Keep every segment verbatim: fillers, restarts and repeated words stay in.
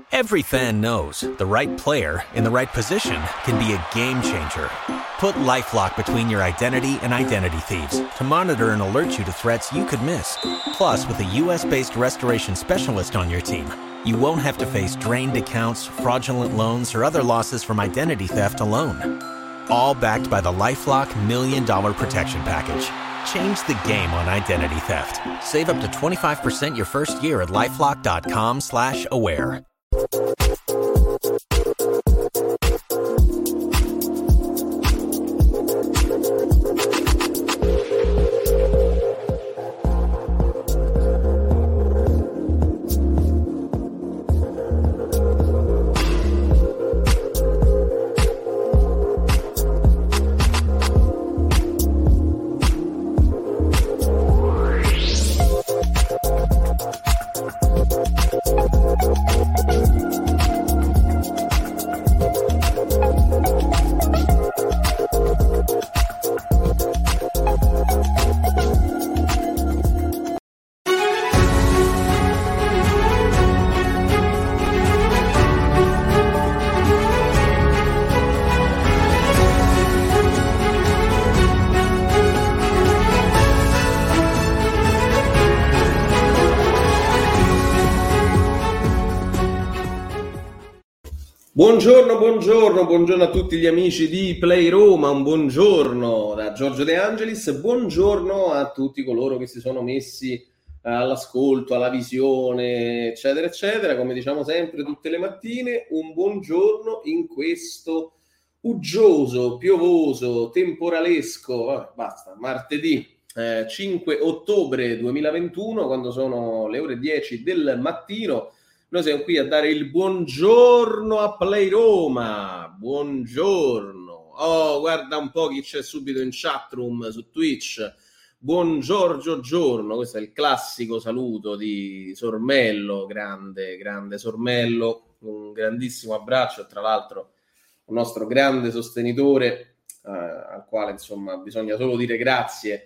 Every fan knows the right player in the right position can be a game changer. Put LifeLock between your identity and identity thieves to monitor and alert you to threats you could miss. Plus, with a U S-based restoration specialist on your team, you won't have to face drained accounts, fraudulent loans, or other losses from identity theft alone. All backed by the LifeLock Million Dollar Protection Package. Change the game on identity theft. Save up to twenty-five percent your first year at LifeLock.com slash aware. Buongiorno, buongiorno, buongiorno a tutti gli amici di Play Roma, un buongiorno da Giorgio De Angelis, buongiorno a tutti coloro che si sono messi all'ascolto, alla visione, eccetera, eccetera, come diciamo sempre tutte le mattine, un buongiorno in questo uggioso, piovoso, temporalesco, vabbè, basta, martedì eh, cinque ottobre duemilaventuno, quando sono le ore dieci del mattino. Noi siamo qui a dare il buongiorno a Play Roma, buongiorno. Oh, guarda un po' chi c'è subito in chatroom su Twitch. Buon Giorgio giorno, questo è il classico saluto di Sormello, grande, grande Sormello, un grandissimo abbraccio, tra l'altro un nostro grande sostenitore, eh, al quale insomma bisogna solo dire grazie.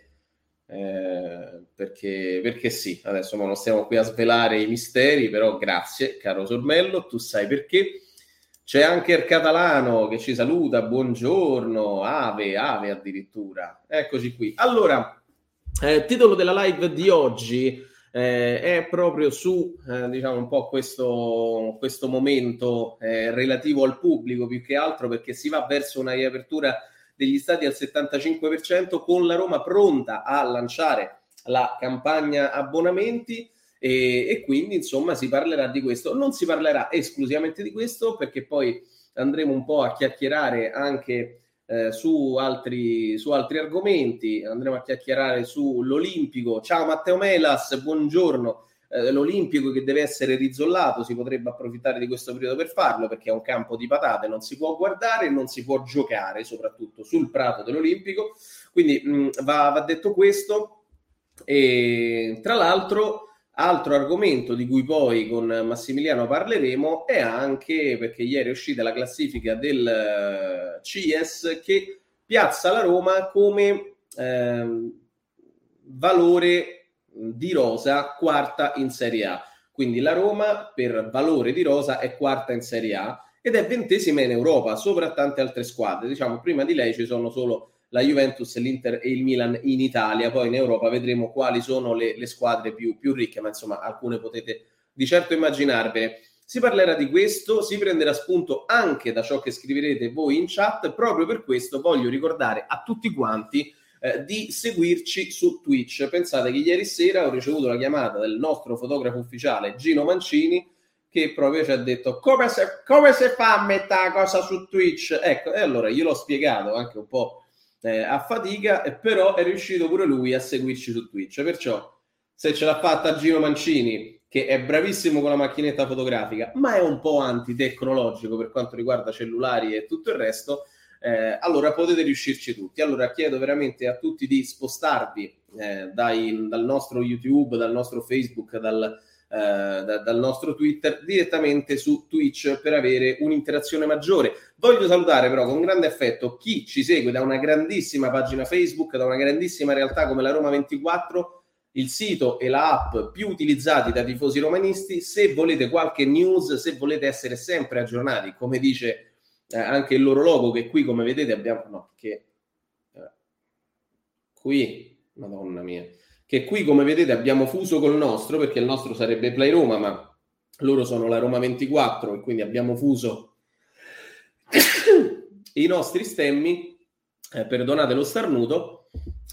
Eh, perché, perché sì, adesso non stiamo qui a svelare i misteri, però grazie caro Sormello, tu sai perché. C'è anche il Catalano che ci saluta, buongiorno, ave, ave addirittura, eccoci qui. Allora, eh, titolo della live di oggi eh, è proprio su eh, diciamo un po' questo, questo momento eh, relativo al pubblico, più che altro perché si va verso una riapertura degli stadi al settantacinque per cento, con la Roma pronta a lanciare la campagna abbonamenti e, e quindi insomma si parlerà di questo. Non si parlerà esclusivamente di questo, perché poi andremo un po' a chiacchierare anche eh, su altri, su altri argomenti, andremo a chiacchierare sull'Olimpico. Ciao Matteo Melas, buongiorno. Eh, L'Olimpico che deve essere rizzollato, si potrebbe approfittare di questo periodo per farlo, perché è un campo di patate, non si può guardare, non si può giocare soprattutto sul prato dell'Olimpico, quindi mh, va, va detto questo. E tra l'altro altro argomento di cui poi con Massimiliano parleremo è anche perché ieri è uscita la classifica del C I E S che piazza la Roma come eh, valore di rosa quarta in Serie A, quindi la Roma per valore di rosa è quarta in Serie A ed è ventesima in Europa sopra tante altre squadre. Diciamo prima di lei ci sono solo la Juventus, l'Inter e il Milan in Italia, poi in Europa vedremo quali sono le, le squadre più, più ricche, ma insomma alcune potete di certo immaginarvene. Si parlerà di questo, si prenderà spunto anche da ciò che scriverete voi in chat. Proprio per questo voglio ricordare a tutti quanti Eh, di seguirci su Twitch. Pensate che ieri sera ho ricevuto la chiamata del nostro fotografo ufficiale Gino Mancini, che proprio ci ha detto come si come se fa a mettere cosa su Twitch. Ecco, e allora io l'ho spiegato anche un po' eh, a fatica, eh, però è riuscito pure lui a seguirci su Twitch. Perciò se ce l'ha fatta Gino Mancini, che è bravissimo con la macchinetta fotografica, ma è un po' antitecnologico per quanto riguarda cellulari e tutto il resto, Eh, allora potete riuscirci tutti. Allora chiedo veramente a tutti di spostarvi eh, dai, dal nostro YouTube, dal nostro Facebook, dal, eh, da, dal nostro Twitter direttamente su Twitch per avere un'interazione maggiore. Voglio salutare però con grande affetto chi ci segue da una grandissima pagina Facebook, da una grandissima realtà come la Roma ventiquattro, il sito e la app più utilizzati da tifosi romanisti. Se volete qualche news, se volete essere sempre aggiornati, come dice eh, anche il loro logo, che qui come vedete abbiamo, no, che eh, qui, madonna mia, che qui come vedete abbiamo fuso col nostro, perché il nostro sarebbe Play Roma, ma loro sono la Roma ventiquattro e quindi abbiamo fuso i nostri stemmi, eh, perdonate lo starnuto.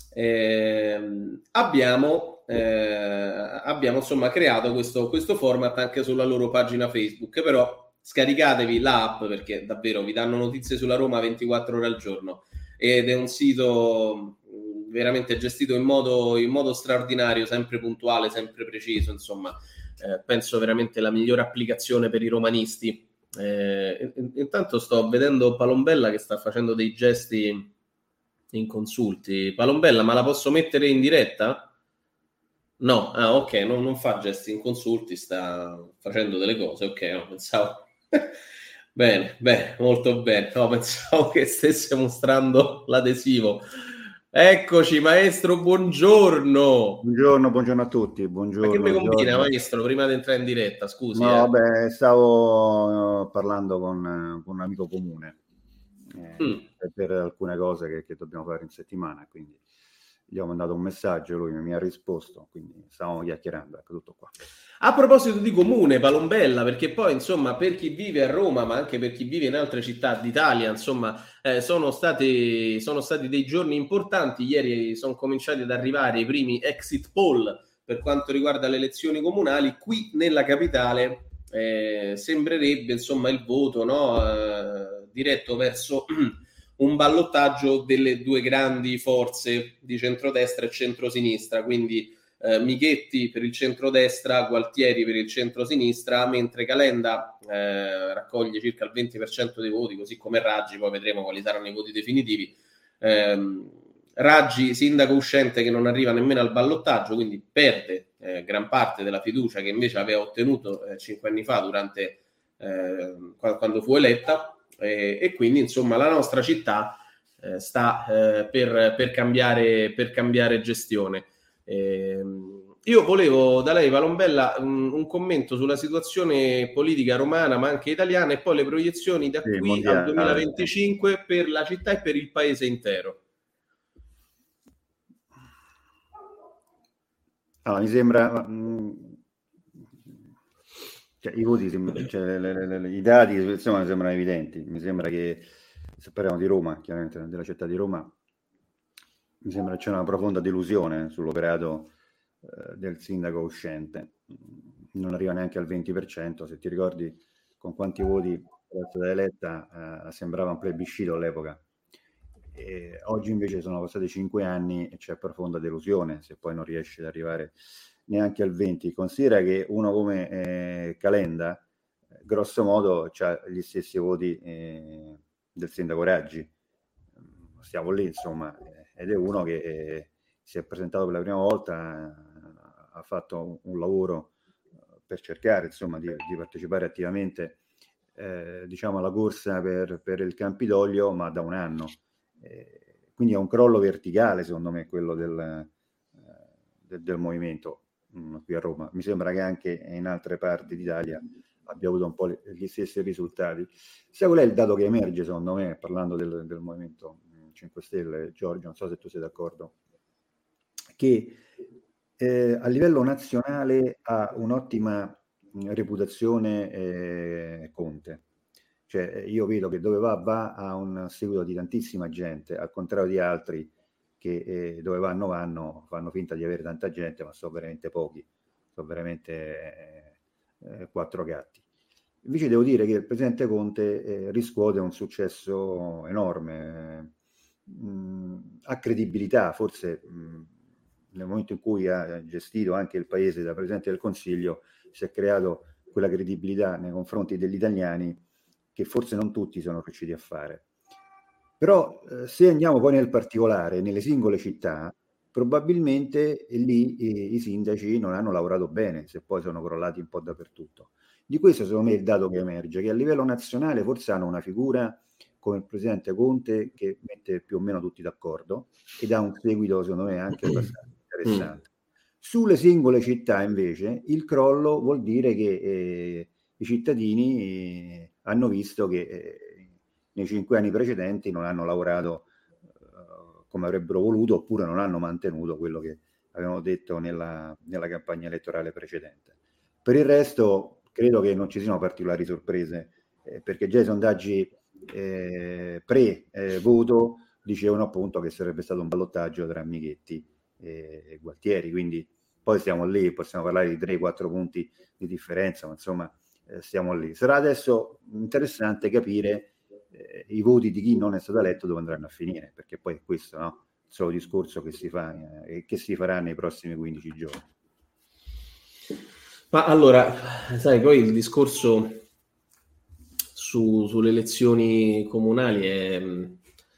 Eh, abbiamo, eh, abbiamo insomma creato questo, questo format anche sulla loro pagina Facebook, però scaricatevi l'app perché davvero vi danno notizie sulla Roma ventiquattro ore al giorno ed è un sito veramente gestito in modo, in modo straordinario, sempre puntuale, sempre preciso, insomma eh, penso veramente la migliore applicazione per i romanisti. Eh, intanto sto vedendo Palombella che sta facendo dei gesti inconsulti. Palombella, ma la posso mettere in diretta? No, ah, ok, non, non fa gesti inconsulti, sta facendo delle cose, ok, no, pensavo bene, bene, molto bene, no, pensavo che stesse mostrando l'adesivo. Eccoci maestro, buongiorno. Buongiorno, buongiorno a tutti, buongiorno. Ma che mi combina, Giorgio. maestro, prima di entrare in diretta, scusi? No, eh. beh, stavo parlando con, con un amico comune eh, mm. per alcune cose che, che dobbiamo fare in settimana, quindi gli ho mandato un messaggio, lui mi ha risposto, quindi stavamo chiacchierando, ecco, tutto qua. A proposito di comune, Palombella, perché poi insomma per chi vive a Roma, ma anche per chi vive in altre città d'Italia, insomma eh, sono stati, sono stati dei giorni importanti. Ieri sono cominciati ad arrivare i primi exit poll per quanto riguarda le elezioni comunali. Qui nella capitale eh, sembrerebbe insomma il voto, no, eh, diretto verso un ballottaggio delle due grandi forze di centrodestra e centrosinistra, quindi eh, Michetti per il centrodestra, Gualtieri per il centrosinistra, mentre Calenda eh, raccoglie circa il venti per cento dei voti, così come Raggi, poi vedremo quali saranno i voti definitivi. Eh, Raggi, sindaco uscente che non arriva nemmeno al ballottaggio, quindi perde eh, gran parte della fiducia che invece aveva ottenuto eh, cinque anni fa durante eh, quando fu eletta. E, e quindi insomma la nostra città eh, sta eh, per, per, cambiare, per cambiare gestione. Eh, io volevo da lei, Palombella, un, un commento sulla situazione politica romana ma anche italiana e poi le proiezioni da sì, qui mondiale, al duemilaventicinque eh. per la città e per il paese intero. Allora, mi sembra mh... Cioè, i voti, cioè, le, le, le, i dati di situazione mi sembrano evidenti. Mi sembra che, se parliamo di Roma, chiaramente della città di Roma, mi sembra che c'è una profonda delusione sull'operato eh, del sindaco uscente. Non arriva neanche al venti per cento. Se ti ricordi con quanti voti è stata eletta, eh, sembrava un plebiscito all'epoca. E oggi invece sono passati cinque anni e c'è profonda delusione se poi non riesce ad arrivare neanche al venti. Considera che uno come eh, Calenda eh, grosso modo ha gli stessi voti eh, del sindaco Raggi, stiamo lì insomma, eh, ed è uno che eh, si è presentato per la prima volta, eh, ha fatto un, un lavoro per cercare insomma di, di partecipare attivamente eh, diciamo alla corsa per, per il Campidoglio, ma da un anno, eh, quindi è un crollo verticale secondo me quello del, eh, del, del movimento qui a Roma. Mi sembra che anche in altre parti d'Italia abbia avuto un po' gli stessi risultati. Sai qual è il dato che emerge secondo me, parlando del, del Movimento cinque Stelle, Giorgio, non so se tu sei d'accordo, che eh, a livello nazionale ha un'ottima reputazione eh, Conte. Cioè io vedo che dove va, va a un seguito di tantissima gente, al contrario di altri che eh, dove vanno vanno, fanno finta di avere tanta gente, ma sono veramente pochi, sono veramente eh, quattro gatti. Invece devo dire che il presidente Conte eh, riscuote un successo enorme, mh, ha credibilità, forse mh, nel momento in cui ha gestito anche il paese da presidente del Consiglio si è creato quella credibilità nei confronti degli italiani che forse non tutti sono riusciti a fare. Però eh, se andiamo poi nel particolare, nelle singole città, probabilmente lì eh, i sindaci non hanno lavorato bene, se poi sono crollati un po' dappertutto. Di questo secondo me è il dato che emerge, che a livello nazionale forse hanno una figura come il presidente Conte che mette più o meno tutti d'accordo ed ha un seguito secondo me anche abbastanza interessante. Sulle singole città invece il crollo vuol dire che eh, i cittadini eh, hanno visto che eh, nei cinque anni precedenti non hanno lavorato eh, come avrebbero voluto, oppure non hanno mantenuto quello che avevano detto nella, nella campagna elettorale precedente. Per il resto credo che non ci siano particolari sorprese, eh, perché già i sondaggi eh, pre-voto eh, dicevano appunto che sarebbe stato un ballottaggio tra Michetti e Gualtieri, quindi poi stiamo lì, possiamo parlare di tre quattro punti di differenza, ma insomma eh, stiamo lì. Sarà adesso interessante capire eh, i voti di chi non è stato eletto dove andranno a finire, perché poi è questo, no? Il solo discorso che si fa e eh, che si farà nei prossimi quindici giorni. Ma allora, sai, poi il discorso su, sulle elezioni comunali è mh,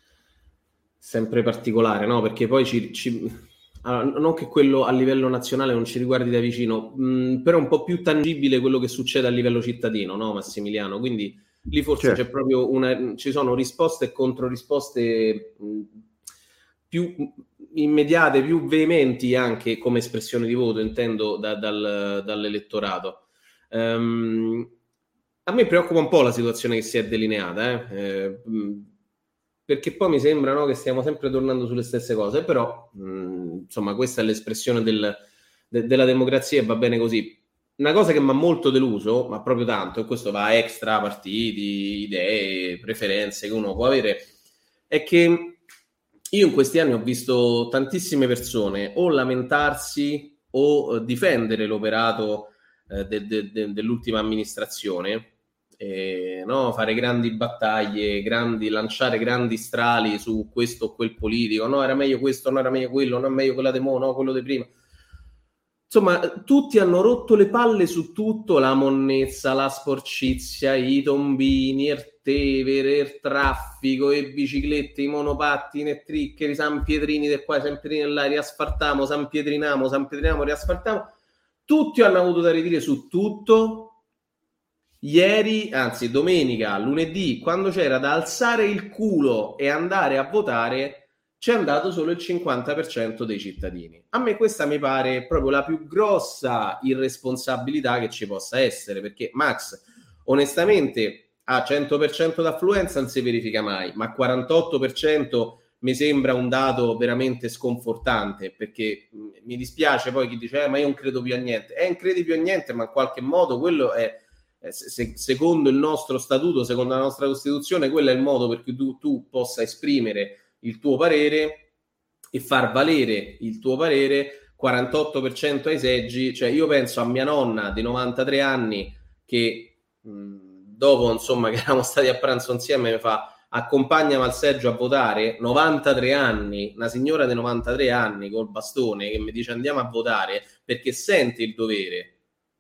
sempre particolare, no? Perché poi ci, ci allora, non che quello a livello nazionale non ci riguardi da vicino, mh, però è un po' più tangibile quello che succede a livello cittadino, no, Massimiliano? Quindi lì forse certo. C'è proprio una, ci sono risposte e controrisposte mh, più immediate, più veementi anche come espressione di voto, intendo, da, dal, dall'elettorato. Um, a me preoccupa un po' la situazione che si è delineata, eh? Eh, perché poi mi sembra, no, che stiamo sempre tornando sulle stesse cose, però mh, insomma questa è l'espressione del, de, della democrazia e va bene così. Una cosa che mi ha molto deluso, ma proprio tanto, e questo va extra partiti, idee, preferenze che uno può avere, è che io in questi anni ho visto tantissime persone o lamentarsi o eh, difendere l'operato eh, de, de, de, dell'ultima amministrazione, eh, no? Fare grandi battaglie, grandi, lanciare grandi strali su questo o quel politico, no, era meglio questo, no, era meglio quello, no, è meglio quella di mo, no, quello di prima. Insomma, tutti hanno rotto le palle su tutto, la monnezza, la sporcizia, i tombini, il Tevere, il traffico, le biciclette, i monopattini, i triccheri, San Pietrini del qua, San Pietrini là, riasfaltiamo, San Pietrinamo, San Pietrinamo, riasfaltiamo. Tutti hanno avuto da ridire su tutto. Ieri, anzi domenica, lunedì, quando c'era da alzare il culo e andare a votare, c'è andato solo il cinquanta per cento dei cittadini. A me questa mi pare proprio la più grossa irresponsabilità che ci possa essere, perché Max, onestamente, a cento per cento d'affluenza non si verifica mai, ma quarantotto per cento mi sembra un dato veramente sconfortante, perché mh, mi dispiace poi chi dice eh, ma io non credo più a niente. Eh, non credi più a niente, ma in qualche modo quello è, eh, se, secondo il nostro statuto, secondo la nostra Costituzione, quello è il modo per cui tu, tu possa esprimere il tuo parere e far valere il tuo parere. Quarantotto per cento ai seggi, cioè io penso a mia nonna di novantatré anni che mh, dopo insomma che eravamo stati a pranzo insieme mi fa accompagnami al seggio a votare, novantatré anni, una signora di novantatré anni col bastone che mi dice andiamo a votare perché sente il dovere.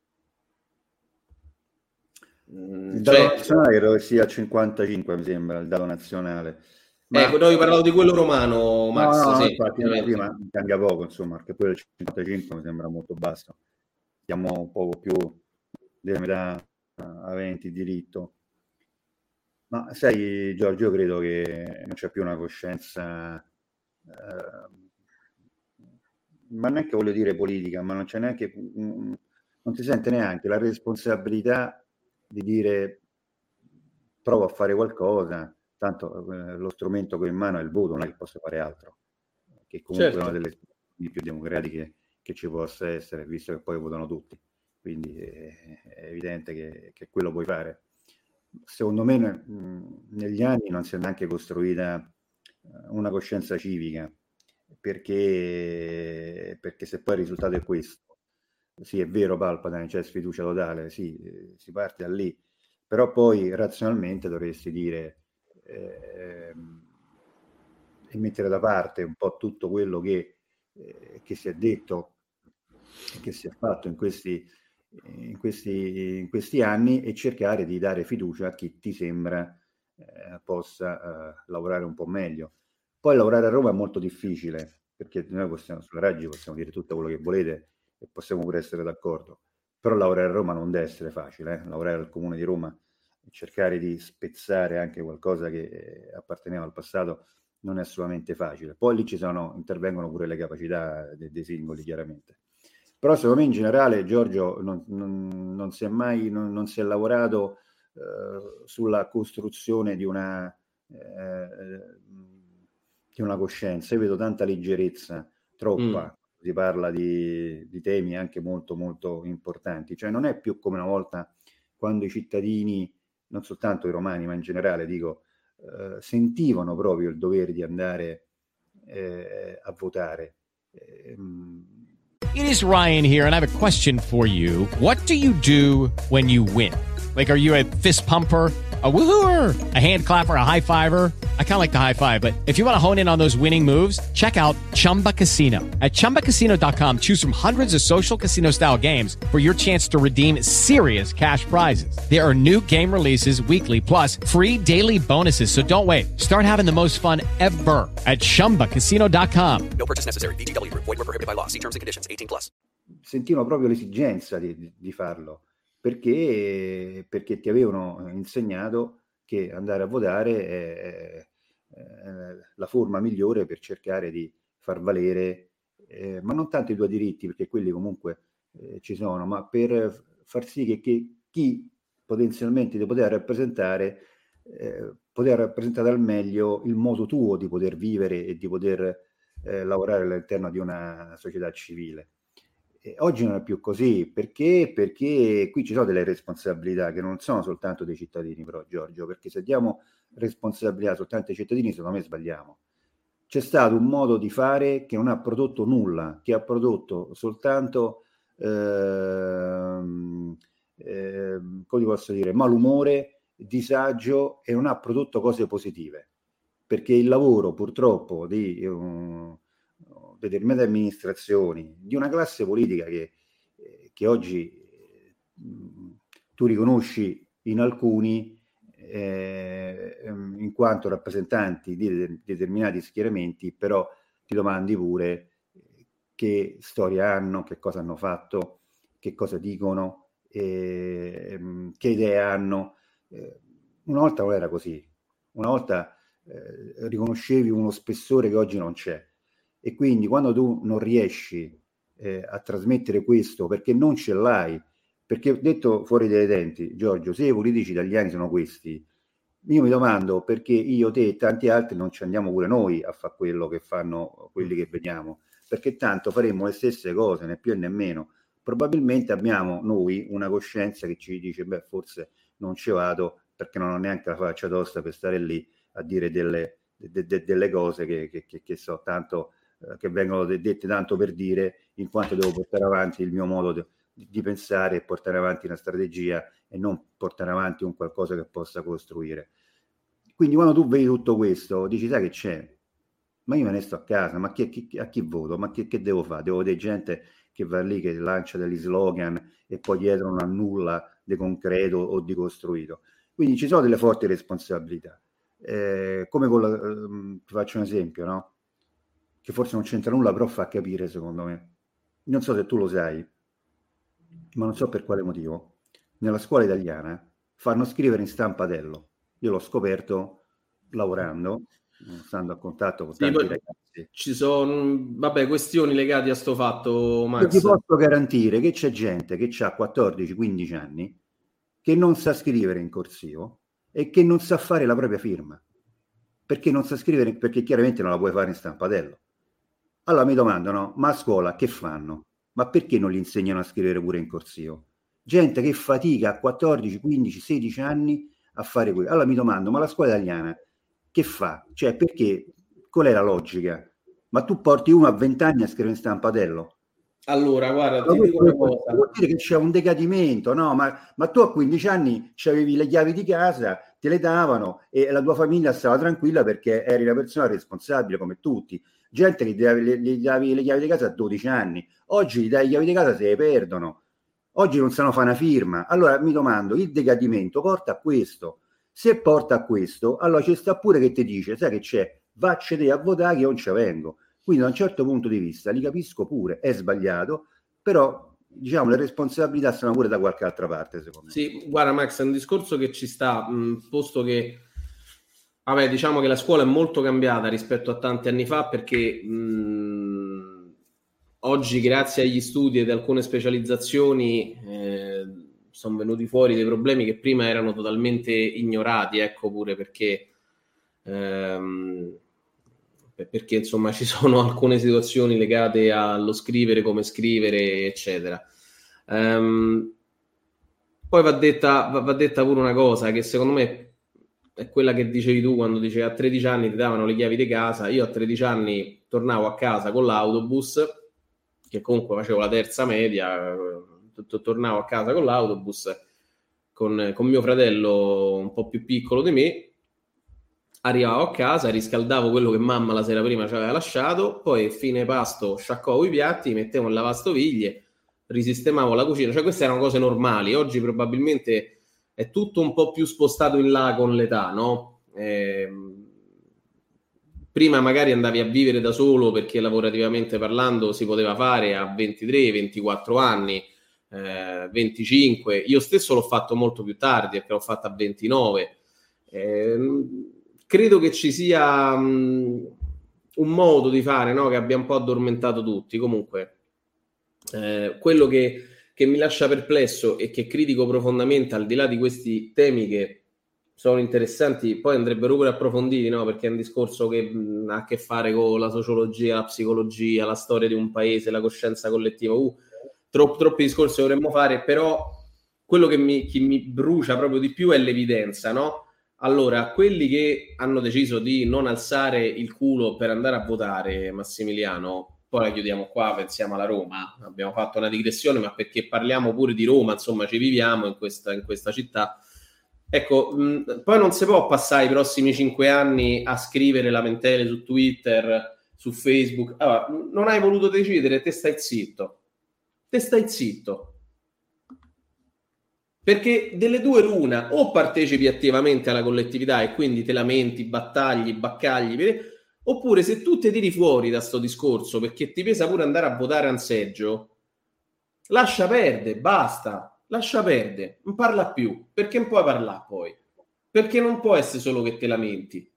Il dato cioè, nazionale credo che sia cinquantacinque, mi sembra, il dato nazionale. Ma... Ecco, noi parlavo di quello romano, Max. No, no, sì, infatti, prima cambia poco, insomma, perché poi il cinquantacinque mi sembra molto basso. Siamo un poco più della metà aventi diritto. Ma sai, Giorgio, io credo che non c'è più una coscienza, eh, ma neanche voglio dire politica, ma non c'è neanche, non si sente neanche la responsabilità di dire provo a fare qualcosa. Tanto eh, lo strumento che ho in mano è il voto, non è che posso fare altro, che comunque certo. È una delle più democratiche che ci possa essere, visto che poi votano tutti, quindi è, è evidente che, che quello puoi fare. Secondo me mh, negli anni non si è neanche costruita uh, una coscienza civica, perché, perché se poi il risultato è questo, sì è vero Palpatine, c'è sfiducia totale, sì, eh, si parte da lì, però poi razionalmente dovresti dire Eh, e mettere da parte un po' tutto quello che, eh, che si è detto e che si è fatto in questi, in questi, in questi anni e cercare di dare fiducia a chi ti sembra eh, possa eh, lavorare un po' meglio. Poi lavorare a Roma è molto difficile, perché noi possiamo, sulla Raggi possiamo dire tutto quello che volete e possiamo pure essere d'accordo, però lavorare a Roma non deve essere facile, eh? Lavorare al Comune di Roma, cercare di spezzare anche qualcosa che apparteneva al passato non è assolutamente facile. Poi lì ci sono, intervengono pure le capacità dei, dei singoli, chiaramente. Però secondo me in generale, Giorgio, non, non, non si è mai non, non si è lavorato eh, sulla costruzione di una eh, di una coscienza. Io vedo tanta leggerezza, troppa, mm. si parla di, di temi anche molto molto importanti, cioè non è più come una volta quando i cittadini, non soltanto i romani ma in generale dico, eh, sentivano proprio il dovere di andare eh, a votare. Eh, It is Ryan here, and I have a question for you. What do you do when you win? Like, are you a fist pumper, a woohooer, a hand clapper, a high fiver? I kind of like the high five, but if you want to hone in on those winning moves, check out Chumba Casino. At chumba casino dot com, choose from hundreds of social casino style games for your chance to redeem serious cash prizes. There are new game releases weekly, plus free daily bonuses. So don't wait. Start having the most fun ever at chumba casino dot com. No purchase necessary. V G W Group. Void where prohibited by law. See terms and conditions. eighteen plus. Sentivano proprio l'esigenza di, di, di farlo. Perché, perché ti avevano insegnato che andare a votare è, è la forma migliore per cercare di far valere, eh, ma non tanto i tuoi diritti, perché quelli comunque eh, ci sono, ma per far sì che, che chi potenzialmente ti poteva rappresentare, eh, poteva rappresentare al meglio il modo tuo di poter vivere e di poter eh, lavorare all'interno di una società civile. E oggi non è più così, perché? Perché qui ci sono delle responsabilità che non sono soltanto dei cittadini, però Giorgio, perché se diamo responsabilità soltanto ai cittadini, secondo me sbagliamo. C'è stato un modo di fare che non ha prodotto nulla, che ha prodotto soltanto, ehm, ehm, come posso dire, malumore, disagio, e non ha prodotto cose positive, perché il lavoro purtroppo di um, determinate amministrazioni, di una classe politica che, eh, che oggi eh, tu riconosci in alcuni eh, in quanto rappresentanti di, de- determinati schieramenti, però ti domandi pure che storia hanno, che cosa hanno fatto, che cosa dicono, eh, che idee hanno. Eh, una volta non era così, una volta eh, riconoscevi uno spessore che oggi non c'è. E quindi quando tu non riesci eh, a trasmettere questo, perché non ce l'hai, perché detto fuori dai denti, Giorgio, se i politici italiani sono questi, io mi domando perché io, te e tanti altri non ci andiamo pure noi a fare quello che fanno quelli che vediamo, perché tanto faremmo le stesse cose, né più né meno. Probabilmente abbiamo noi una coscienza che ci dice, beh, forse non ci vado perché non ho neanche la faccia tosta per stare lì a dire delle, de, de, delle cose che, che, che, che so tanto, che vengono dette tanto per dire, in quanto devo portare avanti il mio modo di, di pensare e portare avanti una strategia e non portare avanti un qualcosa che possa costruire. Quindi quando tu vedi tutto questo dici, sai che c'è? Ma io me ne sto a casa, ma chi, chi, a chi voto? Ma che, che devo fare? Devo vedere gente che va lì, che lancia degli slogan e poi dietro non ha nulla di concreto o di costruito. Quindi ci sono delle forti responsabilità. Eh, come con la, eh, ti faccio un esempio, no? Che forse non c'entra nulla, però fa capire, secondo me. Non so se tu lo sai, ma non so per quale motivo. Nella scuola italiana fanno scrivere in stampatello. Io l'ho scoperto lavorando, stando a contatto con sì, tanti ragazzi. Ci sono, vabbè, questioni legate a sto fatto, Max. Io ti posso garantire che c'è gente che ha quattordici quindici anni che non sa scrivere in corsivo e che non sa fare la propria firma. Perché non sa scrivere? Perché chiaramente non la puoi fare in stampatello. Allora mi domandano, ma a scuola che fanno? Ma perché non gli insegnano a scrivere pure in corsivo? Gente che fatica a quattordici, quindici, sedici anni a fare quello. Allora mi domando, ma la scuola italiana che fa? Cioè, perché? Qual è la logica? Ma tu porti uno a venti anni a scrivere in stampatello? Allora, guarda, ti dico una cosa. Vuol dire che c'è un decadimento, no? Ma, ma tu a quindici anni avevi le chiavi di casa, te le davano e la tua famiglia stava tranquilla perché eri una persona responsabile come tutti. Gente che gli davi le chiavi di casa a dodici anni, oggi gli dai le chiavi di casa se le perdono, oggi non sanno fare una firma. Allora mi domando, il decadimento porta a questo? Se porta a questo, allora ci sta pure che ti dice, sai che c'è, vaccene a votare che io non ci vengo. Quindi da un certo punto di vista li capisco pure, è sbagliato, però diciamo le responsabilità sono pure da qualche altra parte, secondo me. Sì, guarda Max, è un discorso che ci sta, mh, posto che vabbè, diciamo che la scuola è molto cambiata rispetto a tanti anni fa, perché mh, oggi grazie agli studi ed alcune specializzazioni eh, sono venuti fuori dei problemi che prima erano totalmente ignorati, ecco, pure perché ehm, perché insomma ci sono alcune situazioni legate allo scrivere, come scrivere, eccetera. Um, poi va detta, va, va detta pure una cosa che secondo me è quella che dicevi tu quando dicevi a tredici anni ti davano le chiavi di casa. Io a tredici anni tornavo a casa con l'autobus, che comunque facevo la terza media, tornavo a casa con l'autobus con, con mio fratello un po' più piccolo di me, arrivavo a casa, riscaldavo quello che mamma la sera prima ci aveva lasciato, poi fine pasto sciacquavo i piatti, mettevo in lavastoviglie, risistemavo la cucina, cioè queste erano cose normali. Oggi probabilmente è tutto un po' più spostato in là con l'età, no? Eh, prima magari andavi a vivere da solo perché lavorativamente parlando si poteva fare a ventitré ventiquattro anni, eh, venticinque. Io stesso l'ho fatto molto più tardi perché l'ho fatto a ventinove. Eh, credo che ci sia um, un modo di fare, no? Che abbia un po' addormentato tutti. Comunque eh, quello che, che mi lascia perplesso e che critico profondamente, al di là di questi temi che sono interessanti, poi andrebbero pure approfonditi, no? Perché è un discorso che mh, ha a che fare con la sociologia, la psicologia, la storia di un paese, la coscienza collettiva. Uh, troppi, troppi discorsi dovremmo fare, però quello che mi, che mi brucia proprio di più è l'evidenza, no? Allora, quelli che hanno deciso di non alzare il culo per andare a votare, Massimiliano, poi la chiudiamo qua, pensiamo alla Roma, abbiamo fatto una digressione, ma perché parliamo pure di Roma, insomma ci viviamo in questa, in questa città. Ecco, mh, poi non si può passare i prossimi cinque anni a scrivere lamentele su Twitter, su Facebook. Allora, non hai voluto decidere, te stai zitto. Te stai zitto. Perché delle due l'una, o partecipi attivamente alla collettività e quindi te lamenti, battagli, baccagli, oppure se tu ti tiri fuori da sto discorso perché ti pesa pure andare a votare a un seggio, lascia perdere, basta, lascia perdere, non parla più, perché non puoi parlare poi? Perché non può essere solo che te lamenti.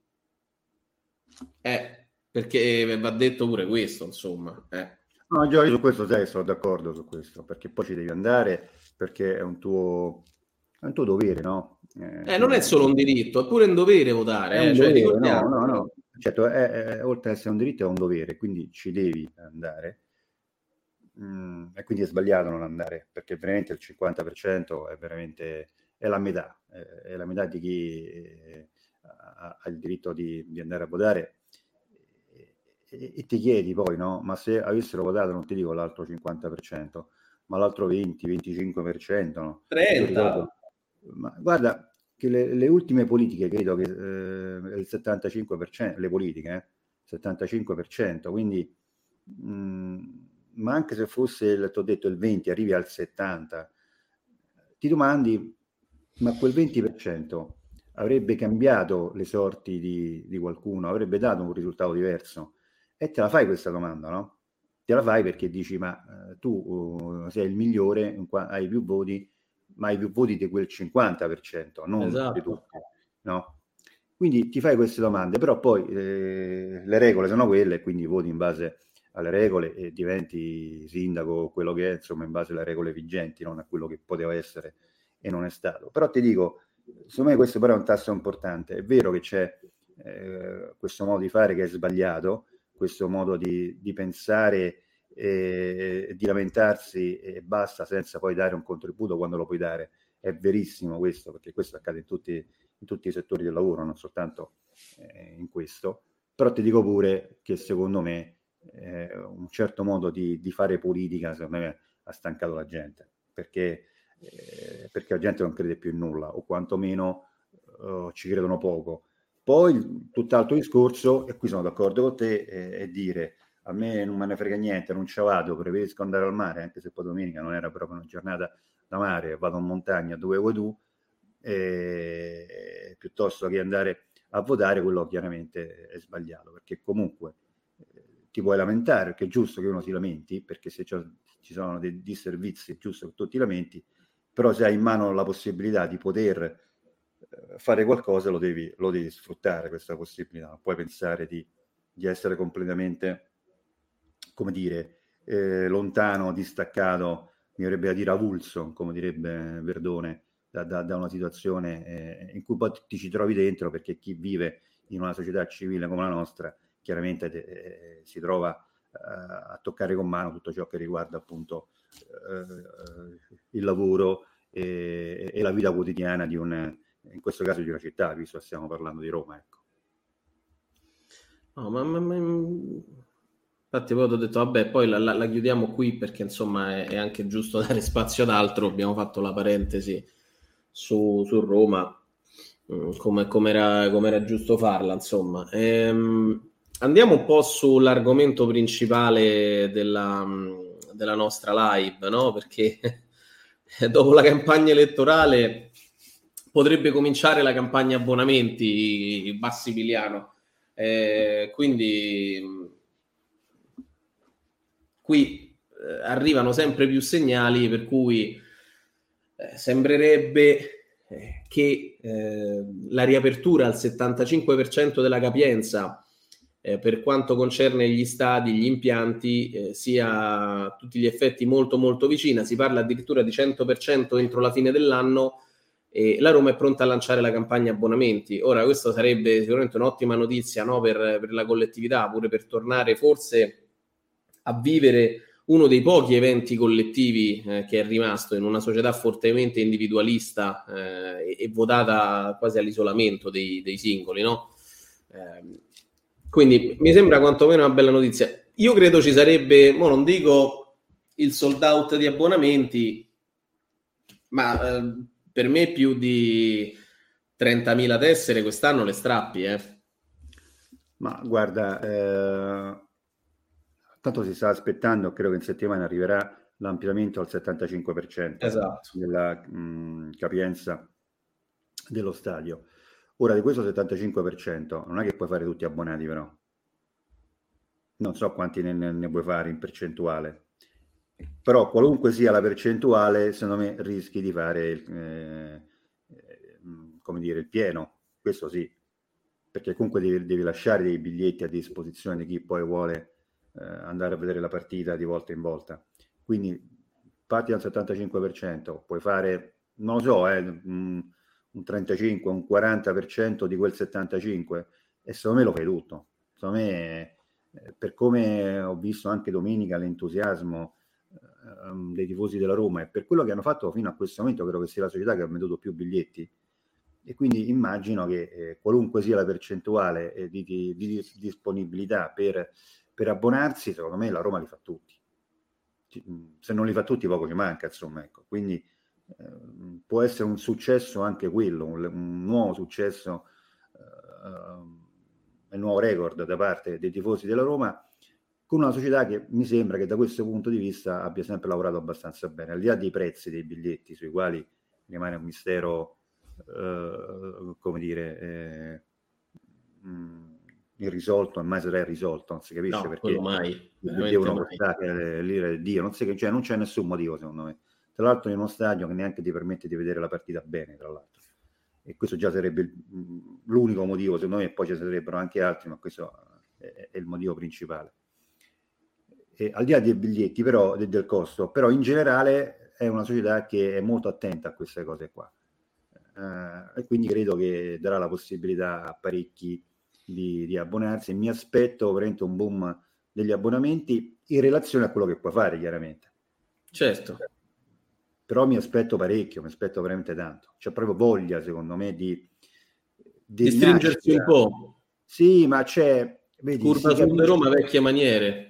Eh, perché va detto pure questo, insomma, eh. No, Gio, io su questo sai, sono d'accordo su questo, perché poi ci devi andare, perché è un tuo, è un tuo dovere, no? Eh, eh non è solo un diritto, è pure un dovere votare, è eh, un cioè, dovere, no, no, no. Certo, è, è, oltre ad essere un diritto è un dovere, quindi ci devi andare. Mm, e quindi è sbagliato non andare, perché veramente il cinquanta per cento è veramente è la metà, è, è la metà di chi eh, ha, ha il diritto di, di andare a votare. E, e ti chiedi poi, no? Ma se avessero votato, non ti dico l'altro cinquanta per cento, ma l'altro venti venticinque per cento, no? trenta. Ricordo, ma guarda che le, le ultime politiche credo che eh, il settantacinque per cento, le politiche, eh, settantacinque per cento, quindi mh, ma anche se fosse, ti ho detto, il venti, arrivi al settanta, ti domandi, ma quel venti per cento avrebbe cambiato le sorti di, di qualcuno, avrebbe dato un risultato diverso? E te la fai questa domanda, no? Te la fai perché dici, ma eh, tu uh, sei il migliore, hai più voti, ma hai più voti di quel cinquanta per cento, non esatto. di tutti, no? Quindi ti fai queste domande, però poi eh, le regole sono quelle, quindi voti in base alle regole e diventi sindaco, quello che è, insomma, in base alle regole vigenti, non a quello che poteva essere e non è stato. Però ti dico, secondo me questo però è un tasso importante. È vero che c'è eh, questo modo di fare che è sbagliato, questo modo di, di pensare e di lamentarsi e basta, senza poi dare un contributo quando lo puoi dare. È verissimo questo, perché questo accade in tutti, in tutti i settori del lavoro, non soltanto eh, in questo. Però ti dico pure che secondo me eh, un certo modo di, di fare politica, secondo me, ha stancato la gente, perché, eh, perché la gente non crede più in nulla, o quantomeno eh, ci credono poco. Poi tutt'altro discorso, e qui sono d'accordo con te, è, è dire a me non me ne frega niente, non ci vado, preferisco andare al mare, anche se poi domenica non era proprio una giornata da mare, vado in montagna dove vuoi tu, eh, piuttosto che andare a votare, quello chiaramente è sbagliato, perché comunque eh, ti puoi lamentare, perché è giusto che uno si lamenti, perché se ci sono dei disservizi è giusto che tu ti lamenti, però se hai in mano la possibilità di poter eh, fare qualcosa, lo devi, lo devi sfruttare questa possibilità, non puoi pensare di, di essere completamente, come dire, eh, lontano, distaccato, mi avrebbe da dire avulso, come direbbe Verdone, da, da, da una situazione eh, in cui poi ti ci trovi dentro, perché chi vive in una società civile come la nostra chiaramente eh, si trova eh, a toccare con mano tutto ciò che riguarda appunto eh, il lavoro e, e la vita quotidiana di un, in questo caso di una città, visto che stiamo parlando di Roma, ecco. No, ma, ma, ma... infatti poi ho detto vabbè, poi la, la, la chiudiamo qui, perché insomma è, è anche giusto dare spazio ad altro. Abbiamo fatto la parentesi su, su Roma, come, come, era, come era giusto farla, insomma. Ehm, andiamo un po' sull'argomento principale della, della nostra live, no? Perché dopo la campagna elettorale potrebbe cominciare la campagna abbonamenti Bassipiliano. Eh, quindi qui eh, arrivano sempre più segnali per cui eh, sembrerebbe eh, che eh, la riapertura al settantacinque per cento della capienza eh, per quanto concerne gli stadi, gli impianti, eh, sia a tutti gli effetti molto molto vicina. Si parla addirittura di cento per cento entro la fine dell'anno. E la Roma è pronta a lanciare la campagna abbonamenti. Ora, questo sarebbe sicuramente un'ottima notizia, no? per, per la collettività, pure per tornare forse a vivere uno dei pochi eventi collettivi eh, che è rimasto in una società fortemente individualista eh, e, e votata quasi all'isolamento dei, dei singoli, no? Eh, quindi mi sembra quantomeno una bella notizia. Io credo ci sarebbe, mo non dico il sold out di abbonamenti, ma... Eh, per me più di trentamila tessere quest'anno le strappi, eh. Ma guarda, eh, tanto si sta aspettando, credo che in settimana arriverà l'ampliamento al settantacinque per cento esatto. della mh, capienza dello stadio. Ora, di questo settantacinque per cento non è che puoi fare tutti abbonati, però. Non so quanti ne, ne puoi fare in percentuale. Però qualunque sia la percentuale, secondo me rischi di fare eh, eh, come dire il pieno, questo sì, perché comunque devi, devi lasciare dei biglietti a disposizione di chi poi vuole eh, andare a vedere la partita di volta in volta. Quindi parti al settantacinque per cento, puoi fare, non lo so, eh, un, un trentacinque, un quaranta per cento di quel settantacinque e secondo me lo fai tutto. Secondo me, eh, per come ho visto anche domenica l'entusiasmo dei tifosi della Roma e per quello che hanno fatto fino a questo momento, credo che sia la società che ha venduto più biglietti, e quindi immagino che eh, qualunque sia la percentuale eh, di, di, di disponibilità per, per abbonarsi, secondo me la Roma li fa tutti. Se non li fa tutti poco ci manca, insomma, ecco. Quindi eh, può essere un successo anche quello, un, un nuovo successo, eh, un nuovo record da parte dei tifosi della Roma, con una società che mi sembra che da questo punto di vista abbia sempre lavorato abbastanza bene, al di là dei prezzi dei biglietti, sui quali rimane un mistero, eh, come dire, eh, mh, irrisolto, e mai sarà irrisolto, non si capisce no, perché mai, devono costare l'ira del Dio, non, si, cioè, non c'è nessun motivo secondo me, tra l'altro in uno stadio che neanche ti permette di vedere la partita bene, tra l'altro, e questo già sarebbe l'unico motivo secondo me, e poi ci sarebbero anche altri, ma questo è, è il motivo principale. E al di là dei biglietti, però, del, del costo, però in generale è una società che è molto attenta a queste cose qua, eh, e quindi credo che darà la possibilità a parecchi di, di abbonarsi, e mi aspetto veramente un boom degli abbonamenti in relazione a quello che puoi fare, chiaramente. Certo. Però mi aspetto parecchio, mi aspetto veramente tanto. C'è proprio voglia, secondo me, di, di, di stringersi un po'. Sì, ma c'è... Vedi, curva sul Roma, vecchie maniere.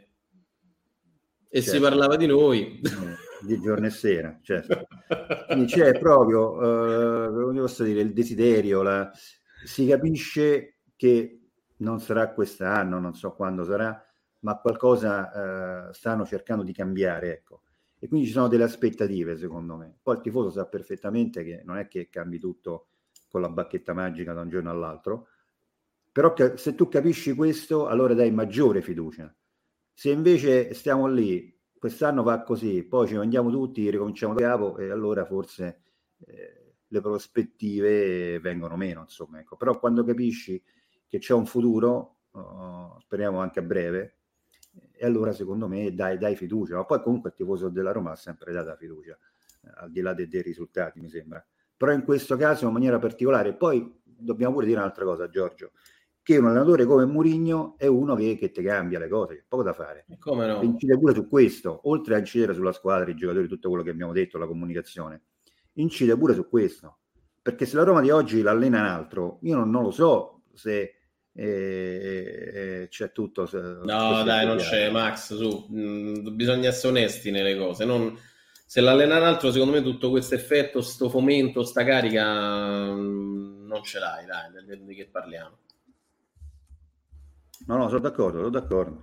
E certo, si parlava di noi di giorno e sera, certo. Quindi c'è proprio eh, come posso dire, il desiderio, la... si capisce che non sarà quest'anno, non so quando sarà, ma qualcosa eh, stanno cercando di cambiare, ecco. E quindi ci sono delle aspettative, secondo me. Poi il tifoso sa perfettamente che non è che cambi tutto con la bacchetta magica da un giorno all'altro, però che, se tu capisci questo, allora dai maggiore fiducia. Se invece stiamo lì, quest'anno va così, poi ci mandiamo tutti, ricominciamo da capo, e allora forse eh, le prospettive vengono meno, insomma, ecco. Però quando capisci che c'è un futuro, uh, speriamo anche a breve, e allora secondo me dai, dai fiducia, ma poi comunque il tifoso della Roma ha sempre data fiducia, eh, al di là dei, dei risultati mi sembra, però in questo caso in maniera particolare. Poi dobbiamo pure dire un'altra cosa, Giorgio, che un allenatore come Mourinho è uno che, che ti cambia le cose, c'è poco da fare, come no? e incide pure su questo, oltre a incidere sulla squadra, i giocatori, tutto quello che abbiamo detto, la comunicazione, incide pure su questo, perché se la Roma di oggi l'allena un altro, io non, non lo so se eh, eh, c'è tutto. Se, no dai, non c'è, Max, su, mh, bisogna essere onesti nelle cose, non, se l'allena un altro, secondo me tutto questo effetto, sto fomento, sta carica mh, non ce l'hai, dai, di che parliamo. No, no, sono d'accordo, sono d'accordo.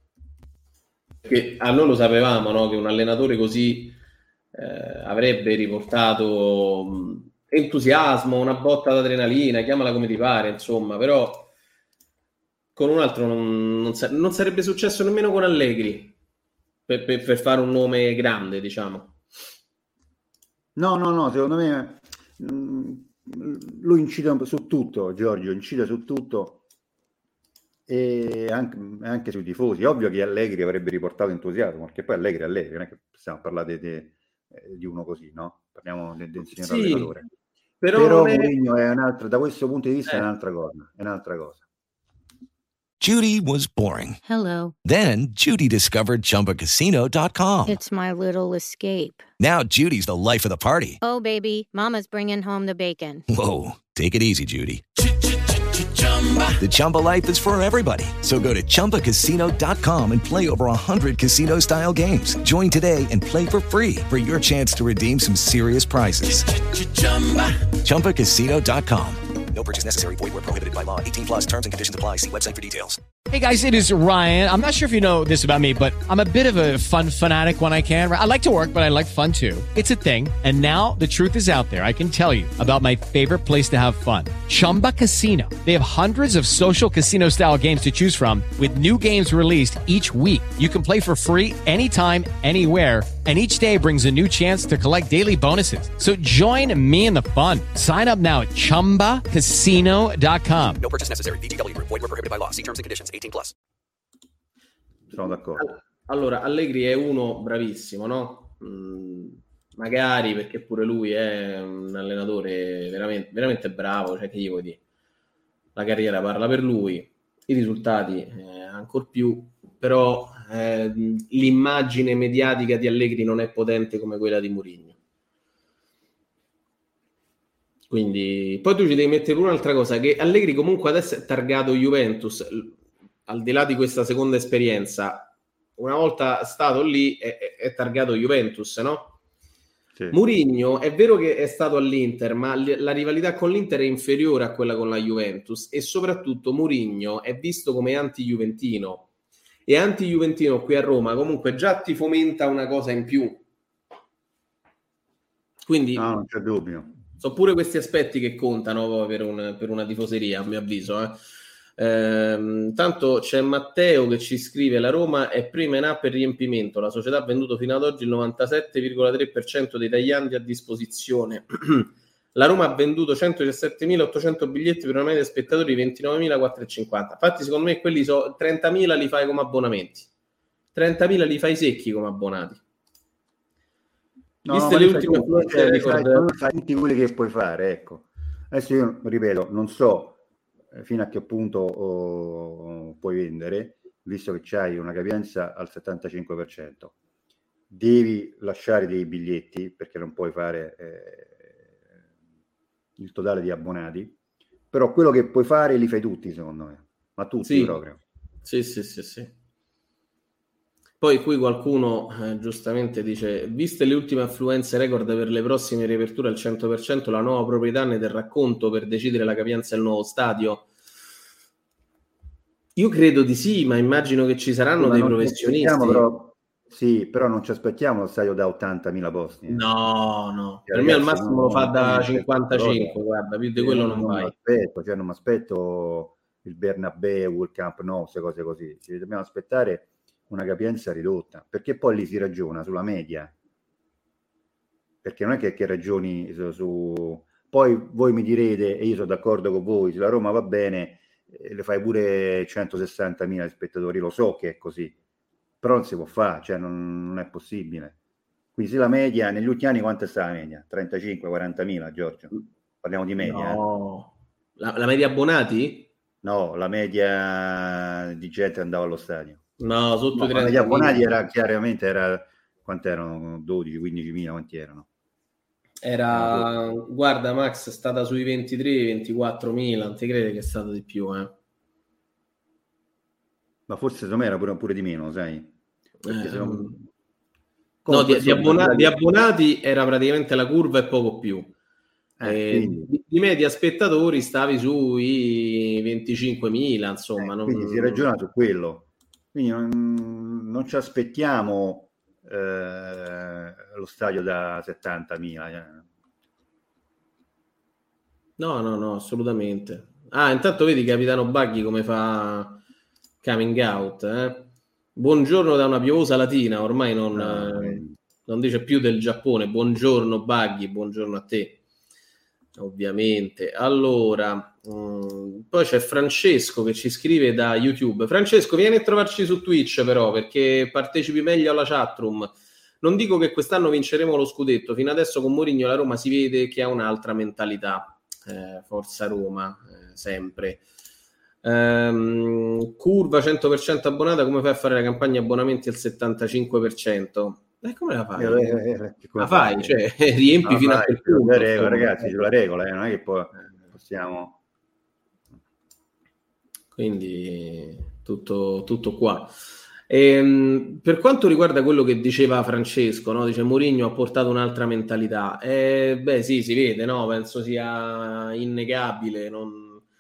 Perché a noi lo sapevamo, no, che un allenatore così eh, avrebbe riportato mh, entusiasmo, una botta d'adrenalina, chiamala come ti pare, insomma, però con un altro non, non, sa- non sarebbe successo nemmeno con Allegri, per, per, per fare un nome grande, diciamo. No, no, no, secondo me mh, lui incide su tutto, Giorgio, incide su tutto, e anche, anche sui tifosi. Ovvio che Allegri avrebbe riportato entusiasmo, perché poi Allegri è Allegri, non è che possiamo parlare di, di, di uno così, no? Parliamo del, del signor Sì, allenatore. però, Però non è... Mourinho è un'altra, da questo punto di vista Eh. è un'altra cosa, è un'altra cosa. Judy was boring. Hello. Then Judy discovered Chumba Casino dot com. It's my little escape. Now Judy's the life of the party. Oh, baby, mama's bringing home the bacon. Whoa, take it easy, Judy. The Chumba life is for everybody. So go to Chumba Casino dot com and play over one hundred casino-style games. Join today and play for free for your chance to redeem some serious prizes. Chumba Casino dot com. No purchase necessary. Void where prohibited by law. eighteen plus terms and conditions apply. See website for details. Hey guys, it is Ryan. I'm not sure if you know this about me, but I'm a bit of a fun fanatic when I can. I like to work, but I like fun too. It's a thing. And now the truth is out there. I can tell you about my favorite place to have fun. Chumba Casino. They have hundreds of social casino style games to choose from with new games released each week. You can play for free anytime, anywhere. And each day brings a new chance to collect daily bonuses. So join me in the fun. Sign up now at Chumba Casino dot com. No purchase necessary. V G W Group. Void where prohibited by law. See terms and conditions. eighteen plus. Sono d'accordo. Allora, Allegri è uno bravissimo, no? Mm, magari perché pure lui è un allenatore veramente, veramente bravo, cioè che gli vuoi dire? La carriera parla per lui, i risultati eh, ancor più, però eh, l'immagine mediatica di Allegri non è potente come quella di Mourinho. Quindi poi tu ci devi mettere un'altra cosa, che Allegri comunque adesso è targato Juventus, al di là di questa seconda esperienza, una volta stato lì è, è, è targato Juventus, no? Sì. Mourinho è vero che è stato all'Inter, ma la rivalità con l'Inter è inferiore a quella con la Juventus, e soprattutto Mourinho è visto come anti-juventino, e anti-juventino qui a Roma comunque già ti fomenta una cosa in più, quindi no, non c'è dubbio. sono pure questi aspetti che contano per, un, per una tifoseria, a mio avviso. Eh. Ehm, tanto c'è Matteo che ci scrive: la Roma è prima in A per riempimento, la società ha venduto fino ad oggi il novantasette virgola tre per cento dei tagliandi a disposizione. La Roma ha venduto centodiciassettemila biglietti per una media di spettatori di ventinovemilaquattrocentocinquanta. Infatti secondo me quelli so, trentamila li fai come abbonamenti, trentamila li fai secchi come abbonati. No, Viste le ultime influenze, ricordo... fai tutti quelli che puoi fare, ecco. Adesso io ripeto, non so eh, fino a che punto oh, puoi vendere, visto che c'hai una capienza al settantacinque per cento. Devi lasciare dei biglietti, perché non puoi fare eh, il totale di abbonati, però quello che puoi fare li fai tutti, secondo me, ma tutti sì. proprio. Sì, sì, sì, sì. Poi qui qualcuno eh, giustamente dice: viste le ultime affluenze record per le prossime riaperture al cento per cento, la nuova proprietà ne terrà conto per decidere la capienza del nuovo stadio? Io credo di sì, ma immagino che ci saranno ma dei non professionisti. Però, sì, però non ci aspettiamo lo stadio da ottantamila posti. Eh. No, no, cioè, per me al ragazzi, massimo non, lo fa da non cinquantacinque, guarda, più di quello non, non vai. Aspetto, cioè non mi aspetto il Bernabeu, il Camp Nou, queste cose così. Ci dobbiamo aspettare una capienza ridotta, perché poi lì si ragiona sulla media, perché non è che, che ragioni su, su... Poi voi mi direte, e io sono d'accordo con voi, se la Roma va bene eh, le fai pure centosessantamila spettatori, lo so che è così, però non si può fare, cioè non, non è possibile. Quindi se la media, negli ultimi anni quanto è stata la media? trentacinque quarantamila, Giorgio? Parliamo di media. No. Eh? La, la media abbonati? No, la media di gente andava allo stadio. No, sotto no, i la media abbonati trentamila. era chiaramente, era, quanti erano? dodici quindici mila, quanti erano? Era, guarda Max, è stata sui ventitré ventiquattro mila, non ti crede che è stato di più, eh? Ma forse secondo me era pure, pure di meno, sai? Perché Eh, se non... no, Comunque, di, di, insomma, abbona- dai, di abbonati era praticamente la curva e poco più. eh, Eh, quindi, di, di media spettatori stavi sui venticinquemila, insomma. eh, Non... quindi si ragiona su quello. Quindi non, non ci aspettiamo eh, lo stadio da settantamila. Eh. No, no, no, assolutamente. Ah, intanto vedi Capitano Baghi come fa coming out, eh? Buongiorno da una piovosa latina, ormai non, Ah, eh, non dice più del Giappone. Buongiorno Baghi, buongiorno a te, ovviamente. Allora, mh, poi c'è Francesco che ci scrive da YouTube. Francesco, vieni a trovarci su Twitch però, perché partecipi meglio alla chatroom. Non dico che quest'anno vinceremo lo scudetto, fino adesso con Mourinho la Roma si vede che ha un'altra mentalità. Eh, Forza Roma, eh, sempre. Um, curva cento per cento abbonata, come fai a fare la campagna abbonamenti al settantacinque per cento? Eh, come la fai? Eh, eh, eh, come la fai, fai? cioè riempi No, fino fai, a quel c'è punto. la regola, Insomma. ragazzi, c'è la regola, eh, non è che poi possiamo... Quindi tutto, tutto qua. E, per quanto riguarda quello che diceva Francesco, no? Dice Mourinho ha portato un'altra mentalità. Eh, beh, sì, si vede, no? Penso sia innegabile. Non...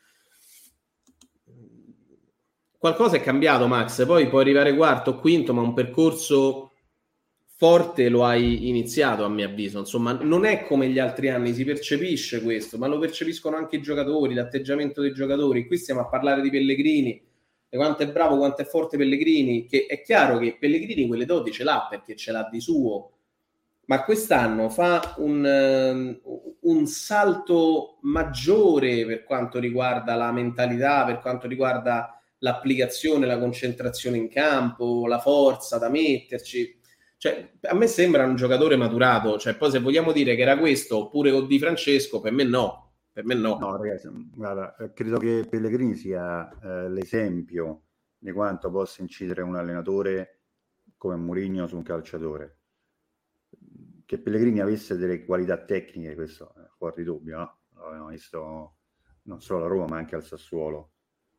Qualcosa è cambiato, Max. Poi puoi arrivare quarto o quinto, ma un percorso forte lo hai iniziato, a mio avviso. Insomma, non è come gli altri anni, si percepisce questo, ma lo percepiscono anche i giocatori, l'atteggiamento dei giocatori. Qui stiamo a parlare di Pellegrini. E quanto è bravo, quanto è forte Pellegrini, che è chiaro che Pellegrini quelle doti ce l'ha perché ce l'ha di suo, ma quest'anno fa un, um, un salto maggiore per quanto riguarda la mentalità, per quanto riguarda l'applicazione, la concentrazione in campo, la forza da metterci. Cioè, a me sembra un giocatore maturato, cioè, poi se vogliamo dire che era questo oppure con Di Francesco, per me no. Per me no. No, ragazzi, guarda, credo che Pellegrini sia eh, l'esempio di quanto possa incidere un allenatore come Mourinho su un calciatore. Che Pellegrini avesse delle qualità tecniche, questo è fuori di dubbio, no? L'abbiamo visto non solo a Roma, ma anche al Sassuolo.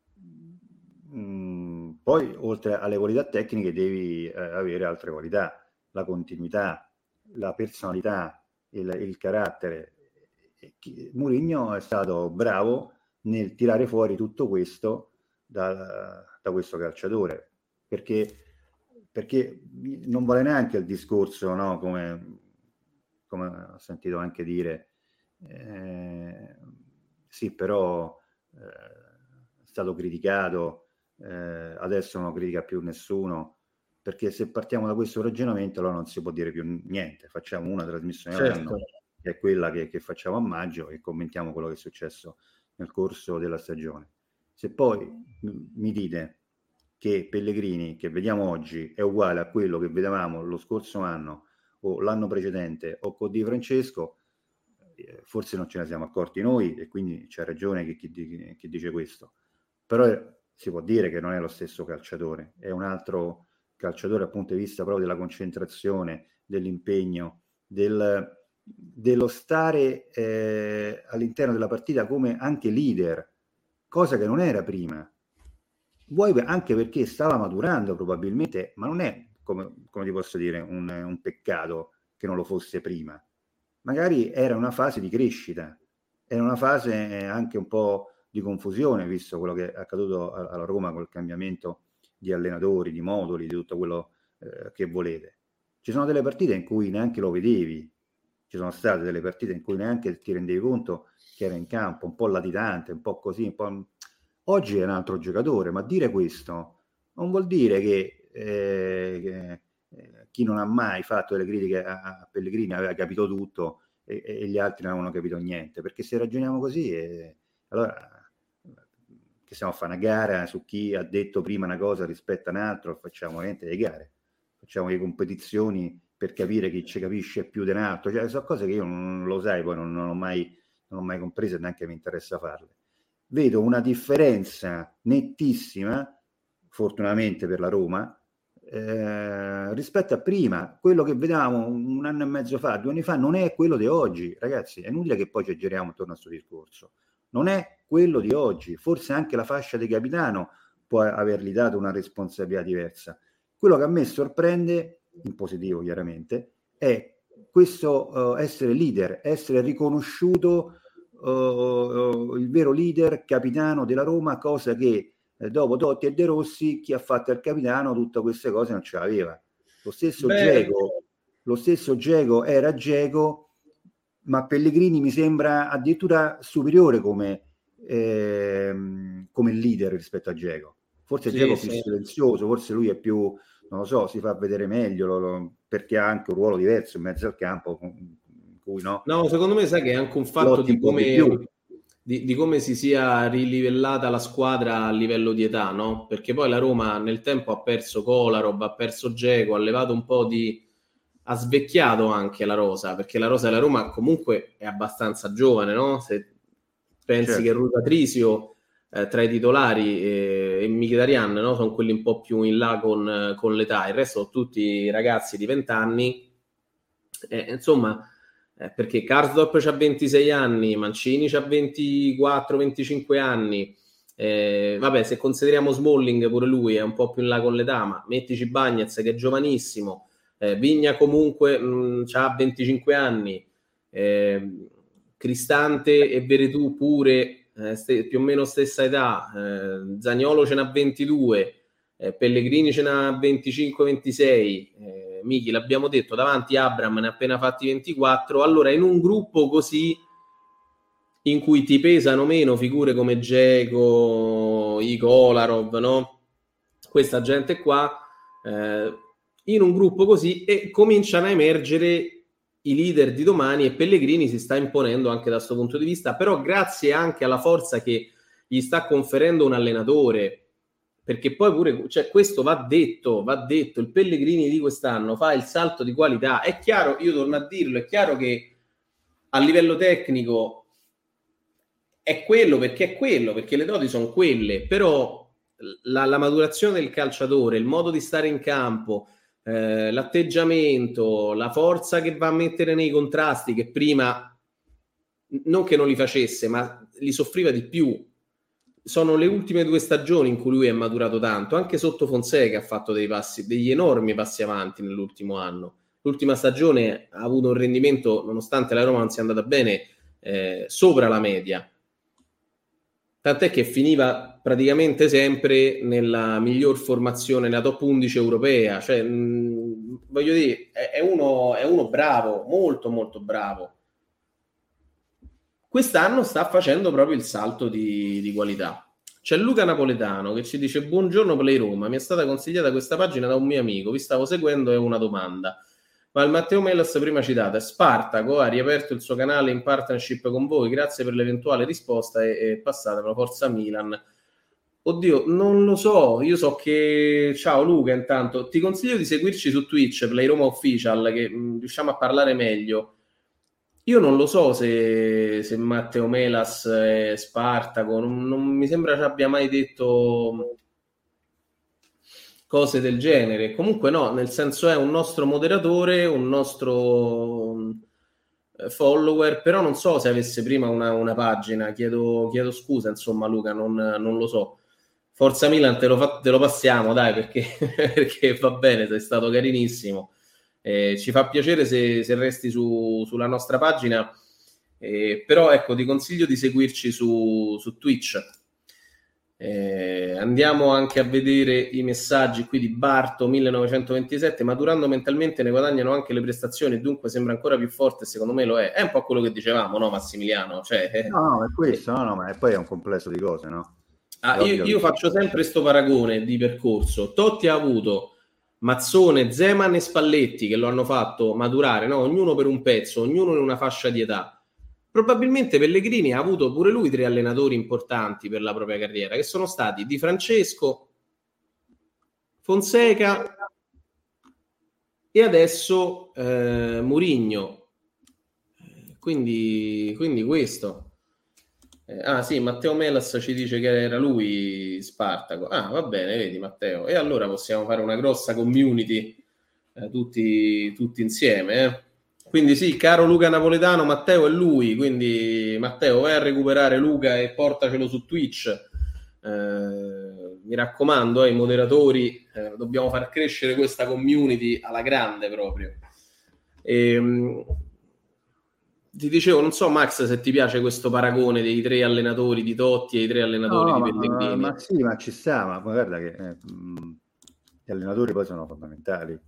Mm, poi, oltre alle qualità tecniche, devi eh, avere altre qualità, la continuità, la personalità, il, il carattere. Mourinho è stato bravo nel tirare fuori tutto questo da, da questo calciatore, perché, perché non vale neanche il discorso, no? come, come ho sentito anche dire, eh, sì, però eh, è stato criticato, eh, adesso non lo critica più nessuno, perché se partiamo da questo ragionamento allora non si può dire più niente, facciamo una trasmissione Certo. all'anno, che è quella che, che facciamo a maggio, e commentiamo quello che è successo nel corso della stagione. Se poi m- mi dite che Pellegrini, che vediamo oggi, è uguale a quello che vedevamo lo scorso anno o l'anno precedente o con Di Francesco, eh, forse non ce ne siamo accorti noi, e quindi c'è ragione che chi, chi, chi dice questo. Però eh, si può dire che non è lo stesso calciatore, è un altro calciatore dal punto di vista proprio della concentrazione, dell'impegno, del... dello stare eh, all'interno della partita come anche leader, cosa che non era prima. Vuoi anche perché stava maturando probabilmente, ma non è, come, come ti posso dire, un, un peccato che non lo fosse prima. Magari era una fase di crescita, era una fase anche un po' di confusione, visto quello che è accaduto alla Roma col cambiamento di allenatori, di moduli, di tutto quello eh, che volete. Ci sono delle partite in cui neanche lo vedevi, ci sono state delle partite in cui neanche ti rendevi conto che era in campo, un po' latitante, un po' così, un po'... Oggi è un altro giocatore, ma dire questo non vuol dire che, eh, che eh, chi non ha mai fatto delle critiche a, a Pellegrini aveva capito tutto e, e gli altri non avevano capito niente, perché se ragioniamo così, eh, allora che stiamo a fare una gara su chi ha detto prima una cosa rispetto a un altro, facciamo niente le gare, facciamo le competizioni per capire chi ci capisce più di un altro, cioè sono cose che io non lo sai, poi non, non ho mai non ho mai compreso e neanche mi interessa farle. Vedo una differenza nettissima, fortunatamente per la Roma, eh, rispetto a prima. Quello che vedevamo un anno e mezzo fa, due anni fa, non è quello di oggi, ragazzi. È inutile che poi ci giriamo attorno a questo discorso. Non è quello di oggi. Forse anche la fascia di capitano può avergli dato una responsabilità diversa. Quello che a me sorprende, in positivo chiaramente, è questo uh, essere leader, essere riconosciuto uh, uh, il vero leader capitano della Roma, cosa che eh, dopo Totti e De Rossi chi ha fatto il capitano tutte queste cose non ce l'aveva. Lo stesso Dzeko, lo stesso Dzeko era Dzeko, ma Pellegrini mi sembra addirittura superiore come, eh, come leader rispetto a Dzeko. Forse Dzeko sì, è più sì. silenzioso, forse lui è più, non lo so, si fa vedere meglio, lo, lo, perché ha anche un ruolo diverso in mezzo al campo. In cui, no, no, secondo me sai che è anche un fatto di come, di, di, di come si sia rilivellata la squadra a livello di età, no? Perché poi la Roma nel tempo ha perso Kolarov, ha perso Dzeko, ha levato un po' di... ha svecchiato anche la rosa, perché la rosa della Roma comunque è abbastanza giovane, no? Se pensi certo. che Rui Patricio eh, tra i titolari eh, e Mkhitaryan, no? Sono quelli un po' più in là con, con l'età, il resto sono tutti ragazzi di venti anni, eh, insomma, eh, perché Karsdorp c'ha ventisei anni, Mancini c'ha ventiquattro venticinque anni, eh, vabbè, se consideriamo Smalling pure lui è un po' più in là con l'età, ma mettici Bagnez che è giovanissimo, eh, Vigna comunque mh, c'ha venticinque anni, eh, Cristante e Veretù pure eh, st- più o meno stessa età, eh, Zaniolo ce n'ha ventidue, eh, Pellegrini ce n'ha venticinque ventisei, eh, Michi l'abbiamo detto, davanti Abraham ne ha appena fatti ventiquattro. Allora in un gruppo così in cui ti pesano meno figure come Dzeko, i Kolarov, no? Questa gente qua, eh, in un gruppo così, e cominciano a emergere i leader di domani, e Pellegrini si sta imponendo anche da questo punto di vista, però grazie anche alla forza che gli sta conferendo un allenatore, perché poi pure, cioè, questo va detto, va detto, il Pellegrini di quest'anno fa il salto di qualità. È chiaro, io torno a dirlo, è chiaro che a livello tecnico è quello, perché è quello, perché le doti sono quelle, però la, la maturazione del calciatore, il modo di stare in campo, eh, l'atteggiamento, la forza che va a mettere nei contrasti, che prima non che non li facesse, ma li soffriva di più. Sono le ultime due stagioni in cui lui è maturato tanto, anche sotto Fonseca ha fatto dei passi, degli enormi passi avanti nell'ultimo anno. L'ultima stagione ha avuto un rendimento, nonostante la Roma non sia andata bene, eh, sopra la media. Tant'è che finiva praticamente sempre nella miglior formazione, nella top undici europea. Cioè, mh, voglio dire, è, è, uno, è uno bravo, molto molto bravo. Quest'anno sta facendo proprio il salto di, di qualità. C'è Luca Napoletano che ci dice: buongiorno Play Roma, mi è stata consigliata questa pagina da un mio amico, vi stavo seguendo e ho una domanda. Ma il Matteo Melas prima citato, Spartaco ha riaperto il suo canale in partnership con voi, grazie per l'eventuale risposta e, e passatemelo, forza Milan. Oddio, non lo so, io so che... Ciao Luca, intanto ti consiglio di seguirci su Twitch, Play Roma Official, che mh, riusciamo a parlare meglio. Io non lo so se, se Matteo Melas è Spartaco, non, non mi sembra ci abbia mai detto cose del genere. Comunque no, nel senso è un nostro moderatore, un nostro follower, però non so se avesse prima una, una pagina, chiedo, chiedo scusa, insomma Luca, non, non lo so. Forza Milan te lo, fa, te lo passiamo, dai, perché, perché va bene, sei stato carinissimo. Eh, ci fa piacere se, se resti su, sulla nostra pagina, eh, però ecco, ti consiglio di seguirci su, su Twitch. Eh, andiamo anche a vedere i messaggi qui di Barto millenovecentoventisette. Maturando mentalmente ne guadagnano anche le prestazioni, dunque sembra ancora più forte, secondo me lo è. È un po' quello che dicevamo, no Massimiliano? Cioè, eh, no, no, è questo, no, no, ma poi è un complesso di cose, no? Ah, io, io faccio sempre sto paragone di percorso. Totti ha avuto Mazzone, Zeman e Spalletti che lo hanno fatto maturare, no? Ognuno per un pezzo, ognuno in una fascia di età. probabilmente Pellegrini ha avuto pure lui tre allenatori importanti per la propria carriera, che sono stati Di Francesco, Fonseca e adesso eh, Mourinho. Quindi, quindi questo. Eh, ah sì, Matteo Melas ci dice che era lui Spartaco. Ah, va bene, vedi Matteo. E allora possiamo fare una grossa community eh, tutti, tutti insieme, eh. Quindi sì, caro Luca Napoletano, Matteo è lui, quindi Matteo vai a recuperare Luca e portacelo su Twitch. Eh, mi raccomando, ai eh, moderatori, eh, dobbiamo far crescere questa community alla grande proprio. E, ti dicevo, non so Max se ti piace questo paragone dei tre allenatori di Totti e i tre allenatori no, di Pellegrini. Ma, ma sì, ma ci sta, ma guarda che eh, gli allenatori poi sono fondamentali.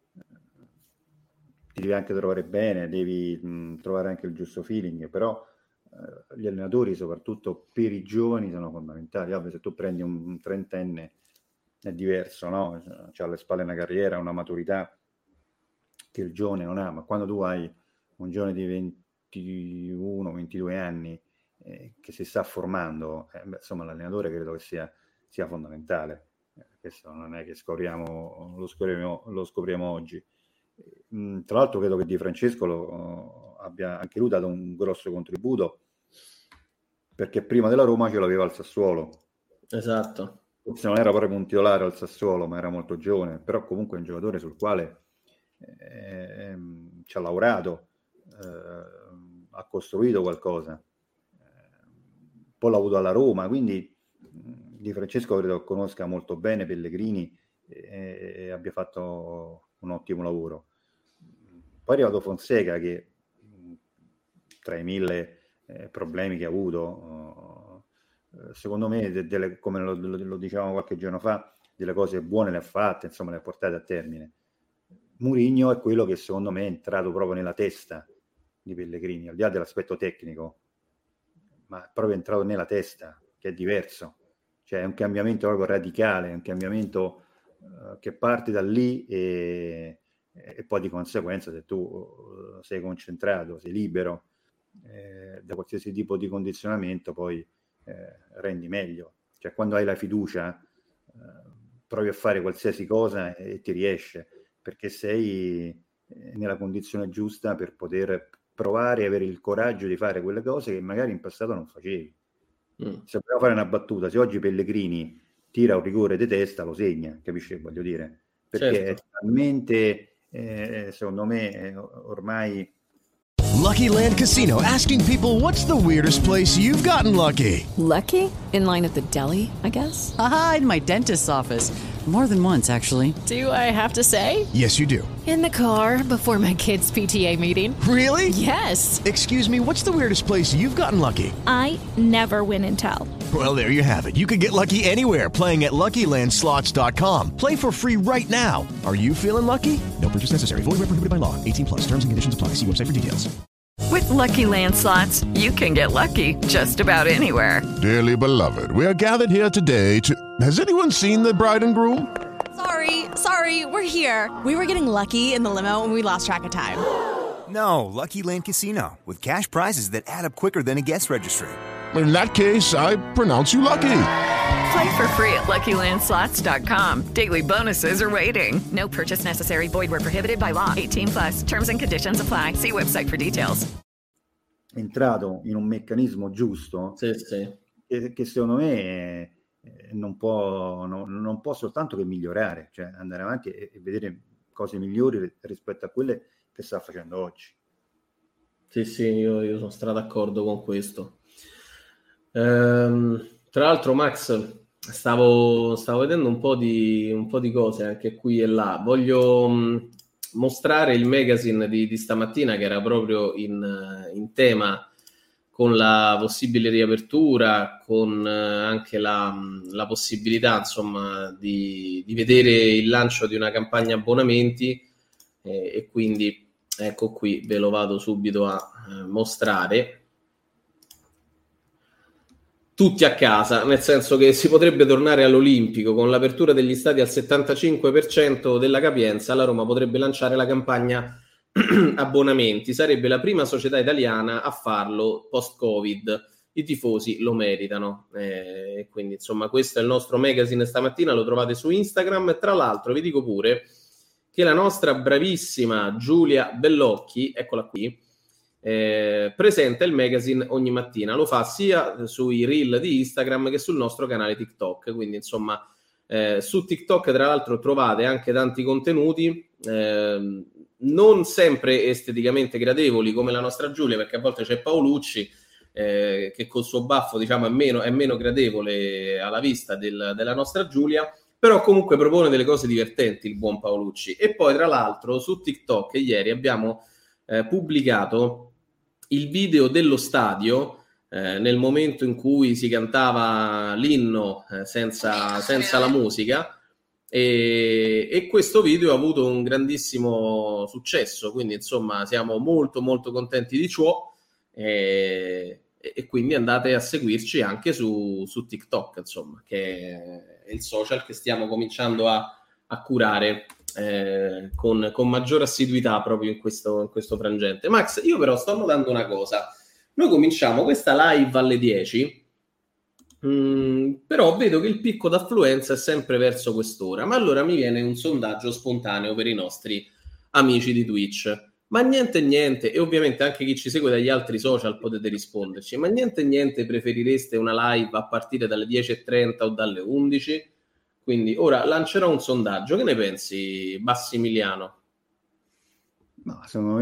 Ti devi anche trovare bene, devi mh, trovare anche il giusto feeling, però eh, gli allenatori soprattutto per i giovani sono fondamentali. Ovvio, se tu prendi un, un trentenne è diverso, no? C'ha alle spalle una carriera, una maturità che il giovane non ha, ma quando tu hai un giovane di ventuno ventidue anni eh, che si sta formando, eh, beh, insomma l'allenatore credo che sia, sia fondamentale. Eh, questo non è che scopriamo, lo scopriamo, lo scopriamo oggi. Tra l'altro credo che Di Francesco lo, abbia anche lui dato un grosso contributo, perché prima della Roma ce l'aveva al Sassuolo. Esatto. Se non era proprio un titolare al Sassuolo, ma era molto giovane, però comunque è un giocatore sul quale eh, ci ha lavorato, eh, ha costruito qualcosa, eh, poi l'ha avuto alla Roma, quindi Di Francesco credo conosca molto bene Pellegrini e, e abbia fatto un ottimo lavoro. Poi è arrivato Fonseca che tra i mille eh, problemi che ha avuto eh, secondo me de- delle, come lo, lo, lo dicevamo qualche giorno fa, delle cose buone le ha fatte, insomma le ha portate a termine. Mourinho è quello che secondo me è entrato proprio nella testa di Pellegrini, al di là dell'aspetto tecnico, ma è proprio entrato nella testa, che è diverso, cioè è un cambiamento proprio radicale, è un cambiamento uh, che parte da lì e, e poi di conseguenza se tu uh, sei concentrato, sei libero eh, da qualsiasi tipo di condizionamento, poi eh, rendi meglio, cioè quando hai la fiducia eh, provi a fare qualsiasi cosa e, e ti riesce, perché sei eh, nella condizione giusta per poter provare e avere il coraggio di fare quelle cose che magari in passato non facevi. Mm. Se vogliamo fare una battuta, se oggi Pellegrini tira un rigore di testa lo segna, capisci che voglio dire? Perché certo. È talmente eh, secondo me eh, ormai Lucky Land Casino, asking people what's the weirdest place you've gotten lucky? Lucky? In line at the deli, I guess? Aha, in my dentist's office. More than once, actually. Do I have to say? Yes, you do. In the car before my kids' P T A meeting. Really? Yes. Excuse me, what's the weirdest place you've gotten lucky? I never win and tell. Well, there you have it. You can get lucky anywhere, playing at Lucky Land Slots dot com. Play for free right now. Are you feeling lucky? No purchase necessary. Void where prohibited by law. eighteen plus. Terms and conditions apply. See website for details. With Lucky Land Slots, you can get lucky just about anywhere. Dearly beloved, we are gathered here today to... Has anyone seen the bride and groom? Sorry, sorry, we're here. We were getting lucky in the limo and we lost track of time. No, Lucky Land Casino, with cash prizes that add up quicker than a guest registry. In that case, I pronounce you lucky. Play for free at Lucky Land Slots dot com. Daily bonuses are waiting. No purchase necessary. Void where prohibited by law. eighteen plus. Terms and conditions apply. See website for details. È entrato in un meccanismo giusto, sì, sì. Che, che secondo me eh, non può, no, non può soltanto che migliorare, cioè andare avanti e, e vedere cose migliori rispetto a quelle che sta facendo oggi. Sì, sì, io, io sono stato d'accordo con questo. Ehm, tra l'altro, Max, stavo, stavo vedendo un po' di un po' di cose anche qui e là. Voglio mh, mostrare il magazine di, di stamattina, che era proprio in, in tema con la possibile riapertura, con eh, anche la, la possibilità, insomma, di, di vedere il lancio di una campagna abbonamenti eh, e quindi ecco qui, ve lo vado subito a eh, mostrare. Tutti a casa, nel senso che si potrebbe tornare all'Olimpico con l'apertura degli stadi al settantacinque per cento della capienza. La Roma potrebbe lanciare la campagna abbonamenti, sarebbe la prima società italiana a farlo post-Covid. I tifosi lo meritano, eh, quindi insomma questo è il nostro magazine stamattina, lo trovate su Instagram. E tra l'altro vi dico pure che la nostra bravissima Giulia Bellocchi, eccola qui, eh, presenta il magazine ogni mattina, lo fa sia sui reel di Instagram che sul nostro canale TikTok, quindi insomma eh, su TikTok tra l'altro trovate anche tanti contenuti, eh, non sempre esteticamente gradevoli come la nostra Giulia, perché a volte c'è Paolucci Eh, che col suo baffo diciamo è meno, è meno gradevole alla vista del, della nostra Giulia, però comunque propone delle cose divertenti il buon Paolucci. E poi tra l'altro su TikTok ieri abbiamo eh, pubblicato il video dello stadio eh, nel momento in cui si cantava l'inno eh, senza, senza la musica, e, e questo video ha avuto un grandissimo successo, quindi insomma siamo molto molto contenti di ciò. E, e quindi andate a seguirci anche su, su TikTok, insomma, che è il social che stiamo cominciando a, a curare eh, con, con maggior assiduità proprio in questo, in questo frangente. Max, io però sto notando una cosa: noi cominciamo questa live alle dieci, mh, però vedo che il picco d'affluenza è sempre verso quest'ora, ma allora mi viene un sondaggio spontaneo per i nostri amici di Twitch. Ma niente niente, e ovviamente anche chi ci segue dagli altri social potete risponderci, ma niente niente preferireste una live a partire dalle dieci e trenta o dalle undici? Quindi ora lancerò un sondaggio, che ne pensi Massimiliano? No, secondo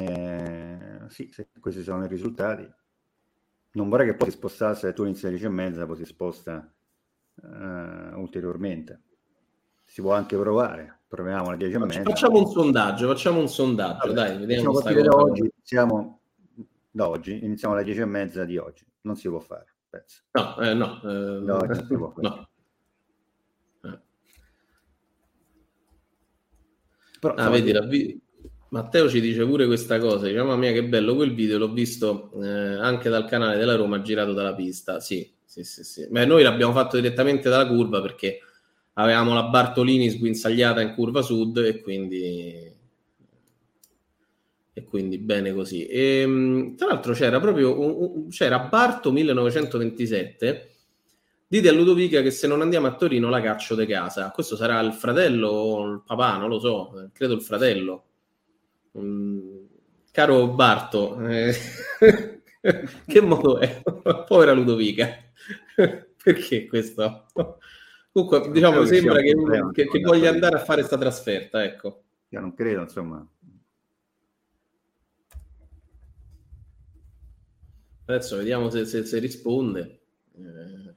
me sì, se questi sono i risultati. Non vorrei che poi si spostasse, tu inizi alle dieci e mezza, poi si sposta uh, ulteriormente. Si può anche provare. Proviamo alle dieci e mezza. Facciamo un sondaggio, facciamo un sondaggio, allora, dai, vediamo sta cosa. Da oggi, iniziamo, da oggi, iniziamo alle dieci e mezza di oggi. Non si può fare, penso. No, eh, no. Eh, da oggi si può fare. No. Eh. Però, ah, vedi, la vi- Matteo ci dice pure questa cosa, dice, mamma mia che bello quel video, l'ho visto eh, anche dal canale della Roma girato dalla pista. Sì, sì, sì, sì. Beh, noi l'abbiamo fatto direttamente dalla curva perché avevamo la Bartolini sguinzagliata in curva sud e quindi e quindi bene così. E, tra l'altro c'era proprio un, un, c'era Barto millenovecentoventisette, dite a Ludovica che se non andiamo a Torino la caccio de casa. Questo sarà il fratello o il papà, non lo so, credo il fratello. Mm, caro Barto, eh, che modo è? Povera Ludovica. Perché questo? Comunque, diciamo, sembra che, che, che voglia andare a fare sta trasferta, ecco. Io non credo, insomma. Adesso vediamo se, se, se risponde. Eh.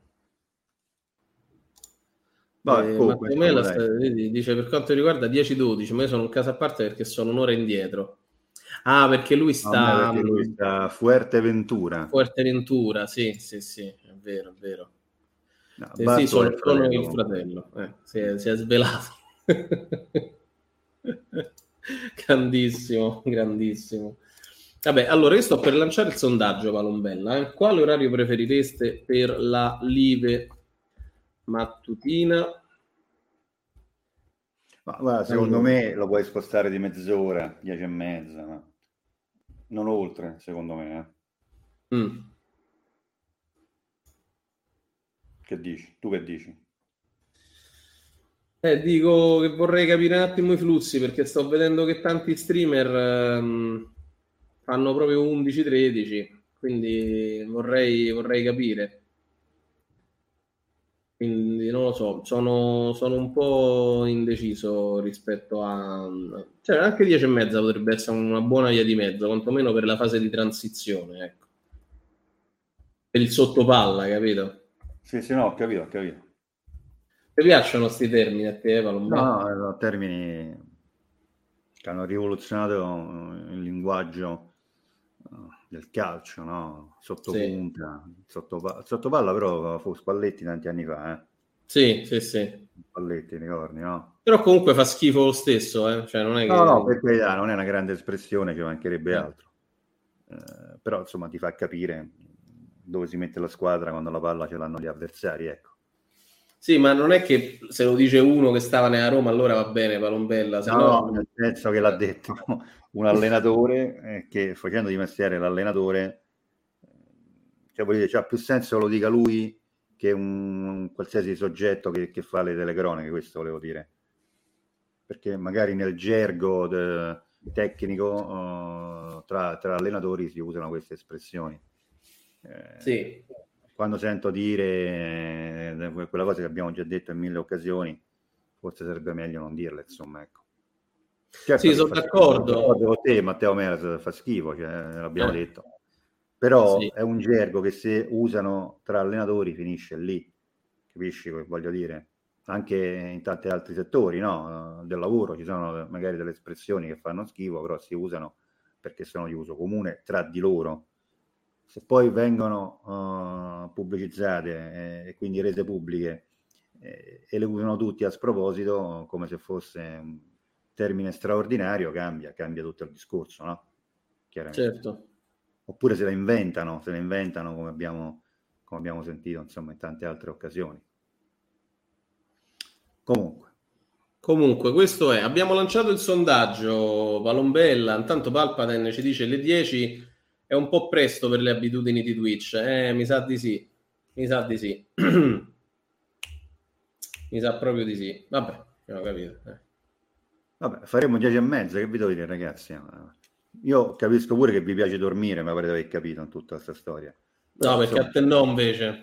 Vabbè, eh, comunque, Matteo Mela sta, vedi, dice per quanto riguarda dieci dodici, ma io sono un caso a parte perché sono un'ora indietro. Ah, perché lui sta... No, perché lui sta a Fuerteventura. Fuerteventura, sì, sì, sì, è vero, è vero. No, eh, sì, sono il fratello, il fratello. Eh, si, è, si è svelato. Grandissimo, grandissimo. Vabbè, allora io sto per lanciare il sondaggio, Palombella. Eh. Quale orario preferireste per la live mattutina? Ma guarda, secondo allora. me lo puoi spostare di mezz'ora, dieci e mezza, ma non oltre, secondo me. Eh. Mm. Che dici? Tu che dici? Eh, dico che vorrei capire un attimo i flussi, perché sto vedendo che tanti streamer ehm, fanno proprio undici tredici, quindi vorrei, vorrei capire. Quindi non lo so, sono, sono un po' indeciso rispetto a... Cioè anche dieci e mezza potrebbe essere una buona via di mezzo, quantomeno per la fase di transizione, ecco. Per il sottopalla, capito? Sì, sì, no, ho capito, ho capito. Ti piacciono sti termini a te, Palombella? No, no, termini che hanno rivoluzionato il linguaggio del calcio, no? Sottopunta, sì. sottopalla, sottopalla però fu Spalletti tanti anni fa, eh? Sì, sì, sì. Spalletti, ricordi, no? Però comunque fa schifo lo stesso, eh? Cioè non è che... No, no, per carità, non è una grande espressione, ci mancherebbe eh. altro. Eh, però, insomma, ti fa capire dove si mette la squadra quando la palla ce l'hanno gli avversari, ecco. Sì, ma non è che se lo dice uno che stava nella Roma allora va bene Palombella, se no, no... no, nel senso che l'ha detto un allenatore eh, che facendo di mestiere l'allenatore, cioè vuol dire, c'ha più senso lo dica lui che un, un qualsiasi soggetto che, che fa le telecronache, questo volevo dire, perché magari nel gergo de, tecnico uh, tra, tra allenatori si usano queste espressioni. Eh, sì. Quando sento dire eh, quella cosa che abbiamo già detto in mille occasioni, forse sarebbe meglio non dirle, insomma, ecco. Certo, sì, sono d'accordo. Con te, Matteo Meras, fa schifo, cioè, l'abbiamo eh. detto. Però sì. È un gergo che se usano tra allenatori finisce lì, capisci che voglio dire? Anche in tanti altri settori, no? Del lavoro ci sono magari delle espressioni che fanno schifo, però si usano perché sono di uso comune tra di loro. Se poi vengono uh, pubblicizzate eh, e quindi rese pubbliche eh, e le usano tutti a sproposito, come se fosse un termine straordinario, cambia, cambia tutto il discorso, no? Chiaramente. Certo. Oppure se la inventano, se la inventano come abbiamo, come abbiamo sentito, insomma, in tante altre occasioni. Comunque. Comunque, questo è. Abbiamo lanciato il sondaggio, Palombella, intanto Palpatine ci dice le dieci... È un po' presto per le abitudini di Twitch, eh? Mi sa di sì, mi sa di sì. Mi sa proprio di sì. Vabbè, abbiamo capito. Eh. Vabbè, faremo dieci e mezza, che vi devo dire, ragazzi? Io capisco pure che vi piace dormire, ma avrete aver capito in tutta questa storia. Però, no, perché insomma, a te no, invece.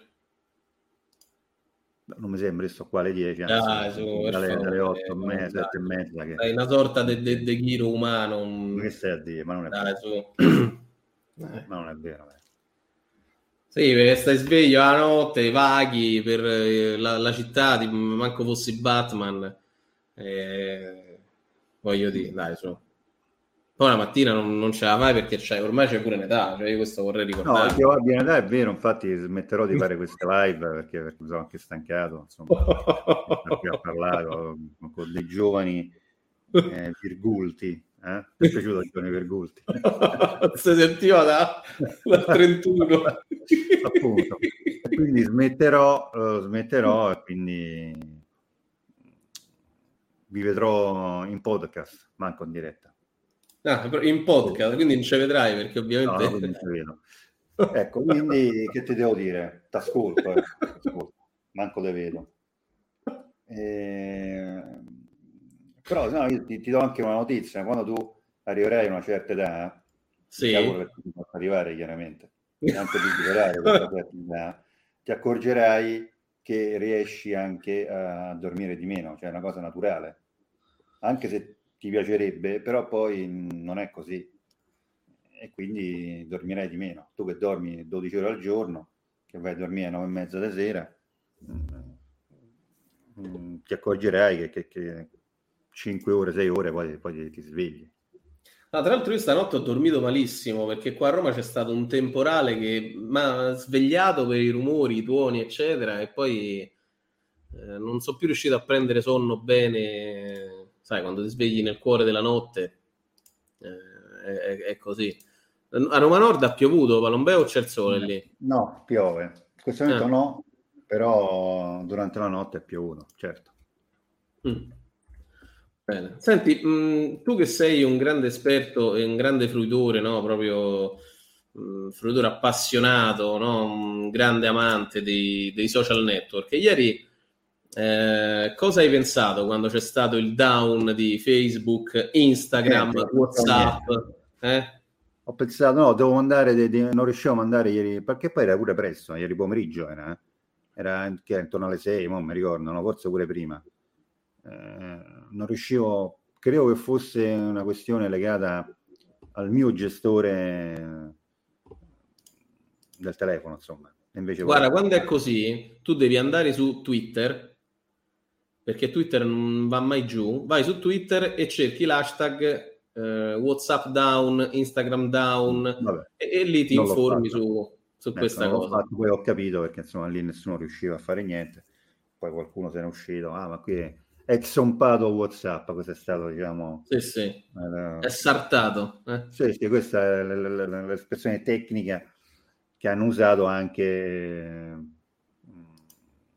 Non mi sembra, sto qua alle dieci, dai, su, dalle, dalle otto e mezza, sette e mezza. Che... È una sorta di de, de, de ghiro umano. Ma che stai a dire? Ma non è dai, vero. Su. Ma non è vero. Eh. Sì, perché stai sveglio la notte, vaghi per la, la città, tipo, manco fossi Batman. Eh, voglio dire, dai, su. Poi la mattina non, non ce la fai perché c'hai, ormai c'è pure un'età, cioè io questo vorrei ricordare. No, io abbia un'età, è vero, infatti smetterò di fare queste live perché, perché mi sono anche stancato, insomma, perché ho parlato con dei giovani eh, virgulti. Eh? Mi è piaciuto il giovane Virgulti. Si sentiva da, da trentuno. Appunto. Quindi smetterò, uh, smetterò e quindi vi vedrò in podcast, manco in diretta. Ah, in podcast, quindi non ci vedrai perché ovviamente... No, non ci vedo. Ecco, quindi che ti devo dire? T'ascolto, eh. T'ascolto. Manco te vedo. E... Però no, io ti, ti do anche una notizia, quando tu arriverai a una certa età, sì. Che ti possa arrivare chiaramente, anche di superare questa certa età, ti accorgerai che riesci anche a dormire di meno, cioè è una cosa naturale, anche se ti piacerebbe, però poi non è così e quindi dormirai di meno. Tu che dormi dodici ore al giorno, che vai a dormire alle nove e mezza di sera, mh, mh, ti accorgerai che, che, che cinque ore, sei ore, poi, poi ti, ti svegli. No, tra l'altro io stanotte ho dormito malissimo perché qua a Roma c'è stato un temporale che mi ha svegliato per i rumori, i tuoni, eccetera, e poi eh, non sono più riuscito a prendere sonno bene. Sai, quando ti svegli nel cuore della notte eh, è, è così. A Roma Nord ha piovuto, Palombeo, o c'è il sole lì? No, piove. In questo momento ah. no, però durante la notte è piovuto, certo. Mm. Bene. Senti, mh, tu che sei un grande esperto e un grande fruitore, no? Proprio mh, fruitore appassionato, no? Un grande amante dei, dei social network. E ieri eh, cosa hai pensato quando c'è stato il down di Facebook, Instagram, eh, WhatsApp? Eh? Ho pensato, no, devo mandare, de, de, non riuscivo a mandare ieri, perché poi era pure presto, ieri pomeriggio era, eh? era che era intorno alle sei, non mi ricordo, no, forse pure prima. Eh, non riuscivo, credo che fosse una questione legata al mio gestore del telefono, insomma. Invece guarda, poi... quando è così, tu devi andare su Twitter, perché Twitter non va mai giù, vai su Twitter e cerchi l'hashtag eh, WhatsApp down, Instagram down, Vabbè, e, e lì ti informi su, su ecco, questa cosa. Fatto, poi ho capito perché insomma lì nessuno riusciva a fare niente, poi qualcuno se ne è uscito, ah ma qui è exompato WhatsApp, questo è stato, diciamo, sì sì, eh, è sartato, eh? Sì, sì, questa è l'espressione tecnica che hanno usato anche,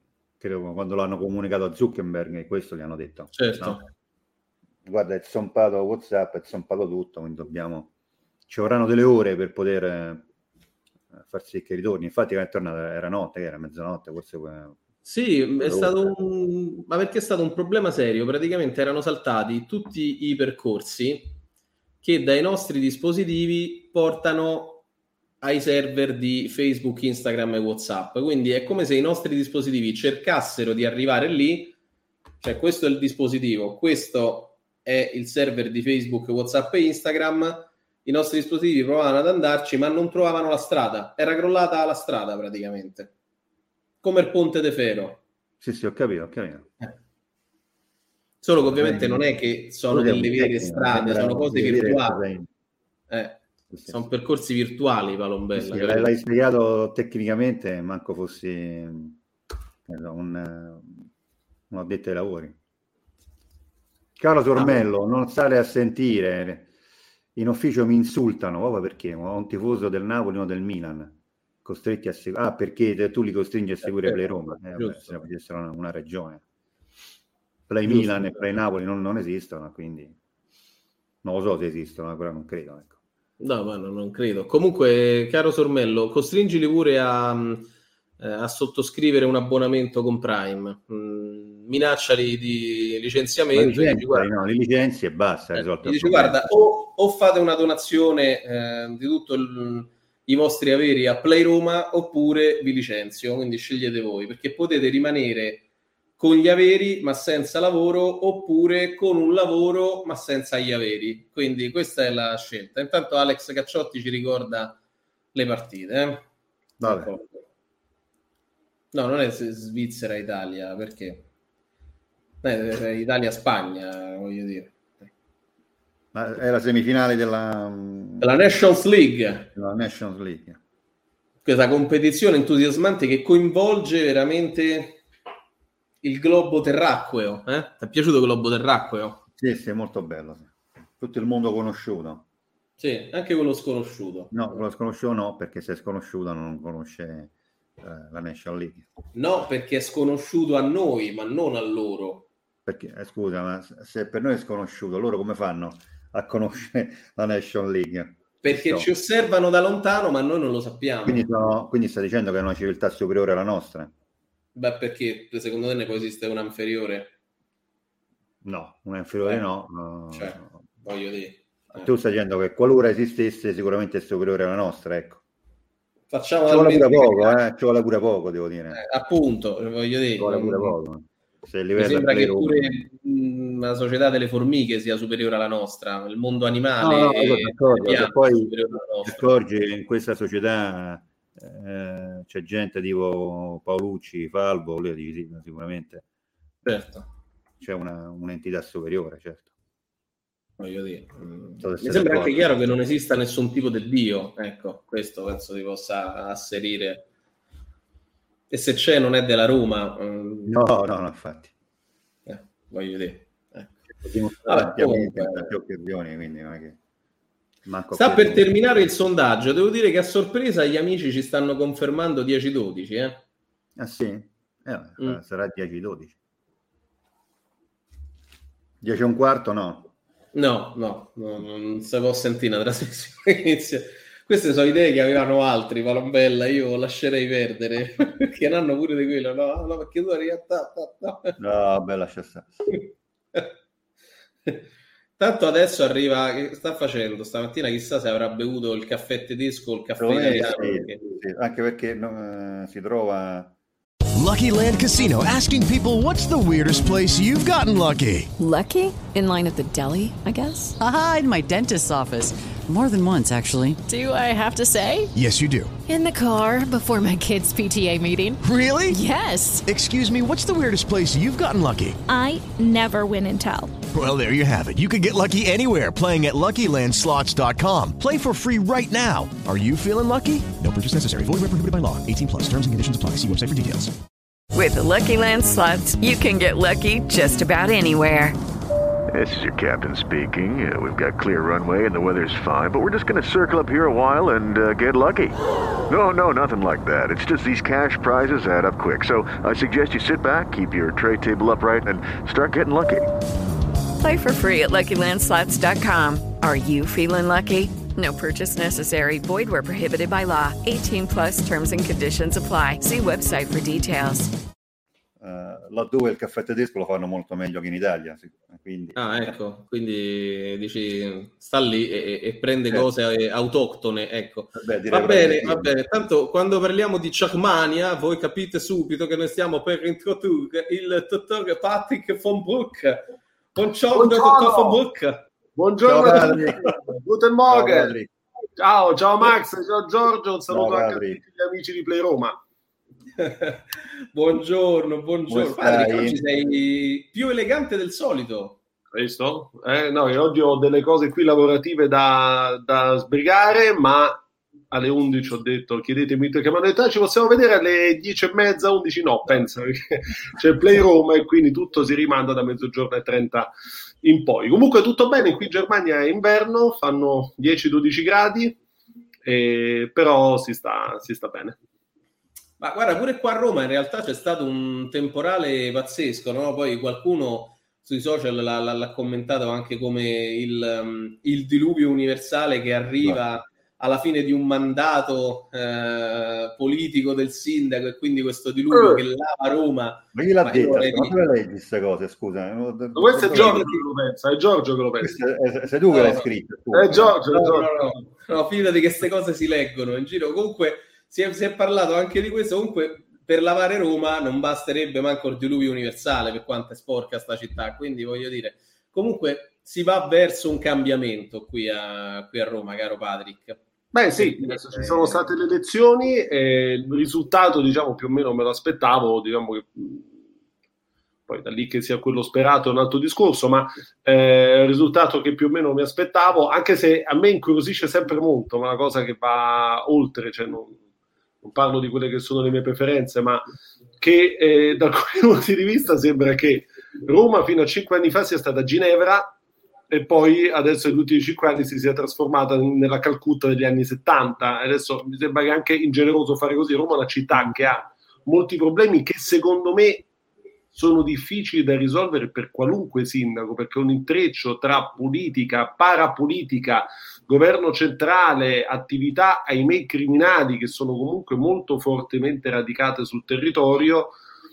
credo quando l'hanno comunicato a Zuckerberg, e questo gli hanno detto. Certo. No? Guarda, è zompato WhatsApp, è zompato tutto, quindi dobbiamo... Ci vorranno delle ore per poter eh, far sì che ritorni. Infatti quando è tornata era notte, era mezzanotte, forse... Sì, è stato un... ma perché è stato un problema serio. Praticamente erano saltati tutti i percorsi che dai nostri dispositivi portano ai server di Facebook, Instagram e WhatsApp. Quindi è come se i nostri dispositivi cercassero di arrivare lì, cioè questo è il dispositivo, questo è il server di Facebook, WhatsApp e Instagram, i nostri dispositivi provavano ad andarci ma non trovavano la strada, era crollata la strada praticamente, come il ponte de Fero. Sì, sì, ho capito, ho capito. Eh. Solo che ovviamente non è che sono delle vere strade, sono cose virtuali. Eh. Sì, sono sì. percorsi virtuali, Palombella. Sì, l'hai, l'hai spiegato tecnicamente, manco fossi un, un addetto ai lavori. Caro Sormello, ah, non sale a sentire, in ufficio mi insultano, proprio perché ho un tifoso del Napoli, uno del Milan, costretti a seguire, ah perché te, tu li costringi a seguire Play Roma, eh, vabbè, se può essere una, una ragione. Play giusto, Milan e Play Napoli non, non esistono, quindi non lo so se esistono, però non credo, ecco. No, ma no, non credo. Comunque, caro Sormello, costringili pure a, a sottoscrivere un abbonamento con Prime. Mm, minacciali di licenziamento. Licenzi, guarda, no, li licenzi e basta. Eh, gli dice, guarda, o, o fate una donazione eh, di tutti i vostri averi a Play Roma, oppure vi licenzio. Quindi scegliete voi, perché potete rimanere con gli averi ma senza lavoro, oppure con un lavoro ma senza gli averi. Quindi questa è la scelta. Intanto Alex Cacciotti ci ricorda le partite. Eh? Vabbè. No, non è Svizzera-Italia, perché? Eh, Italia-Spagna, voglio dire. Ma è la semifinale della... della Nations League. La Nations League. Questa competizione entusiasmante che coinvolge veramente... il globo terracqueo, eh? Ti è piaciuto il globo terracqueo? Sì, sì, è molto bello. Sì. Tutto il mondo conosciuto. Sì, anche quello sconosciuto. No, quello sconosciuto no, perché se è sconosciuto non conosce eh, la National League. No, perché è sconosciuto a noi, ma non a loro. Perché, eh, scusa, ma se per noi è sconosciuto, loro come fanno a conoscere la National League? Perché so. Ci osservano da lontano, ma noi non lo sappiamo. Quindi, no, quindi sta dicendo che è una civiltà superiore alla nostra? Beh, perché secondo te ne può esistere una inferiore? No, una inferiore eh, no. no. Cioè, voglio dire. Eh. Tu stai dicendo che qualora esistesse sicuramente è superiore alla nostra, ecco. Facciamo ci vuole pure poco, eh? Ci vuole pure poco, devo dire. Eh, appunto, voglio dire. Ci vuole pure poco. Se mi sembra che pure mh, la società delle formiche sia superiore alla nostra, il mondo animale. No, no, è, d'accordo, è poi ti accorgi in questa società... Eh, c'è gente tipo Paolucci, Falvo, lui dice sì, sicuramente certo. C'è una, un'entità superiore, certo. Voglio dire, mi sembra anche chiaro che non esista nessun tipo di Dio, ecco, questo penso si possa asserire, e se c'è non è della Roma. No, no, no, infatti. Eh, voglio dire. Ecco. Vabbè, comunque, occasioni, quindi non è che... Manco sta per terminare il sondaggio, devo dire che a sorpresa gli amici ci stanno confermando dieci dodici, eh? Ah sì? Eh, mm. Sarà dieci dodici. dieci e un quarto no? No, no, no, non si può sentire una trasmissione che inizia. Queste sono idee che avevano altri, Palombella, io lascerei perdere, che ne hanno pure di quello, no, no, perché tu arrivi a... No, vabbè, lascia stare. Tanto adesso arriva, che sta facendo stamattina, chissà se avrà bevuto il caffè tedesco o il caffè italiano. Sì, perché... sì, anche perché no, si trova... Lucky Land Casino, asking people, what's the weirdest place you've gotten lucky? Lucky? In line at the deli, I guess? Aha, in my dentist's office. More than once, actually. Do I have to say? Yes, you do. In the car before my kids' P T A meeting. Really? Yes. Excuse me, what's the weirdest place you've gotten lucky? I never win and tell. Well, there you have it. You can get lucky anywhere, playing at Lucky Land Slots dot com. Play for free right now. Are you feeling lucky? No purchase necessary. Void where prohibited by law. eighteen plus. Terms and conditions apply. See website for details. With the Lucky Land Slots, you can get lucky just about anywhere. This is your captain speaking. Uh, we've got clear runway and the weather's fine, but we're just going to circle up here a while and uh, get lucky. No, no, nothing like that. It's just these cash prizes add up quick. So I suggest you sit back, keep your tray table upright, and start getting lucky. Play for free at Lucky Land Slots dot com. Are you feeling lucky? No purchase necessary. Void where prohibited by law. eighteen plus terms and conditions apply. See website for details. Uh, laddove il caffè tedesco lo fanno molto meglio che in Italia, quindi... Ah, ecco, quindi dici sta lì e, e prende eh. cose autoctone, ecco. Beh, va bene, va bene, tanto quando parliamo di Germania voi capite subito che noi stiamo per introdurre il dottore Patrick von Broek. Buongiorno, dottor von Broek. Buongiorno, Guten Morgen. Ciao, ciao Max, ciao Giorgio, un saluto ciao, anche a tutti gli amici di Play Roma. buongiorno, buongiorno. Padre, oggi sei più elegante del solito. Questo? Eh, no, io oggi ho delle cose qui lavorative da, da sbrigare, ma alle undici ho detto chiedetemi che mi hanno detto ah, ci possiamo vedere alle dieci e mezza, undici no, pensa, perché c'è Play Roma e quindi tutto si rimanda da mezzogiorno e trenta in poi. Comunque tutto bene, qui in Germania è inverno, fanno dieci dodici gradi, eh, però si sta, si sta bene. Ma guarda, pure qua a Roma in realtà c'è stato un temporale pazzesco, no? Poi qualcuno sui social l'ha, l'ha, l'ha commentato anche come il, um, il diluvio universale che arriva alla fine di un mandato eh, politico del sindaco, e quindi questo diluvio uh. che lava Roma. Ma chi l'ha Ma detto? di... Ma come leggi queste cose, scusa? Ma questo è Giorgio che lo pensa, è Giorgio che lo pensa. È, sei tu che no, l'hai scritto. Tu. È Giorgio, no, Giorgio. No, no, no. no, fidati che queste cose si leggono in giro. Comunque si è, si è parlato anche di questo. Comunque per lavare Roma non basterebbe manco il diluvio universale, per quanto è sporca sta città. Quindi voglio dire, comunque si va verso un cambiamento qui a, qui a Roma, caro Patrick. Beh sì, adesso ci sono state le elezioni e il risultato diciamo più o meno me lo aspettavo, diciamo che poi da lì che sia quello sperato è un altro discorso, ma eh, il risultato che più o meno mi aspettavo, anche se a me incuriosisce sempre molto, ma una cosa che va oltre, cioè non, non parlo di quelle che sono le mie preferenze, ma che eh, da alcuni punti di vista sembra che Roma fino a cinque anni fa sia stata Ginevra, e poi adesso negli ultimi cinque anni si sia trasformata nella Calcutta degli anni settanta. Adesso mi sembra che anche ingeneroso fare così. Roma è una città che ha molti problemi che secondo me sono difficili da risolvere per qualunque sindaco, perché è un intreccio tra politica, parapolitica, governo centrale, attività ahimè criminali che sono comunque molto fortemente radicate sul territorio.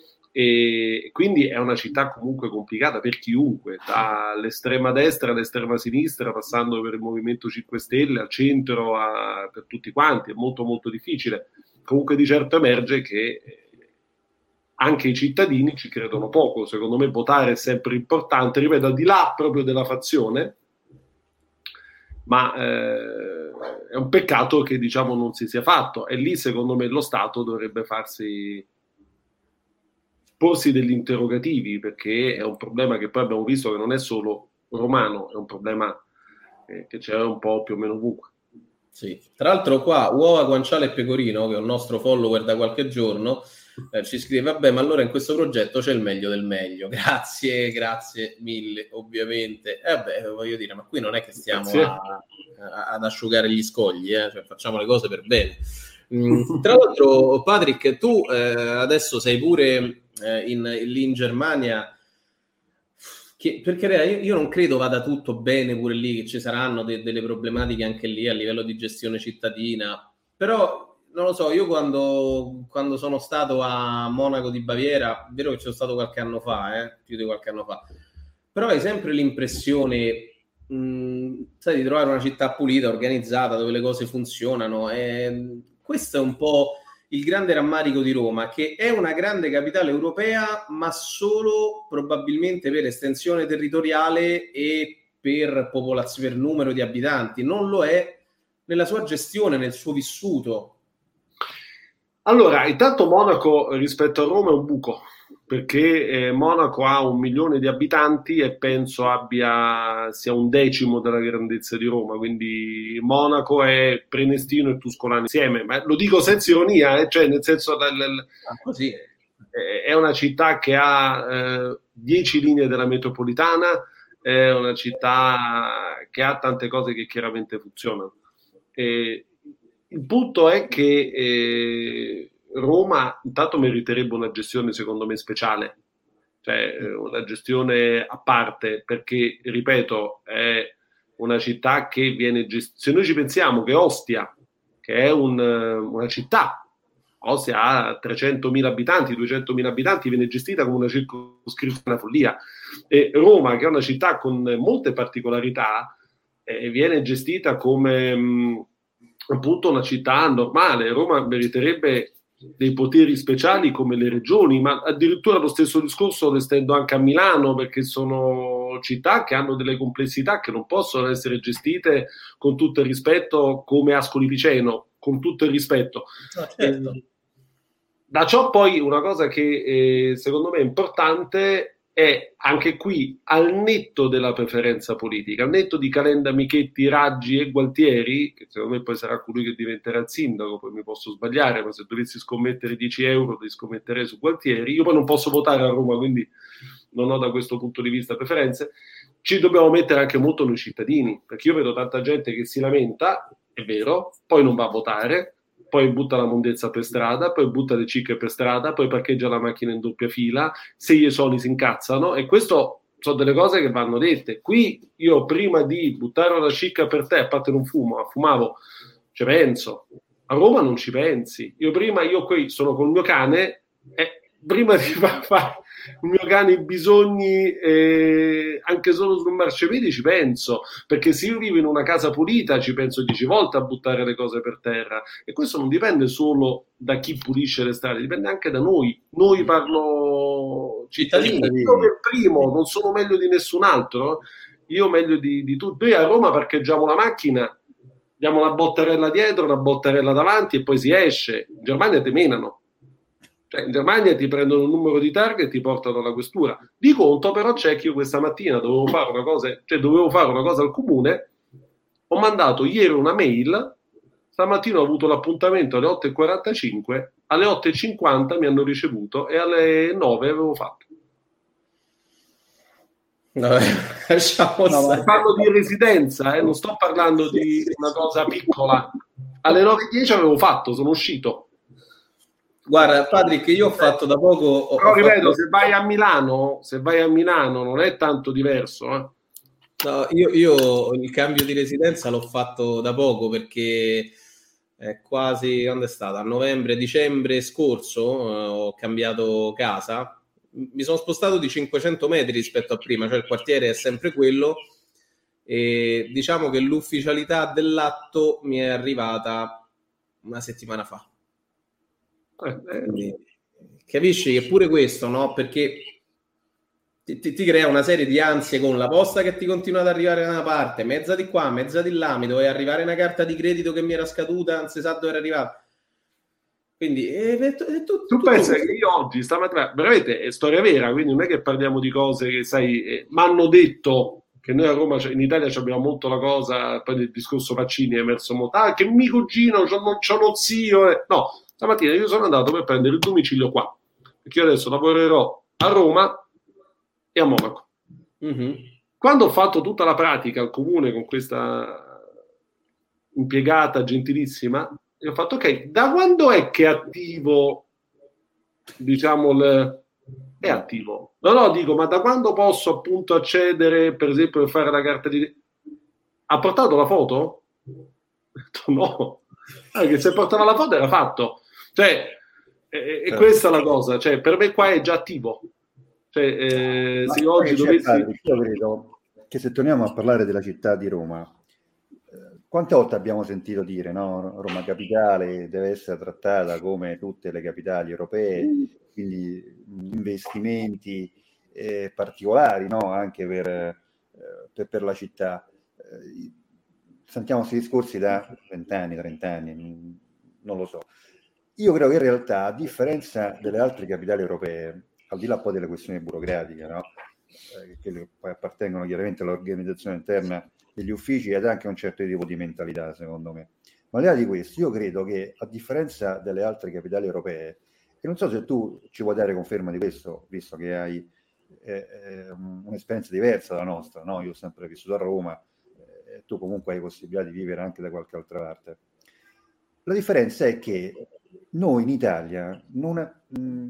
E quindi è una città comunque complicata per chiunque, dall'estrema destra all'estrema sinistra, passando per il Movimento cinque Stelle, al centro, a, per tutti quanti, è molto molto difficile. Comunque di certo emerge che anche i cittadini ci credono poco. Secondo me votare è sempre importante, ripeto, al di là proprio della fazione, ma eh, è un peccato che diciamo non si sia fatto, e lì secondo me lo Stato dovrebbe farsi porsi degli interrogativi, perché è un problema che poi abbiamo visto che non è solo romano, è un problema eh, che c'è un po' più o meno ovunque. Sì. Tra l'altro qua Uova, Guanciale e Pecorino, che è un nostro follower da qualche giorno, eh, ci scrive: vabbè, ma allora in questo progetto c'è il meglio del meglio. Grazie, grazie mille, ovviamente. E eh, vabbè, voglio dire, ma qui non è che stiamo a, a, ad asciugare gli scogli, eh? Cioè, facciamo le cose per bene. Mm, tra l'altro, Patrick, tu eh, adesso sei pure eh, in, lì in Germania, che, perché io, io non credo vada tutto bene pure lì, che ci saranno de, delle problematiche anche lì a livello di gestione cittadina, però non lo so, io quando, quando sono stato a Monaco di Baviera, è vero che ci sono stato qualche anno fa, eh, più di qualche anno fa, però hai sempre l'impressione mh, sai, di trovare una città pulita, organizzata, dove le cose funzionano, e questo è un po' il grande rammarico di Roma, che è una grande capitale europea, ma solo probabilmente per estensione territoriale e per popolazione, per numero di abitanti. Non lo è nella sua gestione, nel suo vissuto. Allora, intanto Monaco rispetto a Roma è un buco, perché eh, Monaco ha un milione di abitanti e penso abbia sia un decimo della grandezza di Roma, quindi Monaco è Prenestino e Tuscolano insieme, ma lo dico senza ironia, eh, cioè nel senso del, del, ah, così. Eh, è una città che ha eh, dieci linee della metropolitana, è una città che ha tante cose che chiaramente funzionano. E il punto è che eh, Roma intanto meriterebbe una gestione secondo me speciale, cioè una gestione a parte, perché ripeto è una città che viene gestita. Se noi ci pensiamo che Ostia, che è un, una città, Ostia ha trecentomila abitanti, duecentomila abitanti, viene gestita come una circoscrizione, una follia, e Roma, che è una città con molte particolarità, eh, viene gestita come mh, appunto una città normale. Roma meriterebbe dei poteri speciali come le regioni, ma addirittura lo stesso discorso lo estendo anche a Milano, perché sono città che hanno delle complessità che non possono essere gestite con tutto il rispetto come Ascoli Piceno, con tutto il rispetto. No, certo. eh, da ciò poi una cosa che eh, secondo me è importante è anche qui, al netto della preferenza politica, al netto di Calenda, Michetti, Raggi e Gualtieri, che secondo me poi sarà colui che diventerà il sindaco, poi mi posso sbagliare, ma se dovessi scommettere dieci euro devi scommettere su Gualtieri. Io poi non posso votare a Roma, quindi non ho da questo punto di vista preferenze. Ci dobbiamo mettere anche molto noi cittadini, perché io vedo tanta gente che si lamenta, è vero, poi non va a votare, poi butta la mondezza per strada, poi butta le cicche per strada, poi parcheggia la macchina in doppia fila, se gli soli si incazzano, e questo sono delle cose che vanno dette. Qui io prima di buttare una cicca per te, a parte non fumo, ma fumavo, ci penso. A Roma non ci pensi. Io prima, io qui sono col mio cane, e prima di fare fa, il mio cane i bisogni, eh, anche solo sul marciapiede ci penso, perché se io vivo in una casa pulita ci penso dieci volte a buttare le cose per terra, e questo non dipende solo da chi pulisce le strade, dipende anche da noi. Noi parlo cittadini, io per primo non sono meglio di nessun altro, io meglio di, di tutti. Noi a Roma parcheggiamo la macchina, diamo una bottarella dietro, una bottarella davanti e poi si esce. In Germania te menano. In Germania ti prendono un numero di targa e ti portano alla questura. Di conto però c'è che io questa mattina dovevo fare una cosa, cioè dovevo fare una cosa al comune, ho mandato ieri una mail, stamattina ho avuto l'appuntamento alle otto e quarantacinque, alle otto e cinquanta mi hanno ricevuto e alle nove avevo fatto. No, no, parlo di residenza, eh, non sto parlando di una cosa piccola. Alle nove e dieci avevo fatto, sono uscito. Guarda, Patrick, io ho fatto da poco. Ho, Però ho ripeto, fatto... se vai a Milano, se vai a Milano non è tanto diverso. Eh? No, io, io il cambio di residenza l'ho fatto da poco, perché è quasi, quando è stato? A novembre, dicembre scorso eh, ho cambiato casa. Mi sono spostato di cinquecento metri rispetto a prima, cioè il quartiere è sempre quello, e diciamo che l'ufficialità dell'atto mi è arrivata una settimana fa. Quindi, capisci che pure questo, no? Perché ti, ti, ti crea una serie di ansie con la posta che ti continua ad arrivare da una parte, mezza di qua, mezza di là, mi doveva arrivare una carta di credito che mi era scaduta, non si sa dove era arrivata. Quindi è, è, è tutto, tu tutto pensi tutto. Che io oggi stamattina, veramente è storia vera, quindi non è che parliamo di cose che sai, eh, mi hanno detto che noi a Roma, cioè, in Italia abbiamo molto la cosa, poi del discorso vaccini è emerso molto, ah che mio cugino, c'ho, c'ho uno zio, eh. No, stamattina io sono andato per prendere il domicilio qua, perché io adesso lavorerò a Roma e a Monaco. Mm-hmm. Quando ho fatto tutta la pratica al comune con questa impiegata gentilissima, io ho fatto ok, da quando è che è attivo, diciamo, il... è attivo? No, no, dico, ma da quando posso appunto accedere, per esempio, per fare la carta di... Ha portato la foto? Ho detto no, perché se portava la foto era fatto. Cioè, e eh, questa è la cosa, cioè, per me qua è già attivo. Cioè, eh, se oggi dovessi... Padre, io credo che se torniamo a parlare della città di Roma, eh, quante volte abbiamo sentito dire, no, Roma capitale deve essere trattata come tutte le capitali europee, quindi investimenti eh, particolari, no, anche per, eh, per, per la città. Eh, sentiamo questi discorsi da vent'anni, trent'anni, non lo so. Io credo che in realtà, a differenza delle altre capitali europee, al di là poi delle questioni burocratiche, no? eh, che poi appartengono chiaramente all'organizzazione interna degli uffici ed anche a un certo tipo di mentalità, secondo me. Ma al di là di questo, io credo che, a differenza delle altre capitali europee, e non so se tu ci vuoi dare conferma di questo, visto che hai è, è un'esperienza diversa dalla nostra, no? Io ho sempre vissuto a Roma, eh, tu comunque hai possibilità di vivere anche da qualche altra parte. La differenza è che noi in Italia non, mh,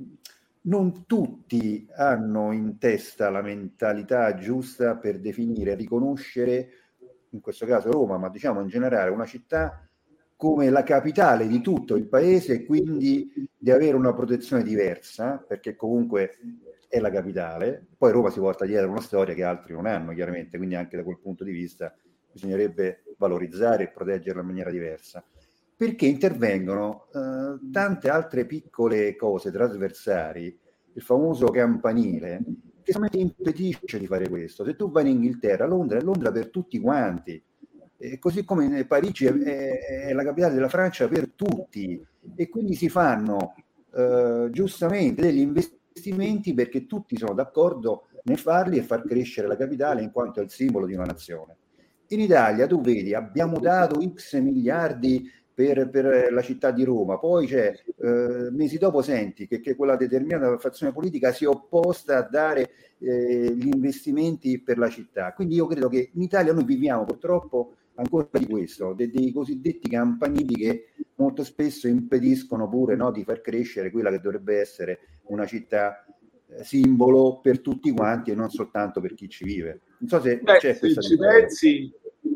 non tutti hanno in testa la mentalità giusta per definire, riconoscere, in questo caso Roma, ma diciamo in generale una città come la capitale di tutto il paese, e quindi di avere una protezione diversa, perché comunque è la capitale. Poi Roma si porta dietro una storia che altri non hanno, chiaramente, quindi anche da quel punto di vista bisognerebbe valorizzare e proteggerla in maniera diversa. Perché intervengono eh, tante altre piccole cose trasversali, il famoso campanile, che solamente impedisce di fare questo. Se tu vai in Inghilterra, Londra è Londra per tutti quanti, e così come Parigi è, è, è la capitale della Francia per tutti, e quindi si fanno eh, giustamente degli investimenti perché tutti sono d'accordo nel farli e far crescere la capitale in quanto è il simbolo di una nazione. In Italia tu vedi, abbiamo dato X miliardi Per, per la città di Roma, poi c'è, eh, mesi dopo senti che, che quella determinata fazione politica si è opposta a dare eh, gli investimenti per la città. Quindi io credo che in Italia noi viviamo purtroppo ancora di questo, de, dei cosiddetti campanili che molto spesso impediscono pure, no, di far crescere quella che dovrebbe essere una città eh, simbolo per tutti quanti e non soltanto per chi ci vive. Non so se Beh, c'è questa se ci pensi,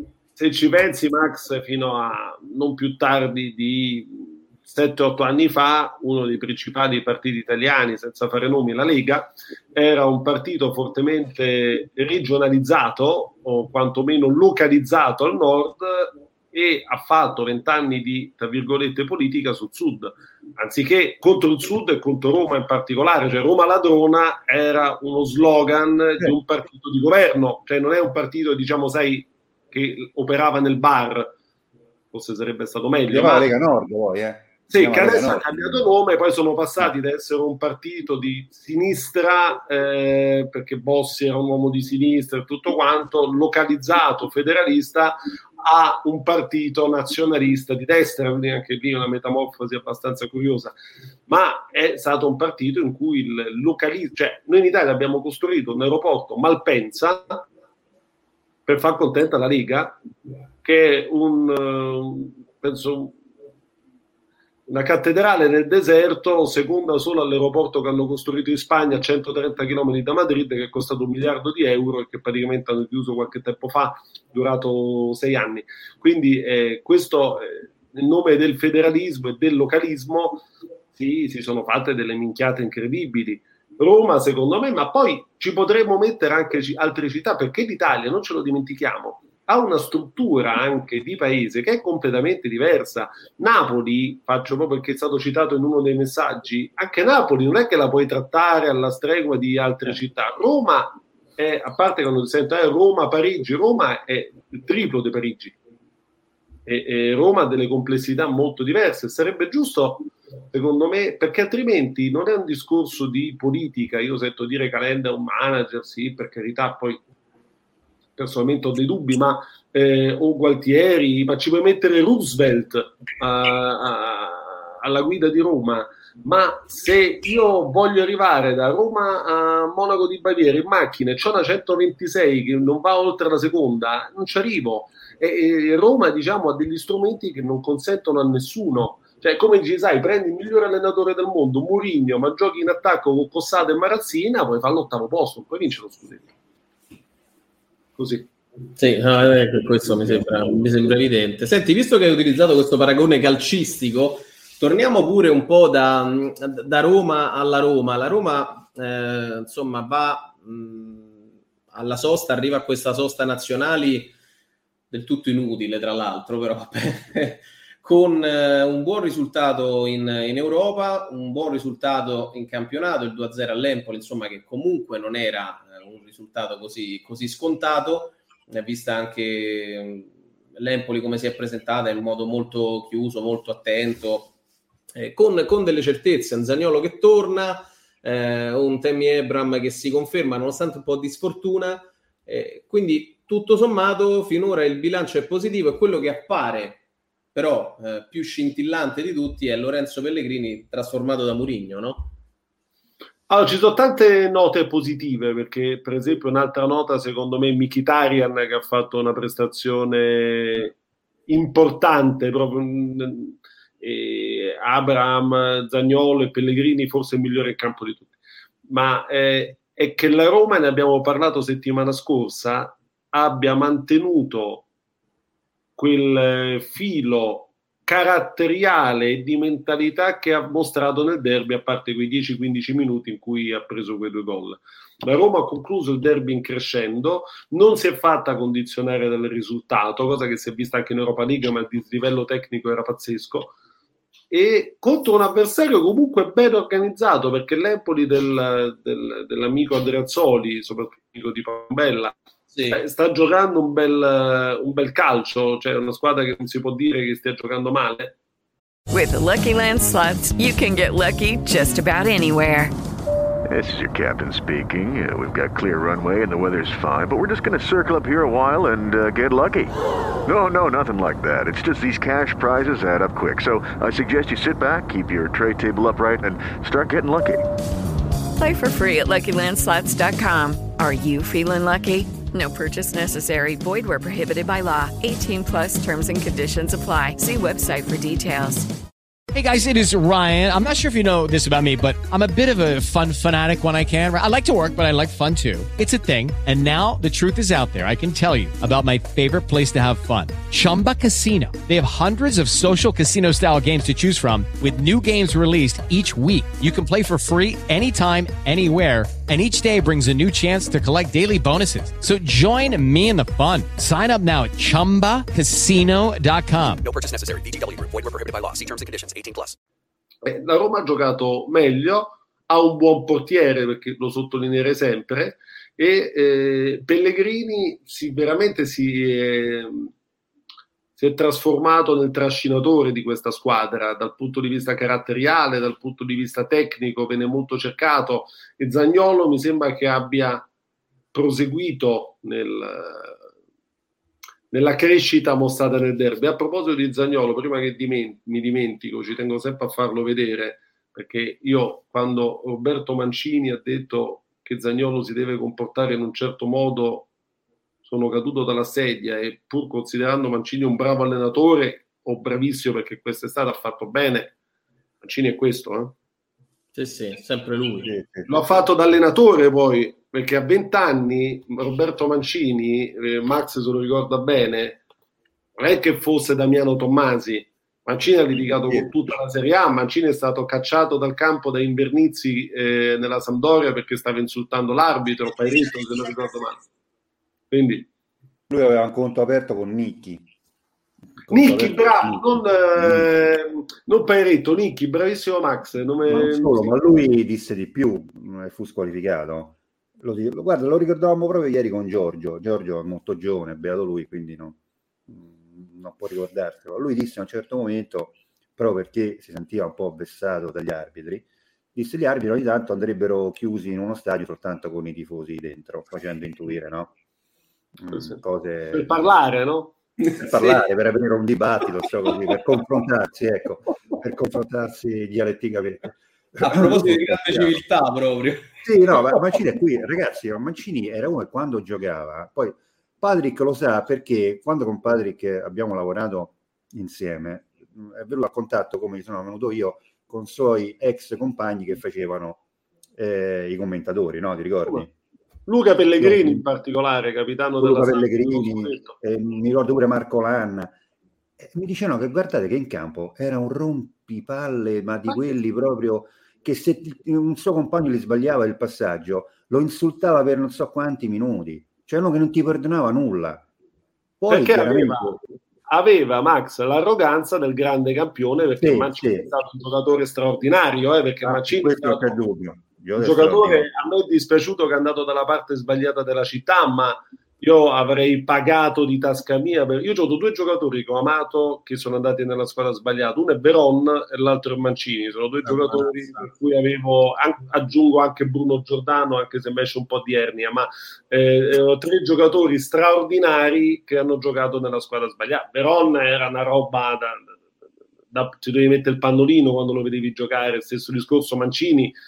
se ci pensi, Max, fino a non più tardi di sette otto anni fa, uno dei principali partiti italiani, senza fare nomi, la Lega, era un partito fortemente regionalizzato o quantomeno localizzato al nord, e ha fatto vent'anni di, tra virgolette, politica sul sud, anziché contro il sud e contro Roma in particolare. Cioè Roma ladrona era uno slogan eh. di un partito di governo, cioè non è un partito, diciamo, sai, che operava nel bar, forse sarebbe stato meglio. Ma la Lega Nord poi, eh. Sì, che adesso ha cambiato nome, poi sono passati da essere un partito di sinistra, eh, perché Bossi era un uomo di sinistra e tutto quanto, localizzato, federalista, a un partito nazionalista di destra, quindi anche lì una metamorfosi abbastanza curiosa. Ma è stato un partito in cui il localismo, cioè noi in Italia abbiamo costruito un aeroporto Malpensa per far contenta la Lega, che è un, penso, una cattedrale nel deserto, seconda solo all'aeroporto che hanno costruito in Spagna a centotrenta chilometri da Madrid, che è costato un miliardo di euro e che praticamente hanno chiuso qualche tempo fa, durato sei anni. Quindi eh, questo, eh, nel nome del federalismo e del localismo, sì, si sono fatte delle minchiate incredibili. Roma, secondo me, ma poi ci potremmo mettere anche altre città, perché l'Italia, non ce lo dimentichiamo, ha una struttura anche di paese che è completamente diversa. Napoli, faccio proprio perché è stato citato in uno dei messaggi, anche Napoli non è che la puoi trattare alla stregua di altre città. Roma è, a parte quando si sente eh, Roma, Parigi, Roma è il triplo di Parigi, e, e Roma ha delle complessità molto diverse. Sarebbe giusto, secondo me, perché altrimenti non è un discorso di politica. Io sento dire Calenda è un manager, sì, per carità, poi personalmente ho dei dubbi, ma eh, o Gualtieri, ma ci puoi mettere Roosevelt a, a, alla guida di Roma. Ma se io voglio arrivare da Roma a Monaco di Baviera in macchina e c'ho una centoventisei che non va oltre la seconda, non ci arrivo. E, e Roma, diciamo, ha degli strumenti che non consentono a nessuno. Cioè, come dici, sai, prendi il migliore allenatore del mondo, Mourinho, ma giochi in attacco con Cossata e Marazzina, puoi fare l'ottavo posto, poi vince lo scudetto. Così. Sì, no, eh, questo mi sembra, mi sembra evidente. Senti, visto che hai utilizzato questo paragone calcistico, torniamo pure un po' da, da Roma alla Roma. La Roma, eh, insomma, va mh, alla sosta, arriva a questa sosta nazionali del tutto inutile, tra l'altro, però vabbè, con eh, un buon risultato in, in Europa, un buon risultato in campionato, il due a zero all'Empoli, insomma, che comunque non era eh, un risultato così, così scontato, ne ha vista anche l'Empoli come si è presentata in modo molto chiuso, molto attento, eh, con, con delle certezze, un Zaniolo che torna, eh, un Tammy Abraham che si conferma nonostante un po' di sfortuna, eh, quindi tutto sommato finora il bilancio è positivo, e quello che appare però eh, più scintillante di tutti è Lorenzo Pellegrini trasformato da Mourinho, no? Allora, ci sono tante note positive, perché per esempio un'altra nota secondo me è Mkhitaryan, che ha fatto una prestazione importante proprio. E Abraham, Zaniolo e Pellegrini forse il migliore in campo di tutti, ma eh, è che la Roma, ne abbiamo parlato settimana scorsa, abbia mantenuto quel filo caratteriale e di mentalità che ha mostrato nel derby, a parte quei dieci quindici minuti in cui ha preso quei due gol. La Roma ha concluso il derby in crescendo, non si è fatta condizionare dal risultato, cosa che si è vista anche in Europa League, ma il dislivello tecnico era pazzesco, e contro un avversario comunque ben organizzato, perché l'Empoli del, del, dell'amico Andreazzoli, soprattutto di Pambella, sì, sta giocando un bel, un bel calcio, cioè una squadra che non si può dire che stia giocando male. With the Lucky Land Slots, you can get lucky just about anywhere. This is your captain speaking. Uh, we've got clear runway and the weather's fine, but we're just going to circle up here a while and uh, get lucky. No, no, nothing like that. It's just these cash prizes add up quick. So I suggest you sit back, keep your tray table upright, and start getting lucky. Play for free at Lucky Land Slots dot com. Are you feeling lucky? No purchase necessary. Void where prohibited by law. eighteen plus terms and conditions apply. See website for details. Hey guys, it is Ryan. I'm not sure if you know this about me, but I'm a bit of a fun fanatic when I can. I like to work, but I like fun too. It's a thing. And now the truth is out there. I can tell you about my favorite place to have fun. Chumba Casino. They have hundreds of social casino style games to choose from with new games released each week. You can play for free anytime, anywhere. And each day brings a new chance to collect daily bonuses. So join me in the fun. Sign up now at chumba casino dot com. No purchase necessary. V G W Group. Void where prohibited by law. See terms and conditions. eighteen plus. Eh, la Roma ha giocato meglio, ha un buon portiere, perché lo sottolineerei sempre, e eh, Pellegrini si, veramente si è, si è trasformato nel trascinatore di questa squadra dal punto di vista caratteriale, dal punto di vista tecnico, viene molto cercato, e Zaniolo mi sembra che abbia proseguito nel, nella crescita mostrata nel derby. A proposito di Zaniolo, prima che diment- mi dimentico, ci tengo sempre a farlo vedere, perché io, quando Roberto Mancini ha detto che Zaniolo si deve comportare in un certo modo, sono caduto dalla sedia, e pur considerando Mancini un bravo allenatore, o bravissimo, perché quest'estate ha fatto bene, Mancini è questo, eh? Sì, sì, sempre lui. Lo ha fatto da allenatore poi, perché a vent'anni Roberto Mancini, eh, Max se lo ricorda bene, non è che fosse Damiano Tommasi. Mancini ha litigato con tutta la Serie A, Mancini è stato cacciato dal campo da Invernizzi eh, nella Sampdoria perché stava insultando l'arbitro, Pairetto, se non ricordo male. Quindi lui aveva un conto aperto con Nicchi. Nicchi, bravo, non, eh, non Pairetto, Nicchi, bravissimo Max. Nome... Ma non solo, ma lui disse di più, fu squalificato. Lo, lo, guarda, lo ricordavamo proprio ieri con Giorgio. Giorgio è molto giovane, è beato lui, quindi no, non può ricordarselo. Lui disse a un certo momento, proprio perché si sentiva un po' vessato dagli arbitri, disse gli arbitri ogni tanto andrebbero chiusi in uno stadio soltanto con i tifosi dentro, facendo intuire, no? Mm, cose... Per parlare, no? Per parlare, per aprire un dibattito, so così, per confrontarsi, ecco, per confrontarsi dialetticamente. A proposito di grande civiltà proprio. Sì, no, ma Mancini è qui, ragazzi, Mancini era uno che quando giocava, poi Patrick lo sa perché quando con Patrick abbiamo lavorato insieme, è venuto a contatto, come sono venuto io, con suoi ex compagni che facevano eh, i commentatori, no? Ti ricordi? Luca Pellegrini in particolare, capitano Luca della Pellegrini, eh, mi ricordo pure Marco Lanna, eh, mi dicevano che guardate che in campo era un rompipalle, ma di quelli proprio che se un suo compagno gli sbagliava il passaggio lo insultava per non so quanti minuti, cioè uno che non ti perdonava nulla. Poi perché chiaramente... aveva, aveva Max l'arroganza del grande campione, perché sì, Mancini sì. è stato un giocatore straordinario, eh, perché ah, Mancini questo è stato è dubbio. un giocatore, a me è dispiaciuto che è andato dalla parte sbagliata della città, ma io avrei pagato di tasca mia per... io ho avuto due giocatori che ho amato che sono andati nella squadra sbagliata, uno è Veron e l'altro è Mancini, sono due ah, giocatori ah, per cui avevo, aggiungo anche Bruno Giordano, anche se mi esce un po' di ernia, ma eh, tre giocatori straordinari che hanno giocato nella squadra sbagliata. Veron era una roba da, da, da, ci dovevi mettere il pannolino quando lo vedevi giocare, stesso discorso Mancini.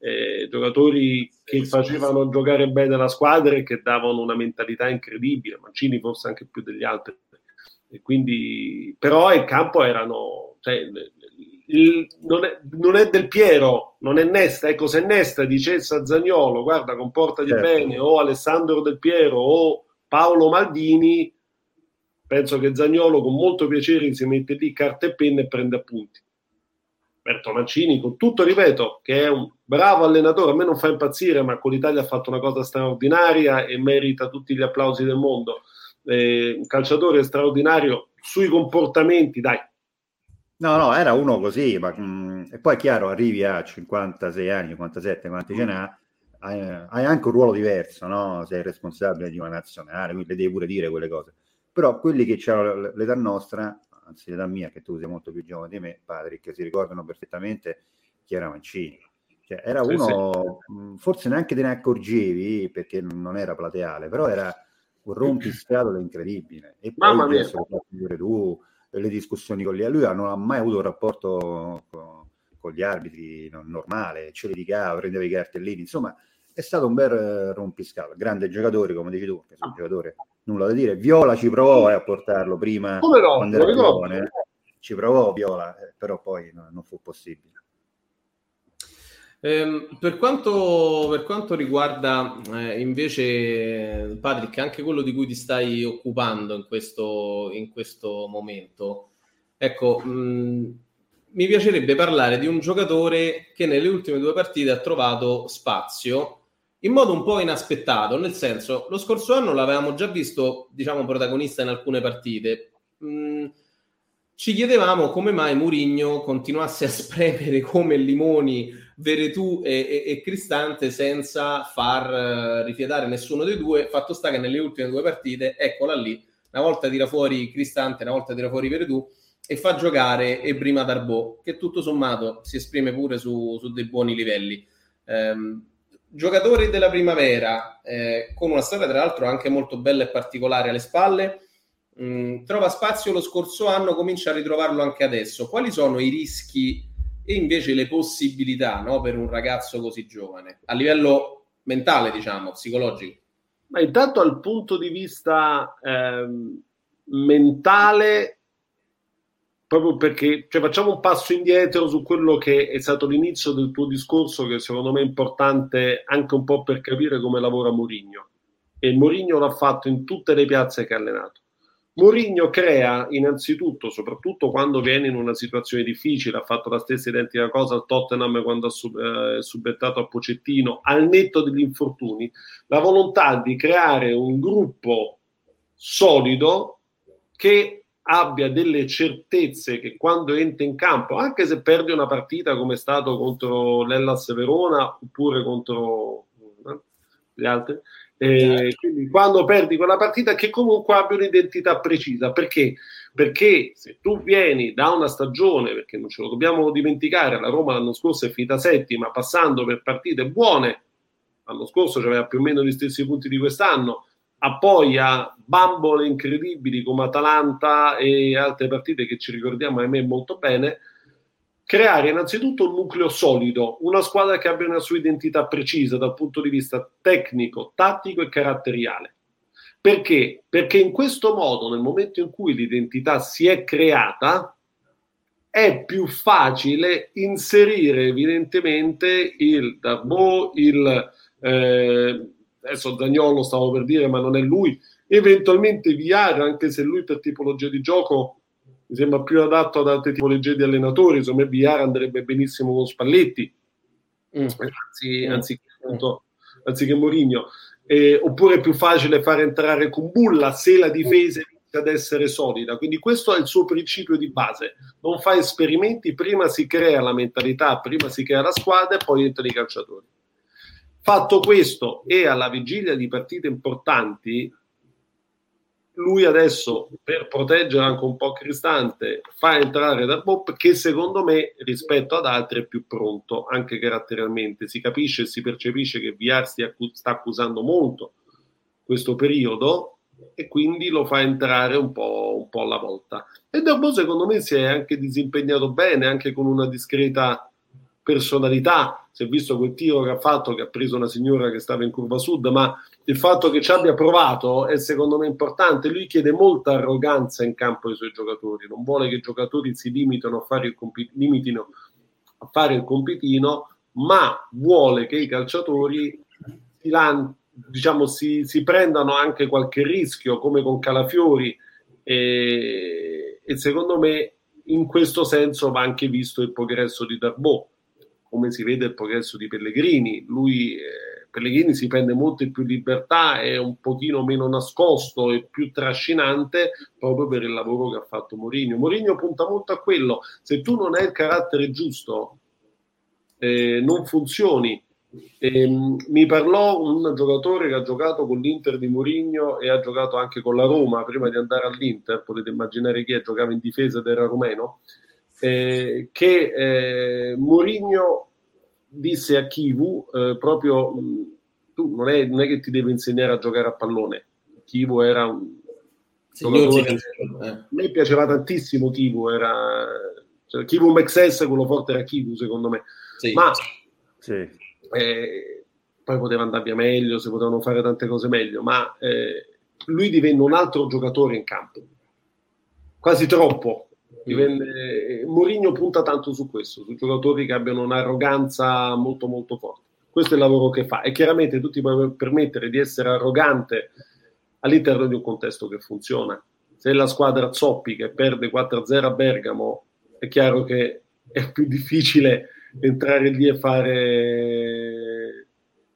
eh, giocatori che facevano giocare bene la squadra e che davano una mentalità incredibile, Mancini forse anche più degli altri, e quindi però il campo erano, cioè, il, non, è, non è Del Piero, non è Nesta, ecco, se Nesta dicesse a Zaniolo guarda comportati certo. bene, o Alessandro Del Piero o Paolo Maldini, penso che Zaniolo con molto piacere si mette lì carta e penna e prende appunti. Roberto Mancini, con tutto, ripeto, che è un bravo allenatore, a me non fa impazzire, ma con l'Italia ha fatto una cosa straordinaria e merita tutti gli applausi del mondo. Eh, un calciatore straordinario sui comportamenti, dai. No, no, era uno così, ma mh, e poi è chiaro, arrivi a cinquantasei anni, cinquantasette, quanti ce n'ha, hai, hai anche un ruolo diverso, no? Sei responsabile di una nazionale, quindi le devi pure dire quelle cose. Però quelli che hanno l'età nostra, anzi l'età mia, che tu sei molto più giovane di me, Patrick, si ricordano perfettamente chi era Mancini. Cioè, era sì, uno, sì. Mh, forse neanche te ne accorgevi, perché non era plateale, però era un rompiscatole incredibile. E poi Mamma mia. Adesso, tu, le discussioni con gli lui non ha mai avuto un rapporto con, con gli arbitri normale, ce li litigava, prendeva i cartellini, insomma è stato un bel rompiscatole. Grande giocatore, come dici tu, che sul giocatore nulla da dire. Viola ci provò eh, a portarlo prima, come no, quando era giovane, ci provò Viola, eh, però poi no, non fu possibile. Eh, per quanto, per quanto riguarda eh, invece, Patrick, anche quello di cui ti stai occupando in questo, in questo momento, ecco, mh, mi piacerebbe parlare di un giocatore che nelle ultime due partite ha trovato spazio in modo un po' inaspettato, nel senso, lo scorso anno l'avevamo già visto, diciamo, protagonista in alcune partite. Mh, ci chiedevamo come mai Mourinho continuasse a spremere come limoni Veretù e, e, e Cristante senza far uh, rifiatare nessuno dei due. Fatto sta che nelle ultime due partite, eccola lì, una volta tira fuori Cristante, una volta tira fuori Veretù e fa giocare Ebrima Darboe, che tutto sommato si esprime pure su, su dei buoni livelli. Um, giocatore della primavera, eh, con una storia tra l'altro anche molto bella e particolare alle spalle, mh, trova spazio lo scorso anno, comincia a ritrovarlo anche adesso. Quali sono i rischi e invece le possibilità, no, per un ragazzo così giovane, a livello mentale, diciamo, psicologico? Ma intanto dal punto di vista ehm, mentale, proprio perché, cioè, facciamo un passo indietro su quello che è stato l'inizio del tuo discorso, che secondo me è importante anche un po' per capire come lavora Mourinho, e Mourinho l'ha fatto in tutte le piazze che ha allenato. Mourinho crea innanzitutto, soprattutto quando viene in una situazione difficile, ha fatto la stessa identica cosa al Tottenham quando ha sub, eh, subettato a Pochettino, al netto degli infortuni, la volontà di creare un gruppo solido che abbia delle certezze che quando entra in campo, anche se perde una partita come è stato contro l'Hellas Verona oppure contro eh, gli altri, Eh, quindi quando perdi quella partita, che comunque abbia un'identità precisa. Perché? Perché se tu vieni da una stagione, perché non ce lo dobbiamo dimenticare, la Roma l'anno scorso è finita settima passando per partite buone, l'anno scorso aveva più o meno gli stessi punti di quest'anno, a poi a bambole incredibili come Atalanta e altre partite che ci ricordiamo ahimè molto bene, creare innanzitutto un nucleo solido, una squadra che abbia una sua identità precisa dal punto di vista tecnico, tattico e caratteriale. Perché? Perché in questo modo, nel momento in cui l'identità si è creata, è più facile inserire evidentemente il Darboe, il eh, adesso Zaniolo stavo per dire, ma non è lui, eventualmente Villar, anche se lui per tipologia di gioco mi sembra più adatto ad altre tipologie di allenatori. Insomma, Villar andrebbe benissimo con Spalletti, mm. anzi, anziché, appunto, anziché Mourinho, eh, oppure è più facile far entrare Kumbulla se la difesa inizia ad essere solida. Quindi questo è il suo principio di base: non fa esperimenti, prima si crea la mentalità, prima si crea la squadra e poi entrano i calciatori. Fatto questo, e alla vigilia di partite importanti, lui adesso, per proteggere anche un po' Cristante, fa entrare Darboe, che secondo me rispetto ad altri è più pronto anche caratterialmente. Si capisce e si percepisce che Villar sta accusando molto questo periodo e quindi lo fa entrare un po', un po' alla volta. E Darboe secondo me si è anche disimpegnato bene, anche con una discreta personalità. si è visto quel tiro che ha fatto, che ha preso una signora che stava in curva sud, ma il fatto che ci abbia provato è secondo me importante. Lui chiede molta arroganza in campo ai suoi giocatori, non vuole che i giocatori si limitino a fare il, compi- limitino a fare il compitino, ma vuole che i calciatori si, lan- diciamo, si, si prendano anche qualche rischio, come con Calafiori, e, e secondo me in questo senso va anche visto il progresso di Darboe, come si vede il progresso di Pellegrini. Lui, eh, Pellegrini si prende molte più libertà, è un pochino meno nascosto e più trascinante proprio per il lavoro che ha fatto Mourinho. Mourinho punta molto a quello: se tu non hai il carattere giusto, eh, non funzioni. Eh, mi parlò un giocatore che ha giocato con l'Inter di Mourinho e ha giocato anche con la Roma prima di andare all'Inter, potete immaginare chi è, giocava in difesa ed era rumeno. Eh, che eh, Mourinho disse a Chivu eh, proprio mh, tu non è, non è che ti devi insegnare a giocare a pallone. Chivu era un giocatore, eh. a me piaceva tantissimo Chivu, era cioè, Chivu Mexes, quello forte era Chivu secondo me, sì. ma sì. eh, poi poteva andare via meglio, si potevano fare tante cose meglio, ma eh, lui divenne un altro giocatore in campo, quasi troppo. Divenne, Mourinho punta tanto su questo, su giocatori che abbiano un'arroganza molto molto forte. Questo è il lavoro che fa, e chiaramente tu ti puoi permettere di essere arrogante all'interno di un contesto che funziona. Se la squadra zoppi che perde quattro a zero a Bergamo, è chiaro che è più difficile entrare lì e fare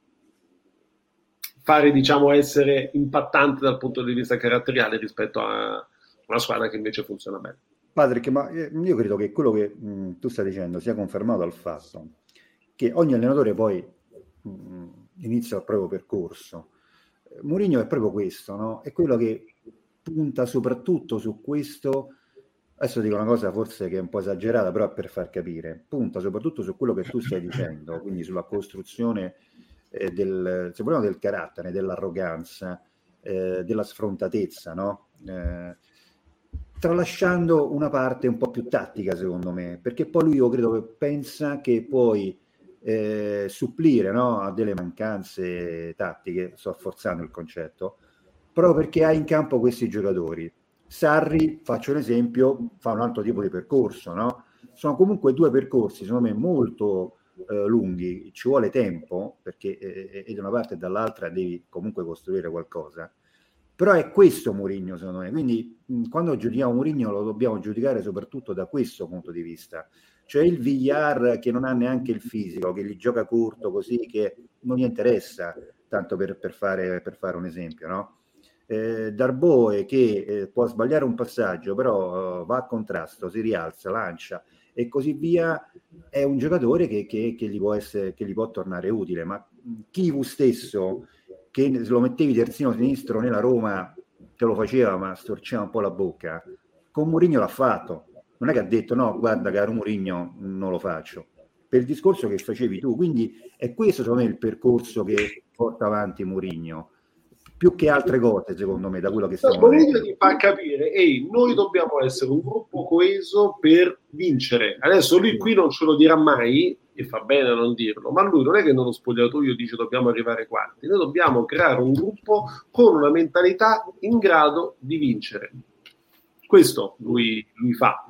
fare diciamo essere impattante dal punto di vista caratteriale rispetto a una squadra che invece funziona bene. Patrick, ma io credo che quello che mh, tu stai dicendo sia confermato dal fatto che ogni allenatore poi mh, inizia il proprio percorso. Mourinho è proprio questo, no? È quello che punta soprattutto su questo. Adesso dico una cosa forse che è un po' esagerata, però per far capire, punta soprattutto su quello che tu stai dicendo, quindi sulla costruzione eh, del, se vogliamo, del carattere, dell'arroganza, eh, della sfrontatezza, no? Eh, tralasciando una parte un po' più tattica secondo me, perché poi lui io credo che pensa che puoi eh, supplire, no, a delle mancanze tattiche, sto forzando il concetto, proprio perché hai in campo questi giocatori. Sarri, faccio un esempio, fa un altro tipo di percorso, no? Sono comunque due percorsi secondo me molto eh, lunghi, ci vuole tempo perché eh, e da una parte e dall'altra devi comunque costruire qualcosa. Però è questo Mourinho secondo me, quindi mh, quando giudichiamo Mourinho lo dobbiamo giudicare soprattutto da questo punto di vista, cioè il Villar che non ha neanche il fisico, che gli gioca corto così, che non gli interessa, tanto per, per, fare, per fare un esempio, no? Eh, Darboe che eh, può sbagliare un passaggio, però uh, va a contrasto, si rialza, lancia e così via, è un giocatore che, che, che, gli, può essere, che gli può tornare utile, ma Chivu stesso, che se lo mettevi terzino sinistro nella Roma te lo faceva ma storceva un po' la bocca, con Mourinho l'ha fatto, non è che ha detto no guarda caro Mourinho non lo faccio, per il discorso che facevi tu, quindi è questo secondo me il percorso che porta avanti Mourinho più che altre cose secondo me da quello che stiamo vedendo. Mourinho ti fa capire ehi noi dobbiamo essere un gruppo coeso per vincere, adesso lui qui non ce lo dirà mai e fa bene a non dirlo, ma lui non è che nello spogliatoio dice dobbiamo arrivare quarti, noi dobbiamo creare un gruppo con una mentalità in grado di vincere, questo lui, lui fa,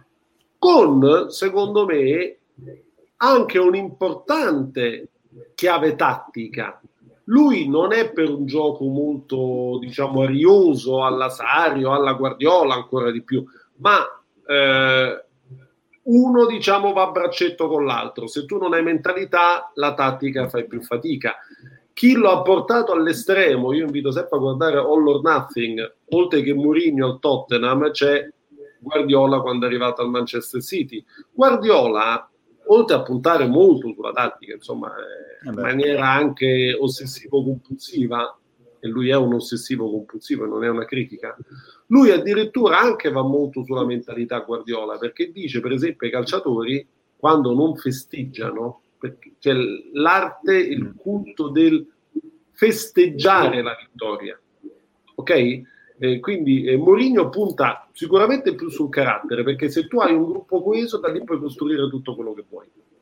con secondo me anche un'importante chiave tattica. Lui non è per un gioco molto diciamo arioso alla Sarri o alla Guardiola ancora di più, ma eh, uno diciamo va a braccetto con l'altro, se tu non hai mentalità la tattica fai più fatica. Chi lo ha portato all'estremo, io invito sempre a guardare All or Nothing, oltre che Mourinho al Tottenham c'è Guardiola quando è arrivato al Manchester City. Guardiola, oltre a puntare molto sulla tattica, insomma eh, in maniera anche ossessivo-compulsiva, e lui è un ossessivo-compulsivo e non è una critica, lui addirittura anche va molto sulla mentalità Guardiola, perché dice per esempio ai calciatori quando non festeggiano, perché c'è l'arte, il culto del festeggiare la vittoria, ok? Eh, quindi eh, Mourinho punta sicuramente più sul carattere, perché se tu hai un gruppo coeso da lì puoi costruire tutto quello che vuoi.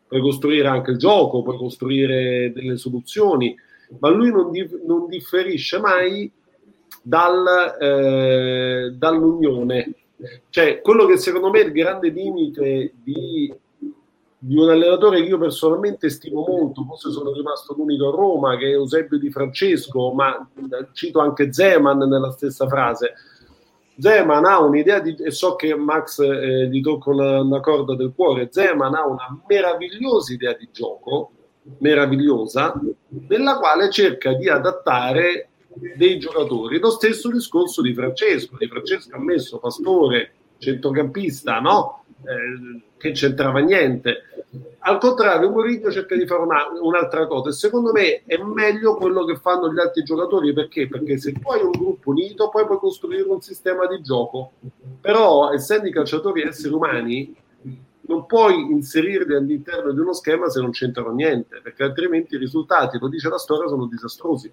puoi costruire anche il gioco, puoi costruire delle soluzioni, ma lui non, di- non differisce mai dal, eh, dall'unione. Cioè, quello che secondo me è il grande limite di, di un allenatore che io personalmente stimo molto, forse sono rimasto l'unico a Roma, che è Eusebio Di Francesco, ma cito anche Zeman nella stessa frase. Zeman ha un'idea di, e so che Max eh, gli tocca una, una corda del cuore, Zeman ha una meravigliosa idea di gioco, meravigliosa, nella quale cerca di adattare dei giocatori. Lo stesso discorso di Francesco. Di Francesco ha messo Pastore, centrocampista, no? Eh, che c'entrava niente. Al contrario, Mourinho cerca di fare una, un'altra cosa, e secondo me è meglio quello che fanno gli altri giocatori. Perché? Perché se tu hai un gruppo unito poi puoi costruire un sistema di gioco, però essendo i calciatori esseri umani non puoi inserirli all'interno di uno schema se non c'entrano niente, perché altrimenti i risultati, lo dice la storia, sono disastrosi.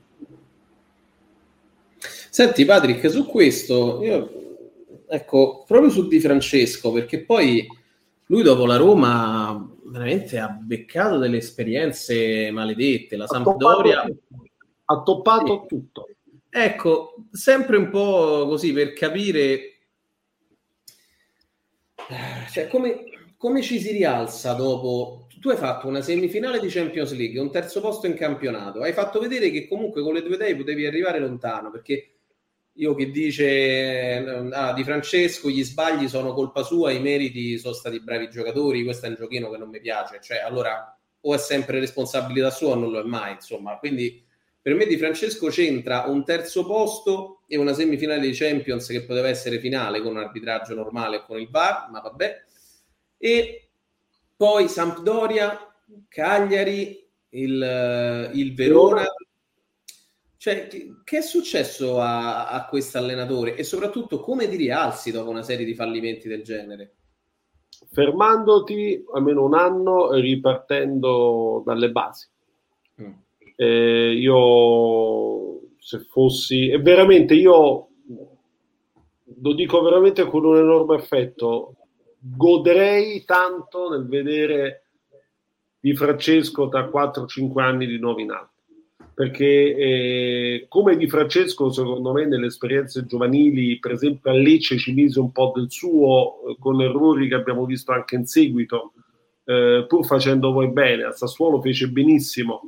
Senti Patrick, su questo io, ecco, proprio su Di Francesco, perché poi lui dopo la Roma veramente ha beccato delle esperienze maledette, la ha Sampdoria toppato, ha toppato sì. tutto. Ecco, sempre un po' così per capire, cioè come, come ci si rialza dopo. Tu hai fatto una semifinale di Champions League, un terzo posto in campionato, hai fatto vedere che comunque con le tue idee potevi arrivare lontano, perché io che dice ah, Di Francesco gli sbagli sono colpa sua, i meriti sono stati bravi giocatori, questo è un giochino che non mi piace, cioè allora o è sempre responsabilità sua o non lo è mai, insomma. Quindi per me Di Francesco c'entra un terzo posto e una semifinale di Champions che poteva essere finale con un arbitraggio normale e con il V A R, ma vabbè, e poi Sampdoria, Cagliari, il, il Verona. Cioè, che, che è successo a, a questo allenatore e soprattutto come ti rialzi dopo una serie di fallimenti del genere? Fermandoti almeno un anno e ripartendo dalle basi. Mm. Eh, io se fossi, e veramente io lo dico veramente con un enorme affetto, goderei tanto nel vedere Di Francesco tra quattro cinque anni di nuovo in alto. Perché eh, come Di Francesco secondo me nelle esperienze giovanili, per esempio a Lecce ci mise un po' del suo, eh, con errori che abbiamo visto anche in seguito, eh, pur facendo poi bene. A Sassuolo fece benissimo,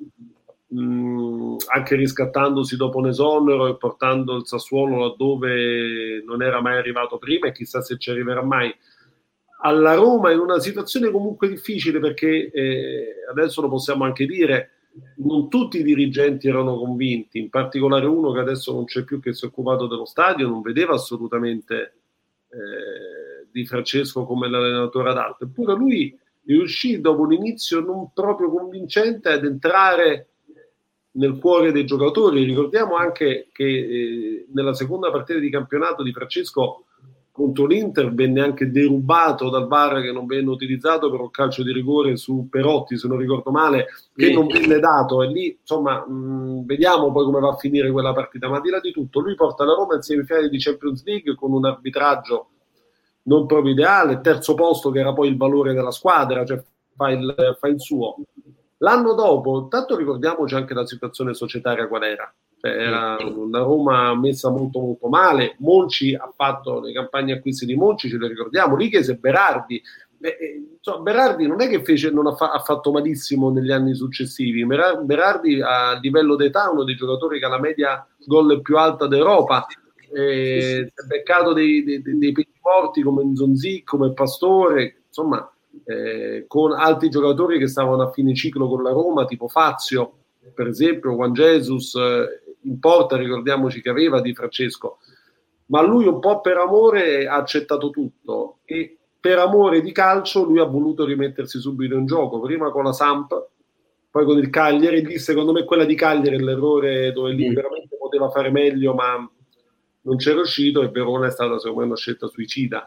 mh, anche riscattandosi dopo un esonero e portando il Sassuolo laddove non era mai arrivato prima e chissà se ci arriverà mai. Alla Roma in una situazione comunque difficile, perché eh, adesso lo possiamo anche dire, non tutti i dirigenti erano convinti, in particolare uno che adesso non c'è più, che si è occupato dello stadio, non vedeva assolutamente eh, Di Francesco come l'allenatore adatto, eppure lui riuscì dopo un inizio non proprio convincente ad entrare nel cuore dei giocatori. Ricordiamo anche che eh, nella seconda partita di campionato Di Francesco contro l'Inter venne anche derubato dal V A R, che non venne utilizzato per un calcio di rigore su Perotti, se non ricordo male, che non venne dato, e lì insomma mh, vediamo poi come va a finire quella partita. Ma al di là di tutto lui porta la Roma in semifinale di Champions League con un arbitraggio non proprio ideale, terzo posto che era poi il valore della squadra, cioè fa il, fa il suo. L'anno dopo, tanto ricordiamoci anche la situazione societaria qual era. Era una Roma messa molto molto male. Monci ha fatto le campagne acquisti di Monci, ce le ricordiamo, lì chiese Berardi. Beh, insomma, Berardi non è che fece, non ha, fa, ha fatto malissimo negli anni successivi. Berardi a livello d'età è uno dei giocatori che ha la media gol più alta d'Europa, eh, si è beccato dei, dei, dei peti forti come Nzonzi, come Pastore, insomma eh, con altri giocatori che stavano a fine ciclo con la Roma, tipo Fazio per esempio, Juan Jesus, eh, in porta ricordiamoci che aveva Di Francesco, ma lui un po' per amore ha accettato tutto, e per amore di calcio lui ha voluto rimettersi subito in gioco, prima con la Samp, poi con il Cagliari. Lì secondo me quella di Cagliari è l'errore dove lì mm. veramente poteva fare meglio ma non c'è riuscito, e Verona è stata secondo me una scelta suicida,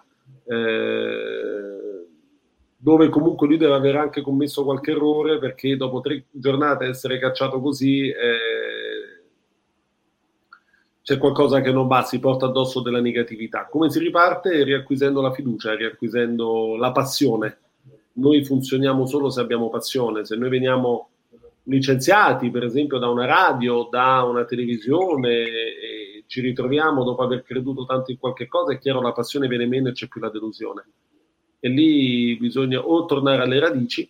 eh, dove comunque lui deve aver anche commesso qualche errore, perché dopo tre giornate essere cacciato così eh, c'è qualcosa che non va, si porta addosso della negatività. Come si riparte? Riacquisendo la fiducia, riacquisendo la passione noi funzioniamo solo se abbiamo passione. Se noi veniamo licenziati, per esempio, da una radio, da una televisione, e ci ritroviamo dopo aver creduto tanto in qualche cosa, è chiaro, la passione viene meno e c'è più la delusione. E lì bisogna o tornare alle radici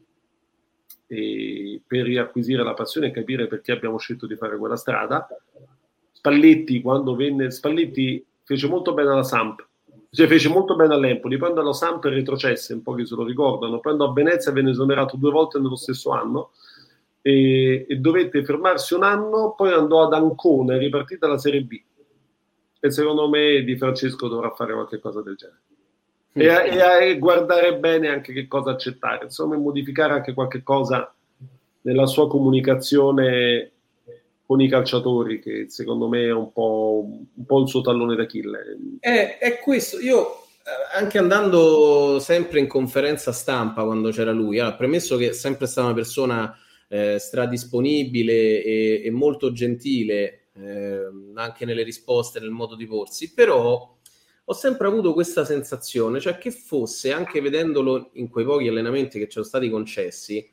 e per riacquisire la passione e capire perché abbiamo scelto di fare quella strada. Spalletti, quando venne, Spalletti fece molto bene alla Samp, cioè fece molto bene all'Empoli, poi andò alla Samp e retrocesse, un po' che se lo ricordano, poi andò a Venezia e venne esonerato due volte nello stesso anno e, e dovette fermarsi un anno, poi andò ad Ancona, è ripartita la Serie B e secondo me Di Francesco dovrà fare qualche cosa del genere. E, e, e guardare bene anche che cosa accettare, insomma, modificare anche qualche cosa nella sua comunicazione con i calciatori, che secondo me è un po', un po' il suo tallone d'Achille. È, è questo, io anche andando sempre in conferenza stampa quando c'era lui, ha premesso che è sempre stata una persona eh, stradisponibile e, e molto gentile eh, anche nelle risposte, nel modo di porsi, però ho sempre avuto questa sensazione, cioè che fosse, anche vedendolo in quei pochi allenamenti che ci sono stati concessi,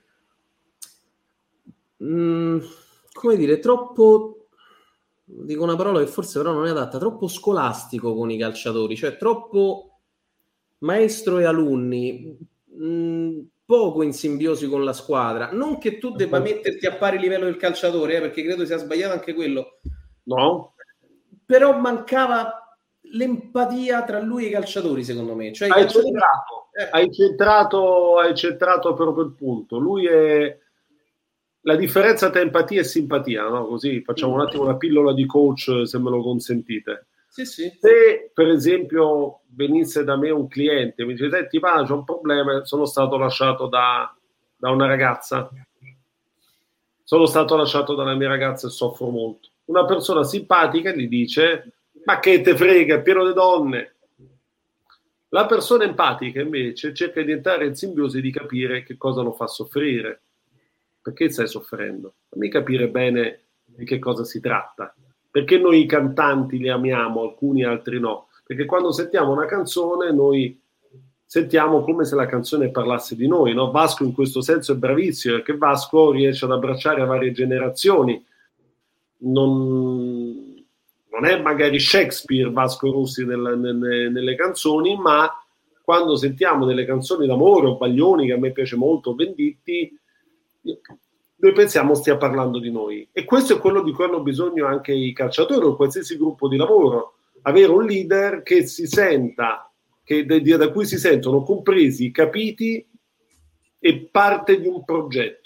mh, come dire, troppo, dico una parola che forse però non è adatta, troppo scolastico con i calciatori, cioè troppo maestro e alunni, mh, poco in simbiosi con la squadra. Non che tu debba metterti a pari livello del calciatore, eh, perché credo sia sbagliato anche quello. No. Però mancava l'empatia tra lui e i calciatori, secondo me. Cioè, i hai, calciatori... centrato, eh. hai, centrato, hai centrato proprio il punto. Lui è la differenza tra empatia e simpatia, no? Così facciamo un attimo una pillola di coach, se me lo consentite. Sì, sì. Se per esempio venisse da me un cliente e mi dice: senti, pa, c'ho un problema, sono stato lasciato da, da una ragazza, sono stato lasciato dalla mia ragazza e soffro molto. Una persona simpatica gli dice: ma che te frega, è pieno di donne. La persona empatica invece cerca di entrare in simbiosi e di capire che cosa lo fa soffrire. Perché stai soffrendo? Fammi capire bene di che cosa si tratta. Perché noi i cantanti li amiamo, alcuni altri no? Perché quando sentiamo una canzone noi sentiamo come se la canzone parlasse di noi, no? Vasco in questo senso è bravissimo, perché Vasco riesce ad abbracciare varie generazioni. Non... non è magari Shakespeare Vasco Rossi nella, nelle, nelle canzoni, ma quando sentiamo delle canzoni d'amore o Baglioni, che a me piace molto, Venditti, noi pensiamo stia parlando di noi. E questo è quello di cui hanno bisogno anche i calciatori o qualsiasi gruppo di lavoro, avere un leader che si senta, che, da cui si sentono compresi, capiti e parte di un progetto.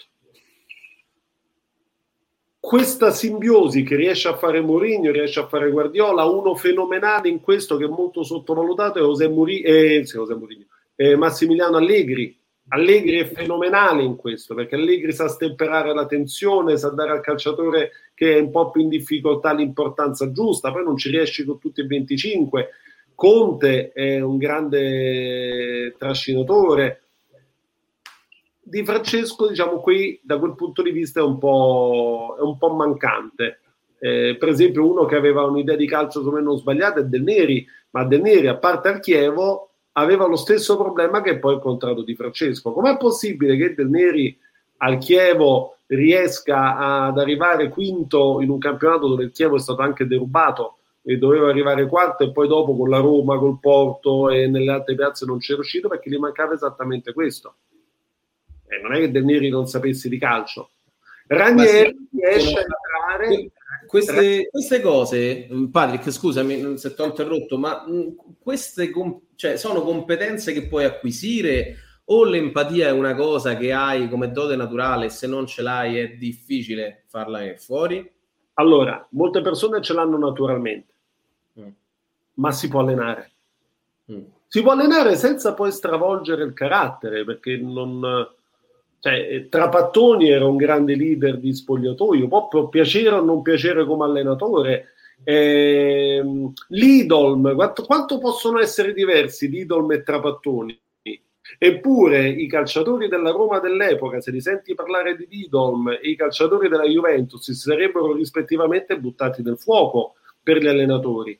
Questa simbiosi che riesce a fare Mourinho, riesce a fare Guardiola, uno fenomenale in questo che è molto sottovalutato è José Mourinho, eh, sì, José Mourinho, eh, Massimiliano Allegri. Allegri è fenomenale in questo, perché Allegri sa stemperare la tensione, sa dare al calciatore che è un po' più in difficoltà l'importanza giusta, poi non ci riesci con tutti e venticinque. Conte è un grande trascinatore. Di Francesco, diciamo, qui da quel punto di vista è un po', è un po' mancante. Eh, per esempio, uno che aveva un'idea di calcio secondo me non sbagliata è Del Neri, ma Del Neri, a parte al Chievo, aveva lo stesso problema che poi il contrario di Francesco. Com'è possibile che Del Neri al Chievo riesca ad arrivare quinto in un campionato dove il Chievo è stato anche derubato e doveva arrivare quarto, e poi dopo con la Roma, col Porto e nelle altre piazze non c'è riuscito perché gli mancava esattamente questo. Eh, non è che Del Neri non sapesse di calcio. Ranieri riesce a entrare. Queste, queste cose, Patrick, scusami se ti ho interrotto, ma queste cioè, sono competenze che puoi acquisire o l'empatia è una cosa che hai come dote naturale e se non ce l'hai è difficile farla fuori? Allora, molte persone ce l'hanno naturalmente, mm. ma si può allenare. Mm. Si può allenare senza poi stravolgere il carattere, perché non... Cioè, Trapattoni era un grande leader di spogliatoio, può piacere o non piacere come allenatore. Eh, Lidolm, quanto, quanto possono essere diversi Lidolm e Trapattoni? Eppure i calciatori della Roma dell'epoca, se li senti parlare di Lidolm, e i calciatori della Juventus si sarebbero rispettivamente buttati nel fuoco per gli allenatori.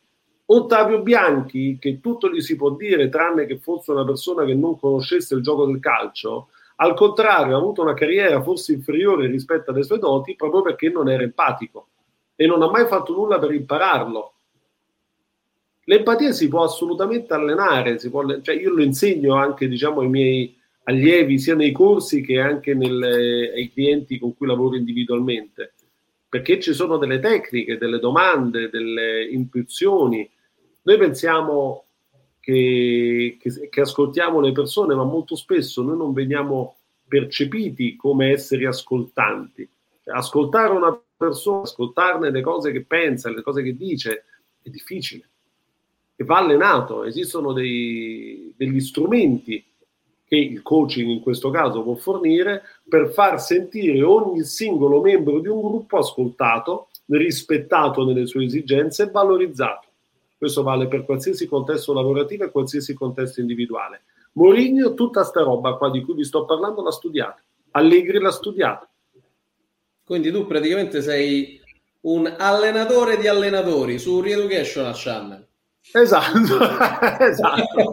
Ottavio Bianchi, che tutto gli si può dire tranne che fosse una persona che non conoscesse il gioco del calcio, al contrario ha avuto una carriera forse inferiore rispetto alle sue doti proprio perché non era empatico e non ha mai fatto nulla per impararlo. L'empatia si può assolutamente allenare, si può, cioè io lo insegno anche, diciamo, ai miei allievi sia nei corsi che anche nelle, ai clienti con cui lavoro individualmente, perché ci sono delle tecniche, delle domande, delle intuizioni. Noi pensiamo che, che, che ascoltiamo le persone, ma molto spesso noi non veniamo percepiti come esseri ascoltanti. Ascoltare una persona, ascoltarne le cose che pensa, le cose che dice, è difficile e va allenato. Esistono dei, degli strumenti che il coaching in questo caso può fornire per far sentire ogni singolo membro di un gruppo ascoltato, rispettato nelle sue esigenze e valorizzato. Questo vale per qualsiasi contesto lavorativo e qualsiasi contesto individuale. Mourinho, tutta sta roba qua di cui vi sto parlando, l'ha studiata. Allegri l'ha studiata. Quindi tu praticamente sei un allenatore di allenatori su Reeducational Channel. Esatto, esatto.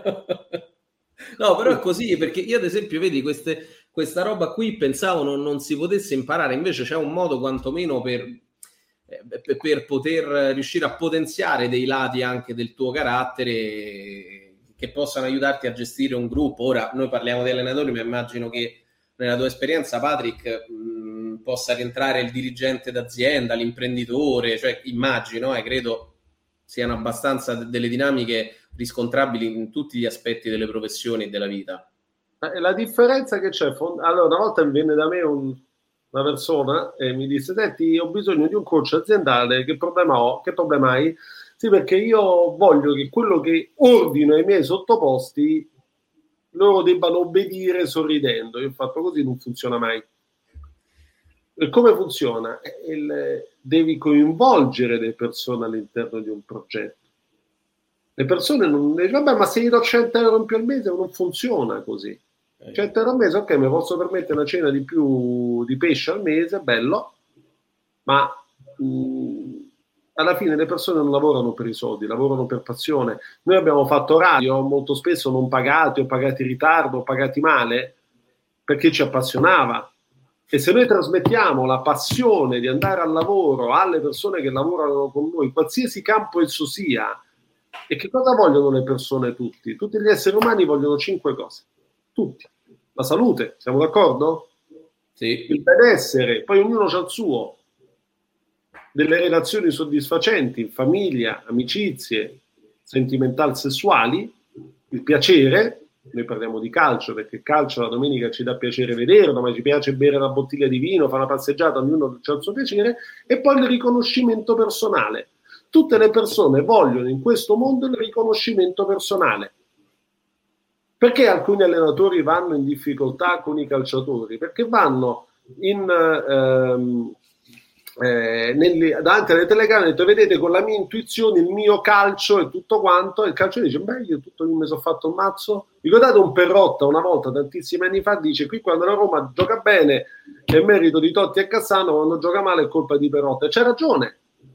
No, però è così, perché io ad esempio, vedi, queste, questa roba qui pensavo non, non si potesse imparare, invece c'è un modo quantomeno per, eh, per poter riuscire a potenziare dei lati anche del tuo carattere che possano aiutarti a gestire un gruppo. Ora, noi parliamo di allenatori, ma immagino che nella tua esperienza, Patrick, mh, possa rientrare il dirigente d'azienda, l'imprenditore, cioè immagino, e eh, credo siano abbastanza delle dinamiche riscontrabili in tutti gli aspetti delle professioni e della vita. La differenza che c'è, allora una volta viene da me un, una persona e mi disse: senti, ho bisogno di un coach aziendale, che problema ho? Che problema hai? Sì, perché io voglio che quello che ordino ai miei sottoposti loro debbano obbedire sorridendo. Io ho fatto così, non funziona mai. E come funziona? Il, devi coinvolgere le persone all'interno di un progetto. Le persone non dicono: vabbè, ma se gli do cento euro in più al mese non funziona così. cento euro al mese, ok, mi posso permettere una cena di più di pesce al mese, bello, ma mh, alla fine le persone non lavorano per i soldi, lavorano per passione. Noi abbiamo fatto radio molto spesso non pagati o pagati in ritardo o pagati male perché ci appassionava. E se noi trasmettiamo la passione di andare al lavoro alle persone che lavorano con noi, qualsiasi campo esso sia, e che cosa vogliono le persone tutti? Tutti gli esseri umani vogliono cinque cose. Tutti. La salute, siamo d'accordo? Sì. Il benessere, poi ognuno ha il suo. Delle relazioni soddisfacenti in famiglia, amicizie, sentimentali, sessuali, il piacere. Noi parliamo di calcio perché il calcio la domenica ci dà piacere vederlo, ma ci piace bere una bottiglia di vino, fare una passeggiata, ognuno ha il suo piacere, e poi il riconoscimento personale. Tutte le persone vogliono in questo mondo il riconoscimento personale. Perché alcuni allenatori vanno in difficoltà con i calciatori? Perché vanno in, ehm, eh, negli, davanti alle telecamere e detto: vedete, con la mia intuizione il mio calcio e tutto quanto, e il calcio dice: beh, io tutto io mi sono fatto un mazzo. Ricordate un Perrotta una volta, tantissimi anni fa, dice: qui quando la Roma gioca bene è merito di Totti e Cassano, quando gioca male è colpa di Perrotta. E c'è ragione.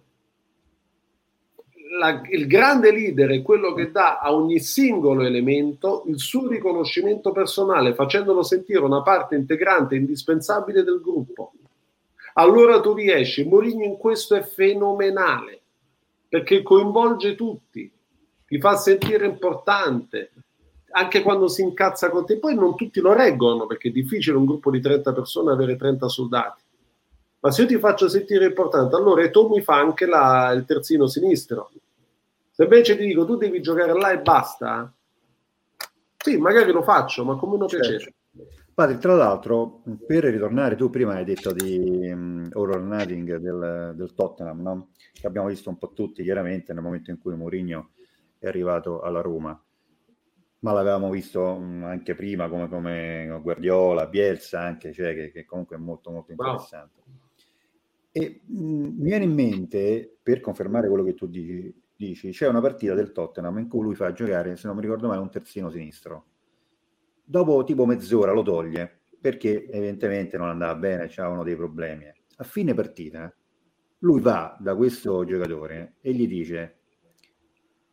La, il grande leader è quello che dà a ogni singolo elemento il suo riconoscimento personale, facendolo sentire una parte integrante e indispensabile del gruppo. Allora tu riesci. Mourinho in questo è fenomenale, perché coinvolge tutti, ti fa sentire importante, anche quando si incazza con te. Poi non tutti lo reggono, perché è difficile un gruppo di trenta persone avere trenta soldati. Ma se io ti faccio sentire importante, allora tu mi fa anche la, il terzino sinistro. Se invece ti dico: tu devi giocare là e basta, sì, magari lo faccio, ma come uno piacere. Padre, tra l'altro, per ritornare, tu prima hai detto di um, All or Nothing del, del Tottenham, no? Che abbiamo visto un po' tutti, chiaramente, nel momento in cui Mourinho è arrivato alla Roma. Ma l'avevamo visto um, anche prima, come, come Guardiola, Bielsa anche, cioè che, che comunque è molto molto interessante. Wow. E mh, mi viene in mente, per confermare quello che tu dici, dici, c'è una partita del Tottenham in cui lui fa giocare, se non mi ricordo male, un terzino sinistro. Dopo tipo mezz'ora lo toglie perché evidentemente non andava bene, c'avevano dei problemi. A fine partita lui va da questo giocatore e gli dice: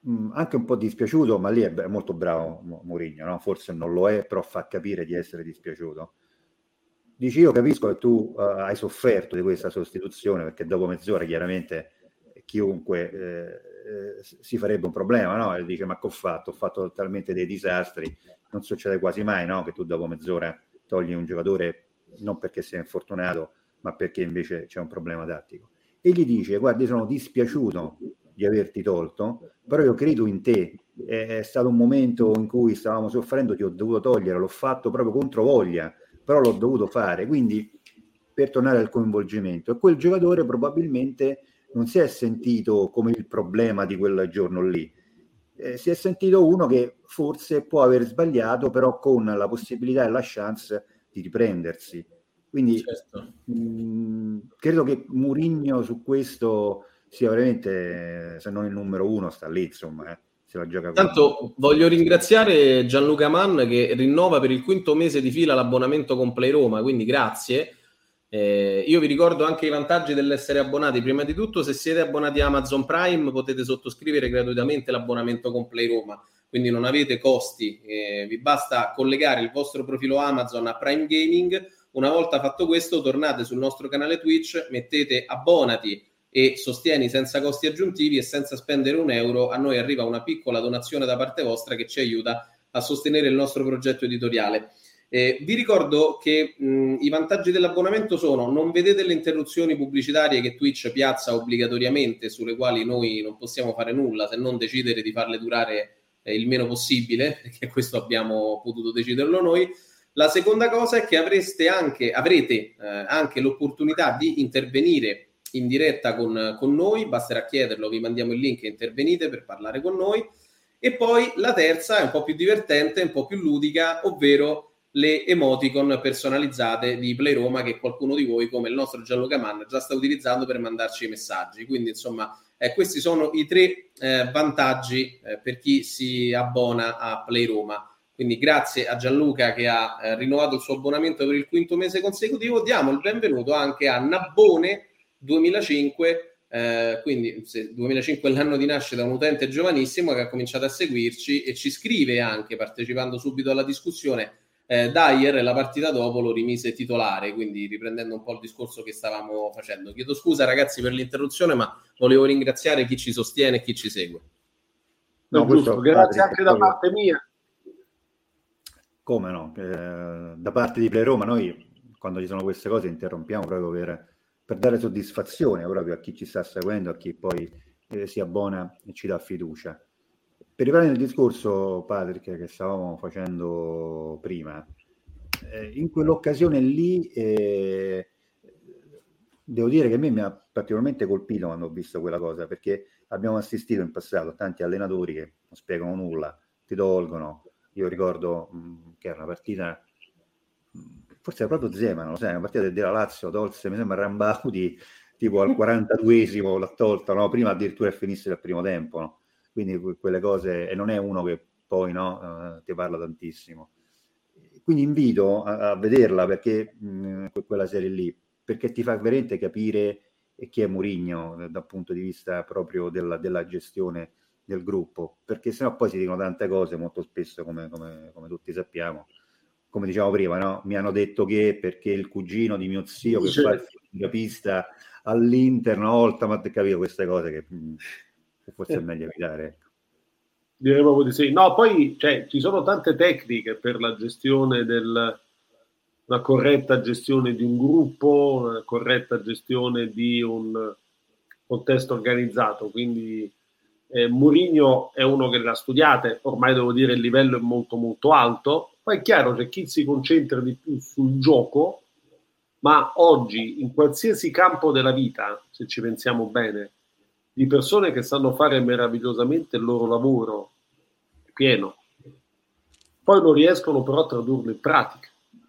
mh, anche un po' dispiaciuto, ma lì è, è molto bravo Mourinho, no? Forse non lo è, però fa capire di essere dispiaciuto. Dici, io capisco che tu uh, hai sofferto di questa sostituzione, perché dopo mezz'ora chiaramente chiunque eh, eh, si farebbe un problema, no? E dice, ma che ho fatto? Ho fatto talmente dei disastri, non succede quasi mai, no? Che tu dopo mezz'ora togli un giocatore non perché sia infortunato, ma perché invece c'è un problema tattico. E gli dice, guarda, io sono dispiaciuto di averti tolto, però io credo in te, è, è stato un momento in cui stavamo soffrendo, ti ho dovuto togliere, l'ho fatto proprio contro voglia, però l'ho dovuto fare, quindi per tornare al coinvolgimento. E quel giocatore probabilmente non si è sentito come il problema di quel giorno lì, eh, si è sentito uno che forse può aver sbagliato, però con la possibilità e la chance di riprendersi. Quindi certo. mh, credo che Mourinho su questo sia veramente, se non il numero uno, sta lì, insomma, eh. Se la gioca. Tanto con... voglio ringraziare Gianluca Mann che rinnova per il quinto mese di fila l'abbonamento con Play Roma, quindi grazie. Eh, io vi ricordo anche i vantaggi dell'essere abbonati. Prima di tutto, se siete abbonati a Amazon Prime potete sottoscrivere gratuitamente l'abbonamento con Play Roma, quindi non avete costi, eh, vi basta collegare il vostro profilo Amazon a Prime Gaming. Una volta fatto questo, tornate sul nostro canale Twitch, mettete abbonati e sostieni senza costi aggiuntivi, e senza spendere un euro a noi arriva una piccola donazione da parte vostra che ci aiuta a sostenere il nostro progetto editoriale. Eh, vi ricordo che mh, i vantaggi dell'abbonamento sono: non vedete le interruzioni pubblicitarie che Twitch piazza obbligatoriamente, sulle quali noi non possiamo fare nulla se non decidere di farle durare eh, il meno possibile, perché questo abbiamo potuto deciderlo noi. La seconda cosa è che avreste anche, avrete eh, anche l'opportunità di intervenire in diretta con, con noi, basterà chiederlo, vi mandiamo il link e intervenite per parlare con noi. E poi la terza è un po' più divertente, un po' più ludica, ovvero le emoticon personalizzate di Play Roma, che qualcuno di voi, come il nostro Gianluca Mann, già sta utilizzando per mandarci i messaggi. Quindi insomma eh, questi sono i tre eh, vantaggi eh, per chi si abbona a Play Roma. Quindi grazie a Gianluca che ha eh, rinnovato il suo abbonamento per il quinto mese consecutivo. Diamo il benvenuto anche a Nabone duemilacinque, eh, quindi se duemilacinque è l'anno di nascita, un utente giovanissimo che ha cominciato a seguirci e ci scrive anche, partecipando subito alla discussione, eh, Dyer la partita dopo lo rimise titolare, quindi riprendendo un po' il discorso che stavamo facendo. Chiedo scusa ragazzi per l'interruzione, ma volevo ringraziare chi ci sostiene e chi ci segue. No, giusto, grazie anche da parte mia. Come no? Eh, da parte di Play Roma noi, quando ci sono queste cose, interrompiamo proprio per... per dare soddisfazione proprio a chi ci sta seguendo, a chi poi eh, si abbona e ci dà fiducia. Per riprendere il discorso, Patrick, che stavamo facendo prima, eh, in quell'occasione lì eh, devo dire che a me mi ha particolarmente colpito quando ho visto quella cosa, perché abbiamo assistito in passato a tanti allenatori che non spiegano nulla, ti tolgono. Io ricordo mh, che era una partita... forse era proprio Zeman, lo sai, una partita della Lazio tolse, mi sembra Rambauti, tipo al quarantaduesimo l'ha tolta, no? Prima addirittura finisse dal primo tempo, no? Quindi quelle cose, e non è uno che poi no, uh, ti parla tantissimo. Quindi invito a, a vederla, perché mh, quella serie lì, perché ti fa veramente capire chi è Mourinho dal punto di vista proprio della, della gestione del gruppo, perché sennò poi si dicono tante cose molto spesso, come, come, come tutti sappiamo. Come diciamo prima, no? Mi hanno detto che perché il cugino di mio zio che fa il fotografista all'Inter una volta, ma ho capito queste cose che, che forse è meglio evitare. Direi proprio di sì. No, poi cioè, ci sono tante tecniche per la gestione del, la corretta gestione di un gruppo, la corretta gestione di un contesto organizzato, quindi eh, Mourinho è uno che l'ha studiata, ormai devo dire il livello è molto molto alto. Poi è chiaro che chi si concentra di più sul gioco, ma oggi in qualsiasi campo della vita, se ci pensiamo bene, di persone che sanno fare meravigliosamente il loro lavoro, è pieno. Poi non riescono però a tradurlo in pratica.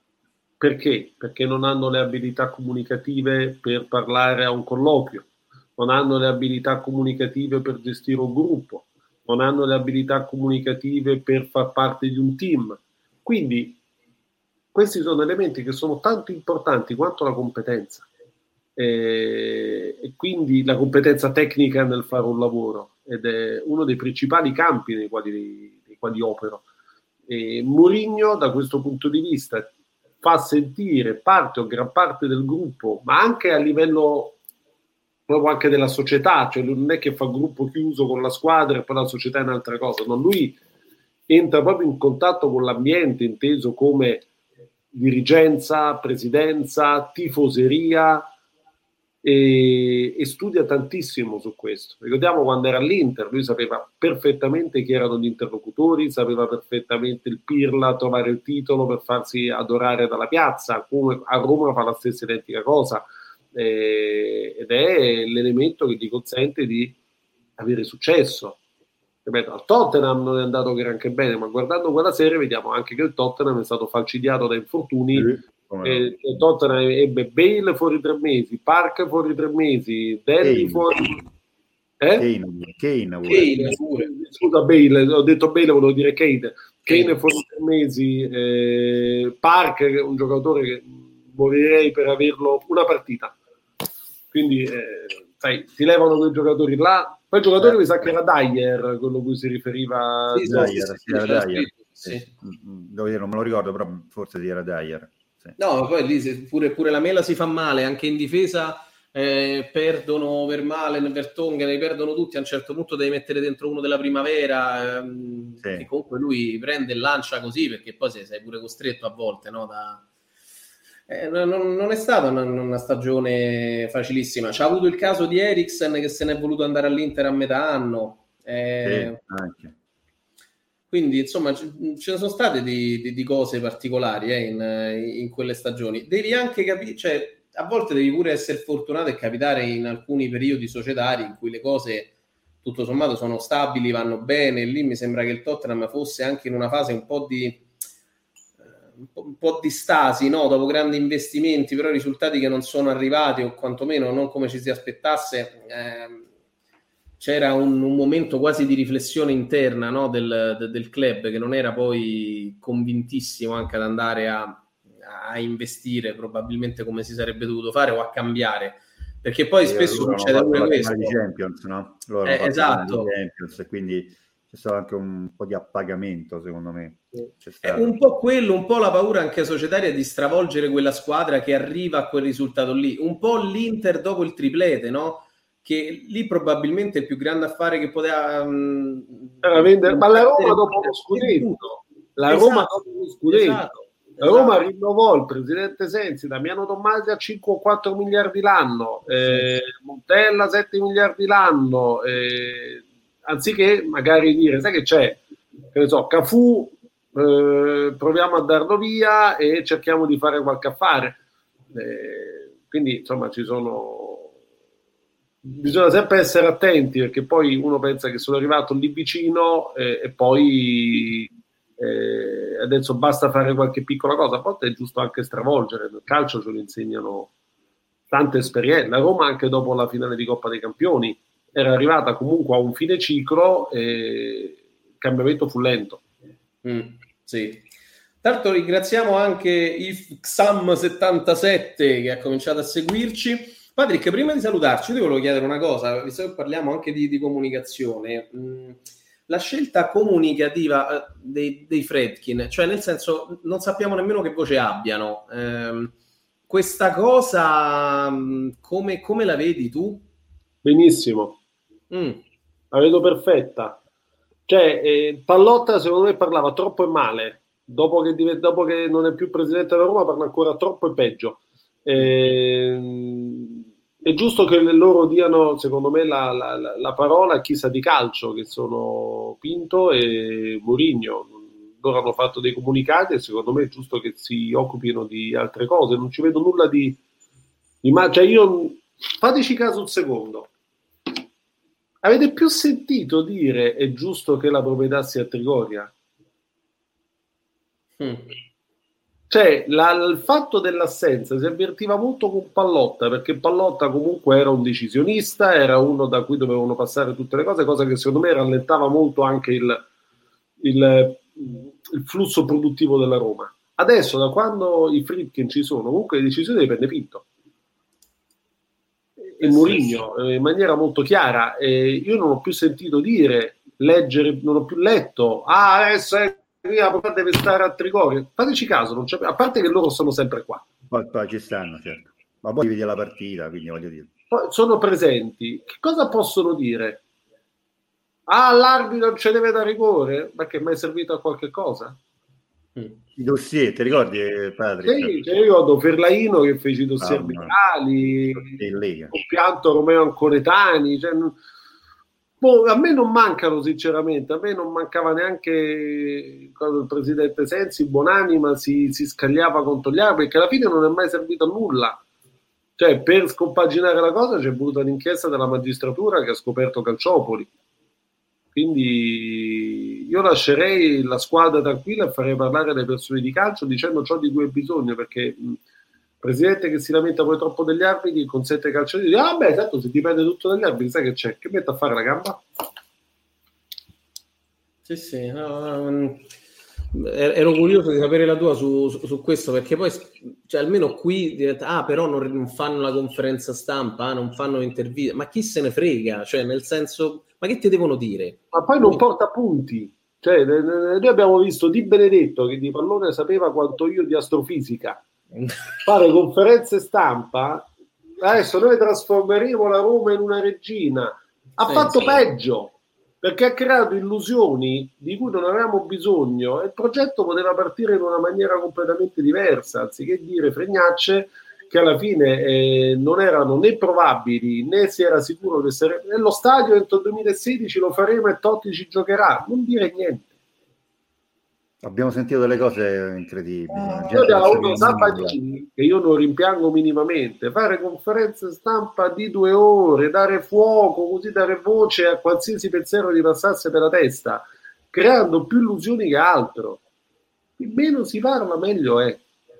Perché? Perché non hanno le abilità comunicative per parlare a un colloquio, non hanno le abilità comunicative per gestire un gruppo, non hanno le abilità comunicative per far parte di un team. Quindi questi sono elementi che sono tanto importanti quanto la competenza, e, e quindi la competenza tecnica nel fare un lavoro. ed è uno dei principali campi nei quali, nei quali opero. E Mourinho da questo punto di vista fa sentire parte o gran parte del gruppo, ma anche a livello proprio anche della società, cioè non è che fa gruppo chiuso con la squadra e poi la società è un'altra cosa, no, lui entra proprio in contatto con l'ambiente, inteso come dirigenza, presidenza, tifoseria, e, e studia tantissimo su questo. Ricordiamo quando era all'Inter, lui sapeva perfettamente chi erano gli interlocutori, sapeva perfettamente il pirla, trovare il titolo per farsi adorare dalla piazza, come a Roma fa la stessa identica cosa, eh, ed è l'elemento che gli consente di avere successo. Ripeto, al Tottenham non è andato granché bene, ma guardando quella serie vediamo anche che il Tottenham è stato falcidiato da infortuni. Sì. Eh, il Tottenham ebbe Bale fuori tre mesi, Park fuori tre mesi, Delhi fuori eh? Kane, Kane, Kane pure. Scusa, Bale, ho detto Bale, volevo dire Kane. Kane fuori tre mesi, eh, Park che è un giocatore che morirei per averlo una partita, quindi eh, sai, ti levano quei giocatori là. Poi il giocatore eh. mi sa che era Dyer, quello a cui si riferiva. Sì, Dyer, sì, sì, era Dyer. Sì. Sì. Devo dire, non me lo ricordo, però forse era Dyer. Sì. No, poi lì se pure, pure la Mela si fa male, anche in difesa eh, perdono Vermaelen, Vertonghen, ne perdono tutti, a un certo punto devi mettere dentro uno della primavera, ehm, sì. Che comunque lui prende e lancia così, perché poi sei, sei pure costretto a volte, no? Da... Eh, non, non è stata una, una stagione facilissima. C'ha avuto il caso di Eriksen che se n'è voluto andare all'Inter a metà anno. Eh, sì, anche. Quindi, insomma, ce ne sono state di, di, di cose particolari eh, in, in quelle stagioni. Devi anche capire, cioè, a volte devi pure essere fortunato e capitare in alcuni periodi societari in cui le cose, tutto sommato, sono stabili, vanno bene. Lì mi sembra che il Tottenham fosse anche in una fase un po' di un po', un po' di stasi, no? Dopo grandi investimenti, però risultati che non sono arrivati, o quantomeno non come ci si aspettasse. Eh, c'era un, un momento quasi di riflessione interna, no, del, de, del club, che non era poi convintissimo anche ad andare a, a investire probabilmente come si sarebbe dovuto fare o a cambiare, perché poi sì, spesso succede pure questo. Di Champions, no? Loro eh, esatto. Di Champions, e quindi c'è stato anche un po' di appagamento, secondo me. C'è È un po' quello, un po' la paura anche societaria di stravolgere quella squadra che arriva a quel risultato lì, un po' l'Inter dopo il triplete, no? Che lì probabilmente il più grande affare che poteva um, era vendere, ma la Roma dopo lo scudetto, la esatto, Roma dopo lo scudetto, esatto, la Roma esatto. rinnovò il presidente Sensi, Damiano Tommasi a cinque o quattro miliardi l'anno, eh, Montella sette miliardi l'anno, eh, anziché magari dire, sai che c'è, che ne so, Cafù, eh, proviamo a darlo via e cerchiamo di fare qualche affare, eh, quindi insomma ci sono. Bisogna sempre essere attenti, perché poi uno pensa che sono arrivato lì vicino eh, e poi eh, adesso basta fare qualche piccola cosa. A volte è giusto anche stravolgere, nel calcio ce lo insegnano tante esperienze. La Roma anche dopo la finale di Coppa dei Campioni era arrivata comunque a un fine ciclo e il cambiamento fu lento. Mm, sì. Tanto ringraziamo anche il X A M settantasette che ha cominciato a seguirci. Patrick, prima di salutarci, ti volevo chiedere una cosa, visto che parliamo anche di, di comunicazione. Mh, la scelta comunicativa eh, dei, dei Friedkin, cioè nel senso non sappiamo nemmeno che voce abbiano. Eh, questa cosa, mh, come, come la vedi tu? Benissimo, mm. la vedo perfetta. Cioè, eh, Pallotta secondo me parlava troppo e male, dopo che, div- dopo che non è più presidente della Roma parla ancora troppo e peggio. Eh, è giusto che loro diano, secondo me, la, la, la parola a chi sa di calcio, che sono Pinto e Mourinho. Loro hanno fatto dei comunicati e secondo me è giusto che si occupino di altre cose. Non ci vedo nulla di, di ma- cioè io, fateci caso un secondo, avete più sentito dire è giusto che la proprietà sia a Trigoria? Mm. Cioè, la, il fatto dell'assenza si avvertiva molto con Pallotta, perché Pallotta comunque era un decisionista, era uno da cui dovevano passare tutte le cose, cosa che secondo me rallentava molto anche il, il, il flusso produttivo della Roma. Adesso, da quando i Friedkin ci sono, comunque le decisioni le prende Pinto. e Mourinho eh, in maniera molto chiara. Eh, io non ho più sentito dire, leggere, non ho più letto, ah adesso è deve stare a Trigoria. Fateci caso, non c'è, a parte che loro sono sempre qua. Poi, poi ci stanno, certo. Ma poi vedi la partita, quindi voglio dire. Poi sono presenti. Che cosa possono dire? Ah, l'arbitro non ce deve da rigore? Ma che mai è servito a qualche cosa? I dossier, ti ricordi, padre? Sì, cioè io ricordo Ferlaino che fece i dossier Ah, no. arbitrali, In Lega. ho pianto Romeo Anconetani, cioè, non- boh, a me non mancano sinceramente, a me non mancava neanche quando il presidente Sensi, buonanima, si, si scagliava contro gli arbitri, perché alla fine non è mai servito a nulla. Cioè, per scompaginare la cosa c'è voluta un'inchiesta della magistratura che ha scoperto Calciopoli. Quindi io lascerei la squadra tranquilla e farei parlare le persone di calcio dicendo ciò di cui è bisogno, perché mh, presidente che si lamenta poi troppo degli arbitri consente ai calciatori di dire ah beh, tanto se dipende tutto dagli arbitri, sai che c'è? Che mette a fare la gamba? Sì, sì, no, no, ero curioso di sapere la tua su, su, su questo, perché poi cioè, almeno qui diventa, ah però non, non fanno la conferenza stampa, ah, non fanno l'intervista, ma chi se ne frega, cioè nel senso, ma che ti devono dire? Ma poi non porta punti, cioè ne- ne- noi abbiamo visto Di Benedetto che di pallone sapeva quanto io di astrofisica, fare conferenze stampa, adesso noi trasformeremo la Roma in una regina, ha Sì, fatto sì. peggio, perché ha creato illusioni di cui non avevamo bisogno e il progetto poteva partire in una maniera completamente diversa, anziché dire fregnacce che alla fine eh, non erano né probabili né si era sicuro che sarebbe nello stadio entro il duemilasedici lo faremo e Totti ci giocherà, non dire niente. Abbiamo sentito delle cose incredibili. La gente Io abbiamo non avuto sapeva nulla. Sabatini, che io non rimpiango minimamente, fare conferenze stampa di due ore, dare fuoco, così dare voce a qualsiasi pensiero gli passasse per la testa, creando più illusioni che altro. Meno si parla, meglio è.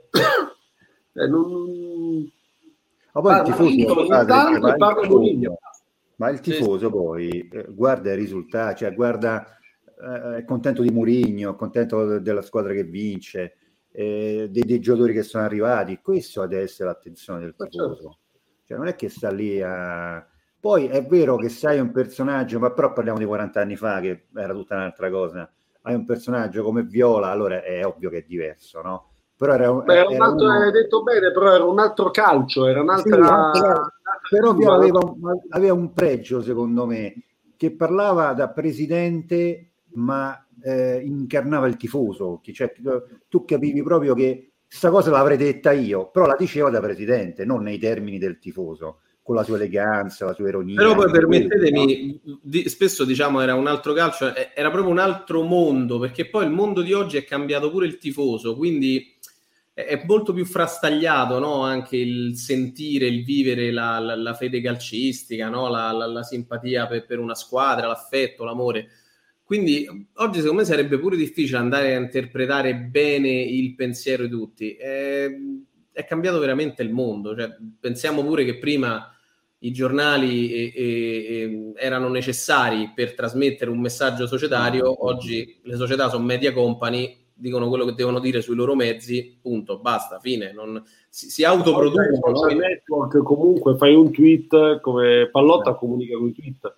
Eh, non... Ma poi il Parla tifoso, io, padre, intanto ma e il parla tifoso- Mourinho. ma il tifoso poi eh, guarda i risultati, cioè guarda, eh, è contento di Mourinho, è contento de- della squadra che vince, eh, dei, dei giocatori che sono arrivati. Questo deve essere l'attenzione del tifoso. Cioè non è che sta lì a... Poi è vero che sai un personaggio, ma però parliamo di quaranta anni fa che era tutta un'altra cosa. Hai un personaggio come Viola, allora è ovvio che è diverso, no? Però era, un- Beh, era un era altro, uno- hai detto bene, però era un altro calcio, era Sì, un'altra... però- però Viola aveva, un- aveva un pregio secondo me, che parlava da presidente ma eh, incarnava il tifoso, che, cioè, tu capivi proprio che questa cosa l'avrei detta io, però la diceva da presidente, non nei termini del tifoso, con la sua eleganza, la sua ironia. Però poi anche quello, no? permettetemi, di- spesso diciamo era un altro calcio, eh, era proprio un altro mondo, perché poi il mondo di oggi è cambiato pure il tifoso, quindi è, è molto più frastagliato, no? Anche il sentire, il vivere la, la- la fede calcistica, no? La, la- la simpatia per, per una squadra, l'affetto, l'amore. Quindi oggi secondo me sarebbe pure difficile andare a interpretare bene il pensiero di tutti. È, è cambiato veramente il mondo, cioè, pensiamo pure che prima i giornali e, e, e erano necessari per trasmettere un messaggio societario, oggi le società sono media company, dicono quello che devono dire sui loro mezzi, punto, basta, fine, non, si, si autoproducono. Social no? network, comunque fai un tweet come Pallotta comunica con i tweet.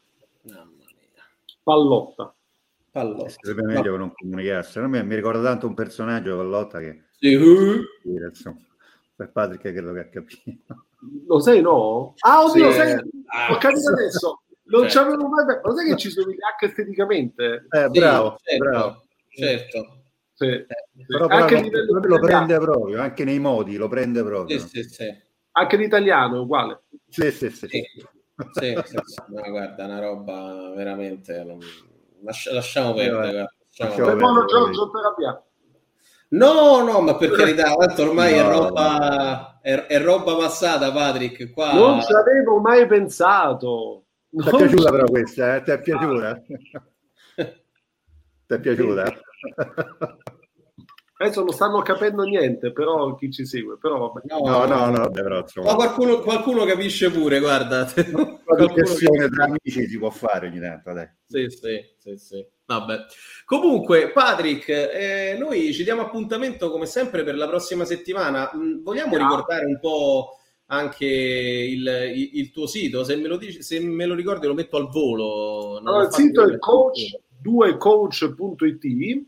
Pallotta. Pallotta. Sarebbe meglio che non comunicasse. A me mi ricorda tanto un personaggio Pallotta che sì. insomma, per Patrick credo che ha capito. Lo sai, no? Ah, oddio, Sì. sai, Ah, ho capito sì. adesso. Non Cioè. ci avevo mai pensato. Lo sai che ci somiglia anche esteticamente? Eh, bravo, certo, bravo. certo. Sì. Però, Anche però a livello lo, lo italiano. prende proprio, anche nei modi lo prende proprio. Sì, sì, sì. Anche l'italiano è uguale. Sì, sì, sì. Sì, sì, sì, sì. No, guarda, una roba veramente... Non... Lascia- lasciamo perdere. guarda, lasciamo Lasciamo perdere. Buono Giorgio Terapia. No, no, ma per carità, tanto ormai è No, roba è, è roba passata, Patrick. Qua Non ci avevo mai pensato. Ti è Non piaciuta ci- però questa? Eh? Ti è piaciuta? Ti è piaciuta? Adesso non stanno capendo niente, però chi ci segue, però vabbè. No, no, no, beh, però, insomma, ma qualcuno, qualcuno capisce pure, guarda. una Qualcuno discussione tra amici si può fare ogni tanto, dai. Sì, sì, sì, sì. Vabbè. Comunque, Patrick, eh, noi ci diamo appuntamento come sempre per la prossima settimana. Mm, vogliamo ricordare un po' anche il, il, il tuo sito, se me lo dici, se me lo ricordi lo metto al volo. Non allora, il sito è coach due coach punto it,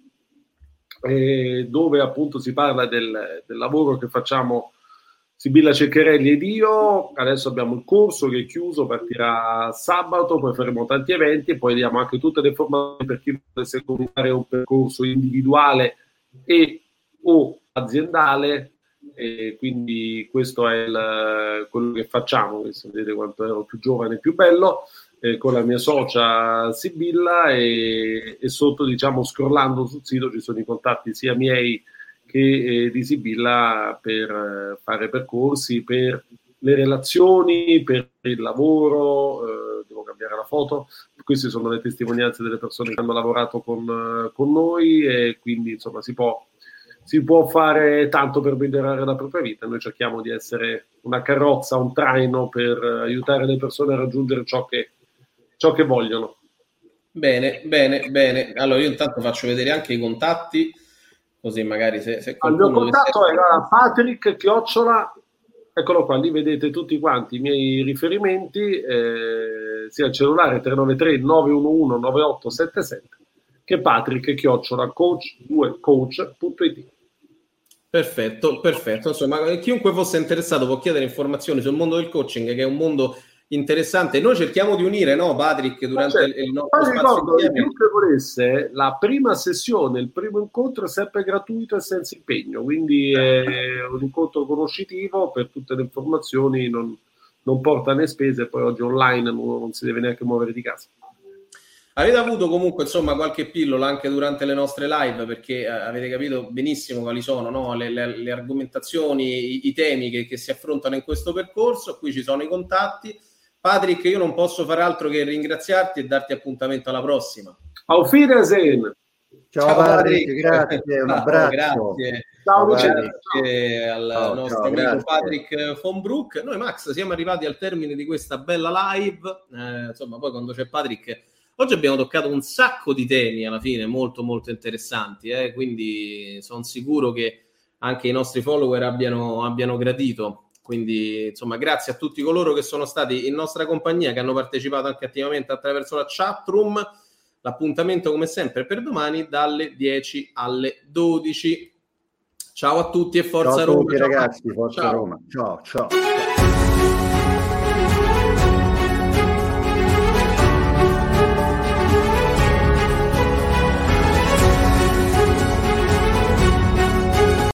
eh, dove appunto si parla del, del lavoro che facciamo Sibilla Ceccherelli ed io. Adesso abbiamo il corso che è chiuso, partirà sabato, poi faremo tanti eventi e poi diamo anche tutte le informazioni per chi volesse cominciare un percorso individuale e o aziendale. E quindi questo è il, quello che facciamo. Se vedete quanto ero più giovane e più bello, eh, con la mia socia Sibilla, e, e sotto, diciamo, scrollando sul sito ci sono i contatti sia miei che eh, di Sibilla per eh, fare percorsi, per le relazioni, per il lavoro. Eh, devo cambiare la foto. Queste sono le testimonianze delle persone che hanno lavorato con, con noi, e quindi insomma si può Si può fare tanto per migliorare la propria vita. Noi cerchiamo di essere una carrozza, un traino per aiutare le persone a raggiungere ciò che, ciò che vogliono. Bene, bene, bene. Allora io intanto faccio vedere anche i contatti, così magari se, se il mio contatto dovesse... era Patrick Chiocciola, eccolo qua, lì vedete tutti quanti i miei riferimenti, eh, sia il cellulare tre nove tre nove uno uno nove otto sette sette che Patrick Chiocciola coach due coach punto it. Perfetto, perfetto. Insomma, chiunque fosse interessato può chiedere informazioni sul mondo del coaching, che è un mondo interessante. Noi cerchiamo di unire, no, Patrick, durante certo. il nostro Poi spazio ricordo, chiunque volesse, la prima sessione, il primo incontro è sempre gratuito e senza impegno, quindi è un incontro conoscitivo per tutte le informazioni, non, non porta né spese, poi oggi online non, non si deve neanche muovere di casa. Avete avuto comunque insomma qualche pillola anche durante le nostre live, perché eh, avete capito benissimo quali sono, no? le, le, le argomentazioni, i, i temi che, che si affrontano in questo percorso. Qui ci sono i contatti. Patrick, io non posso fare altro che ringraziarti e darti appuntamento alla prossima. Auf Wiedersehen. Ciao, ciao Patrick, Patrick, grazie, un abbraccio. Grazie. Ciao, grazie al ciao, nostro ciao, amico grazie. Patrick von Broek. Noi, Max, siamo arrivati al termine di questa bella live. Eh, insomma, poi quando c'è Patrick... Oggi abbiamo toccato un sacco di temi alla fine, molto molto interessanti, eh? Quindi sono sicuro che anche i nostri follower abbiano, abbiano gradito. Quindi insomma grazie a tutti coloro che sono stati in nostra compagnia, che hanno partecipato anche attivamente attraverso la chat room. L'appuntamento come sempre per domani dalle dieci alle dodici. Ciao a tutti e forza ciao a Roma. tutti, ciao ragazzi, forza ciao. Roma. Ciao, ciao.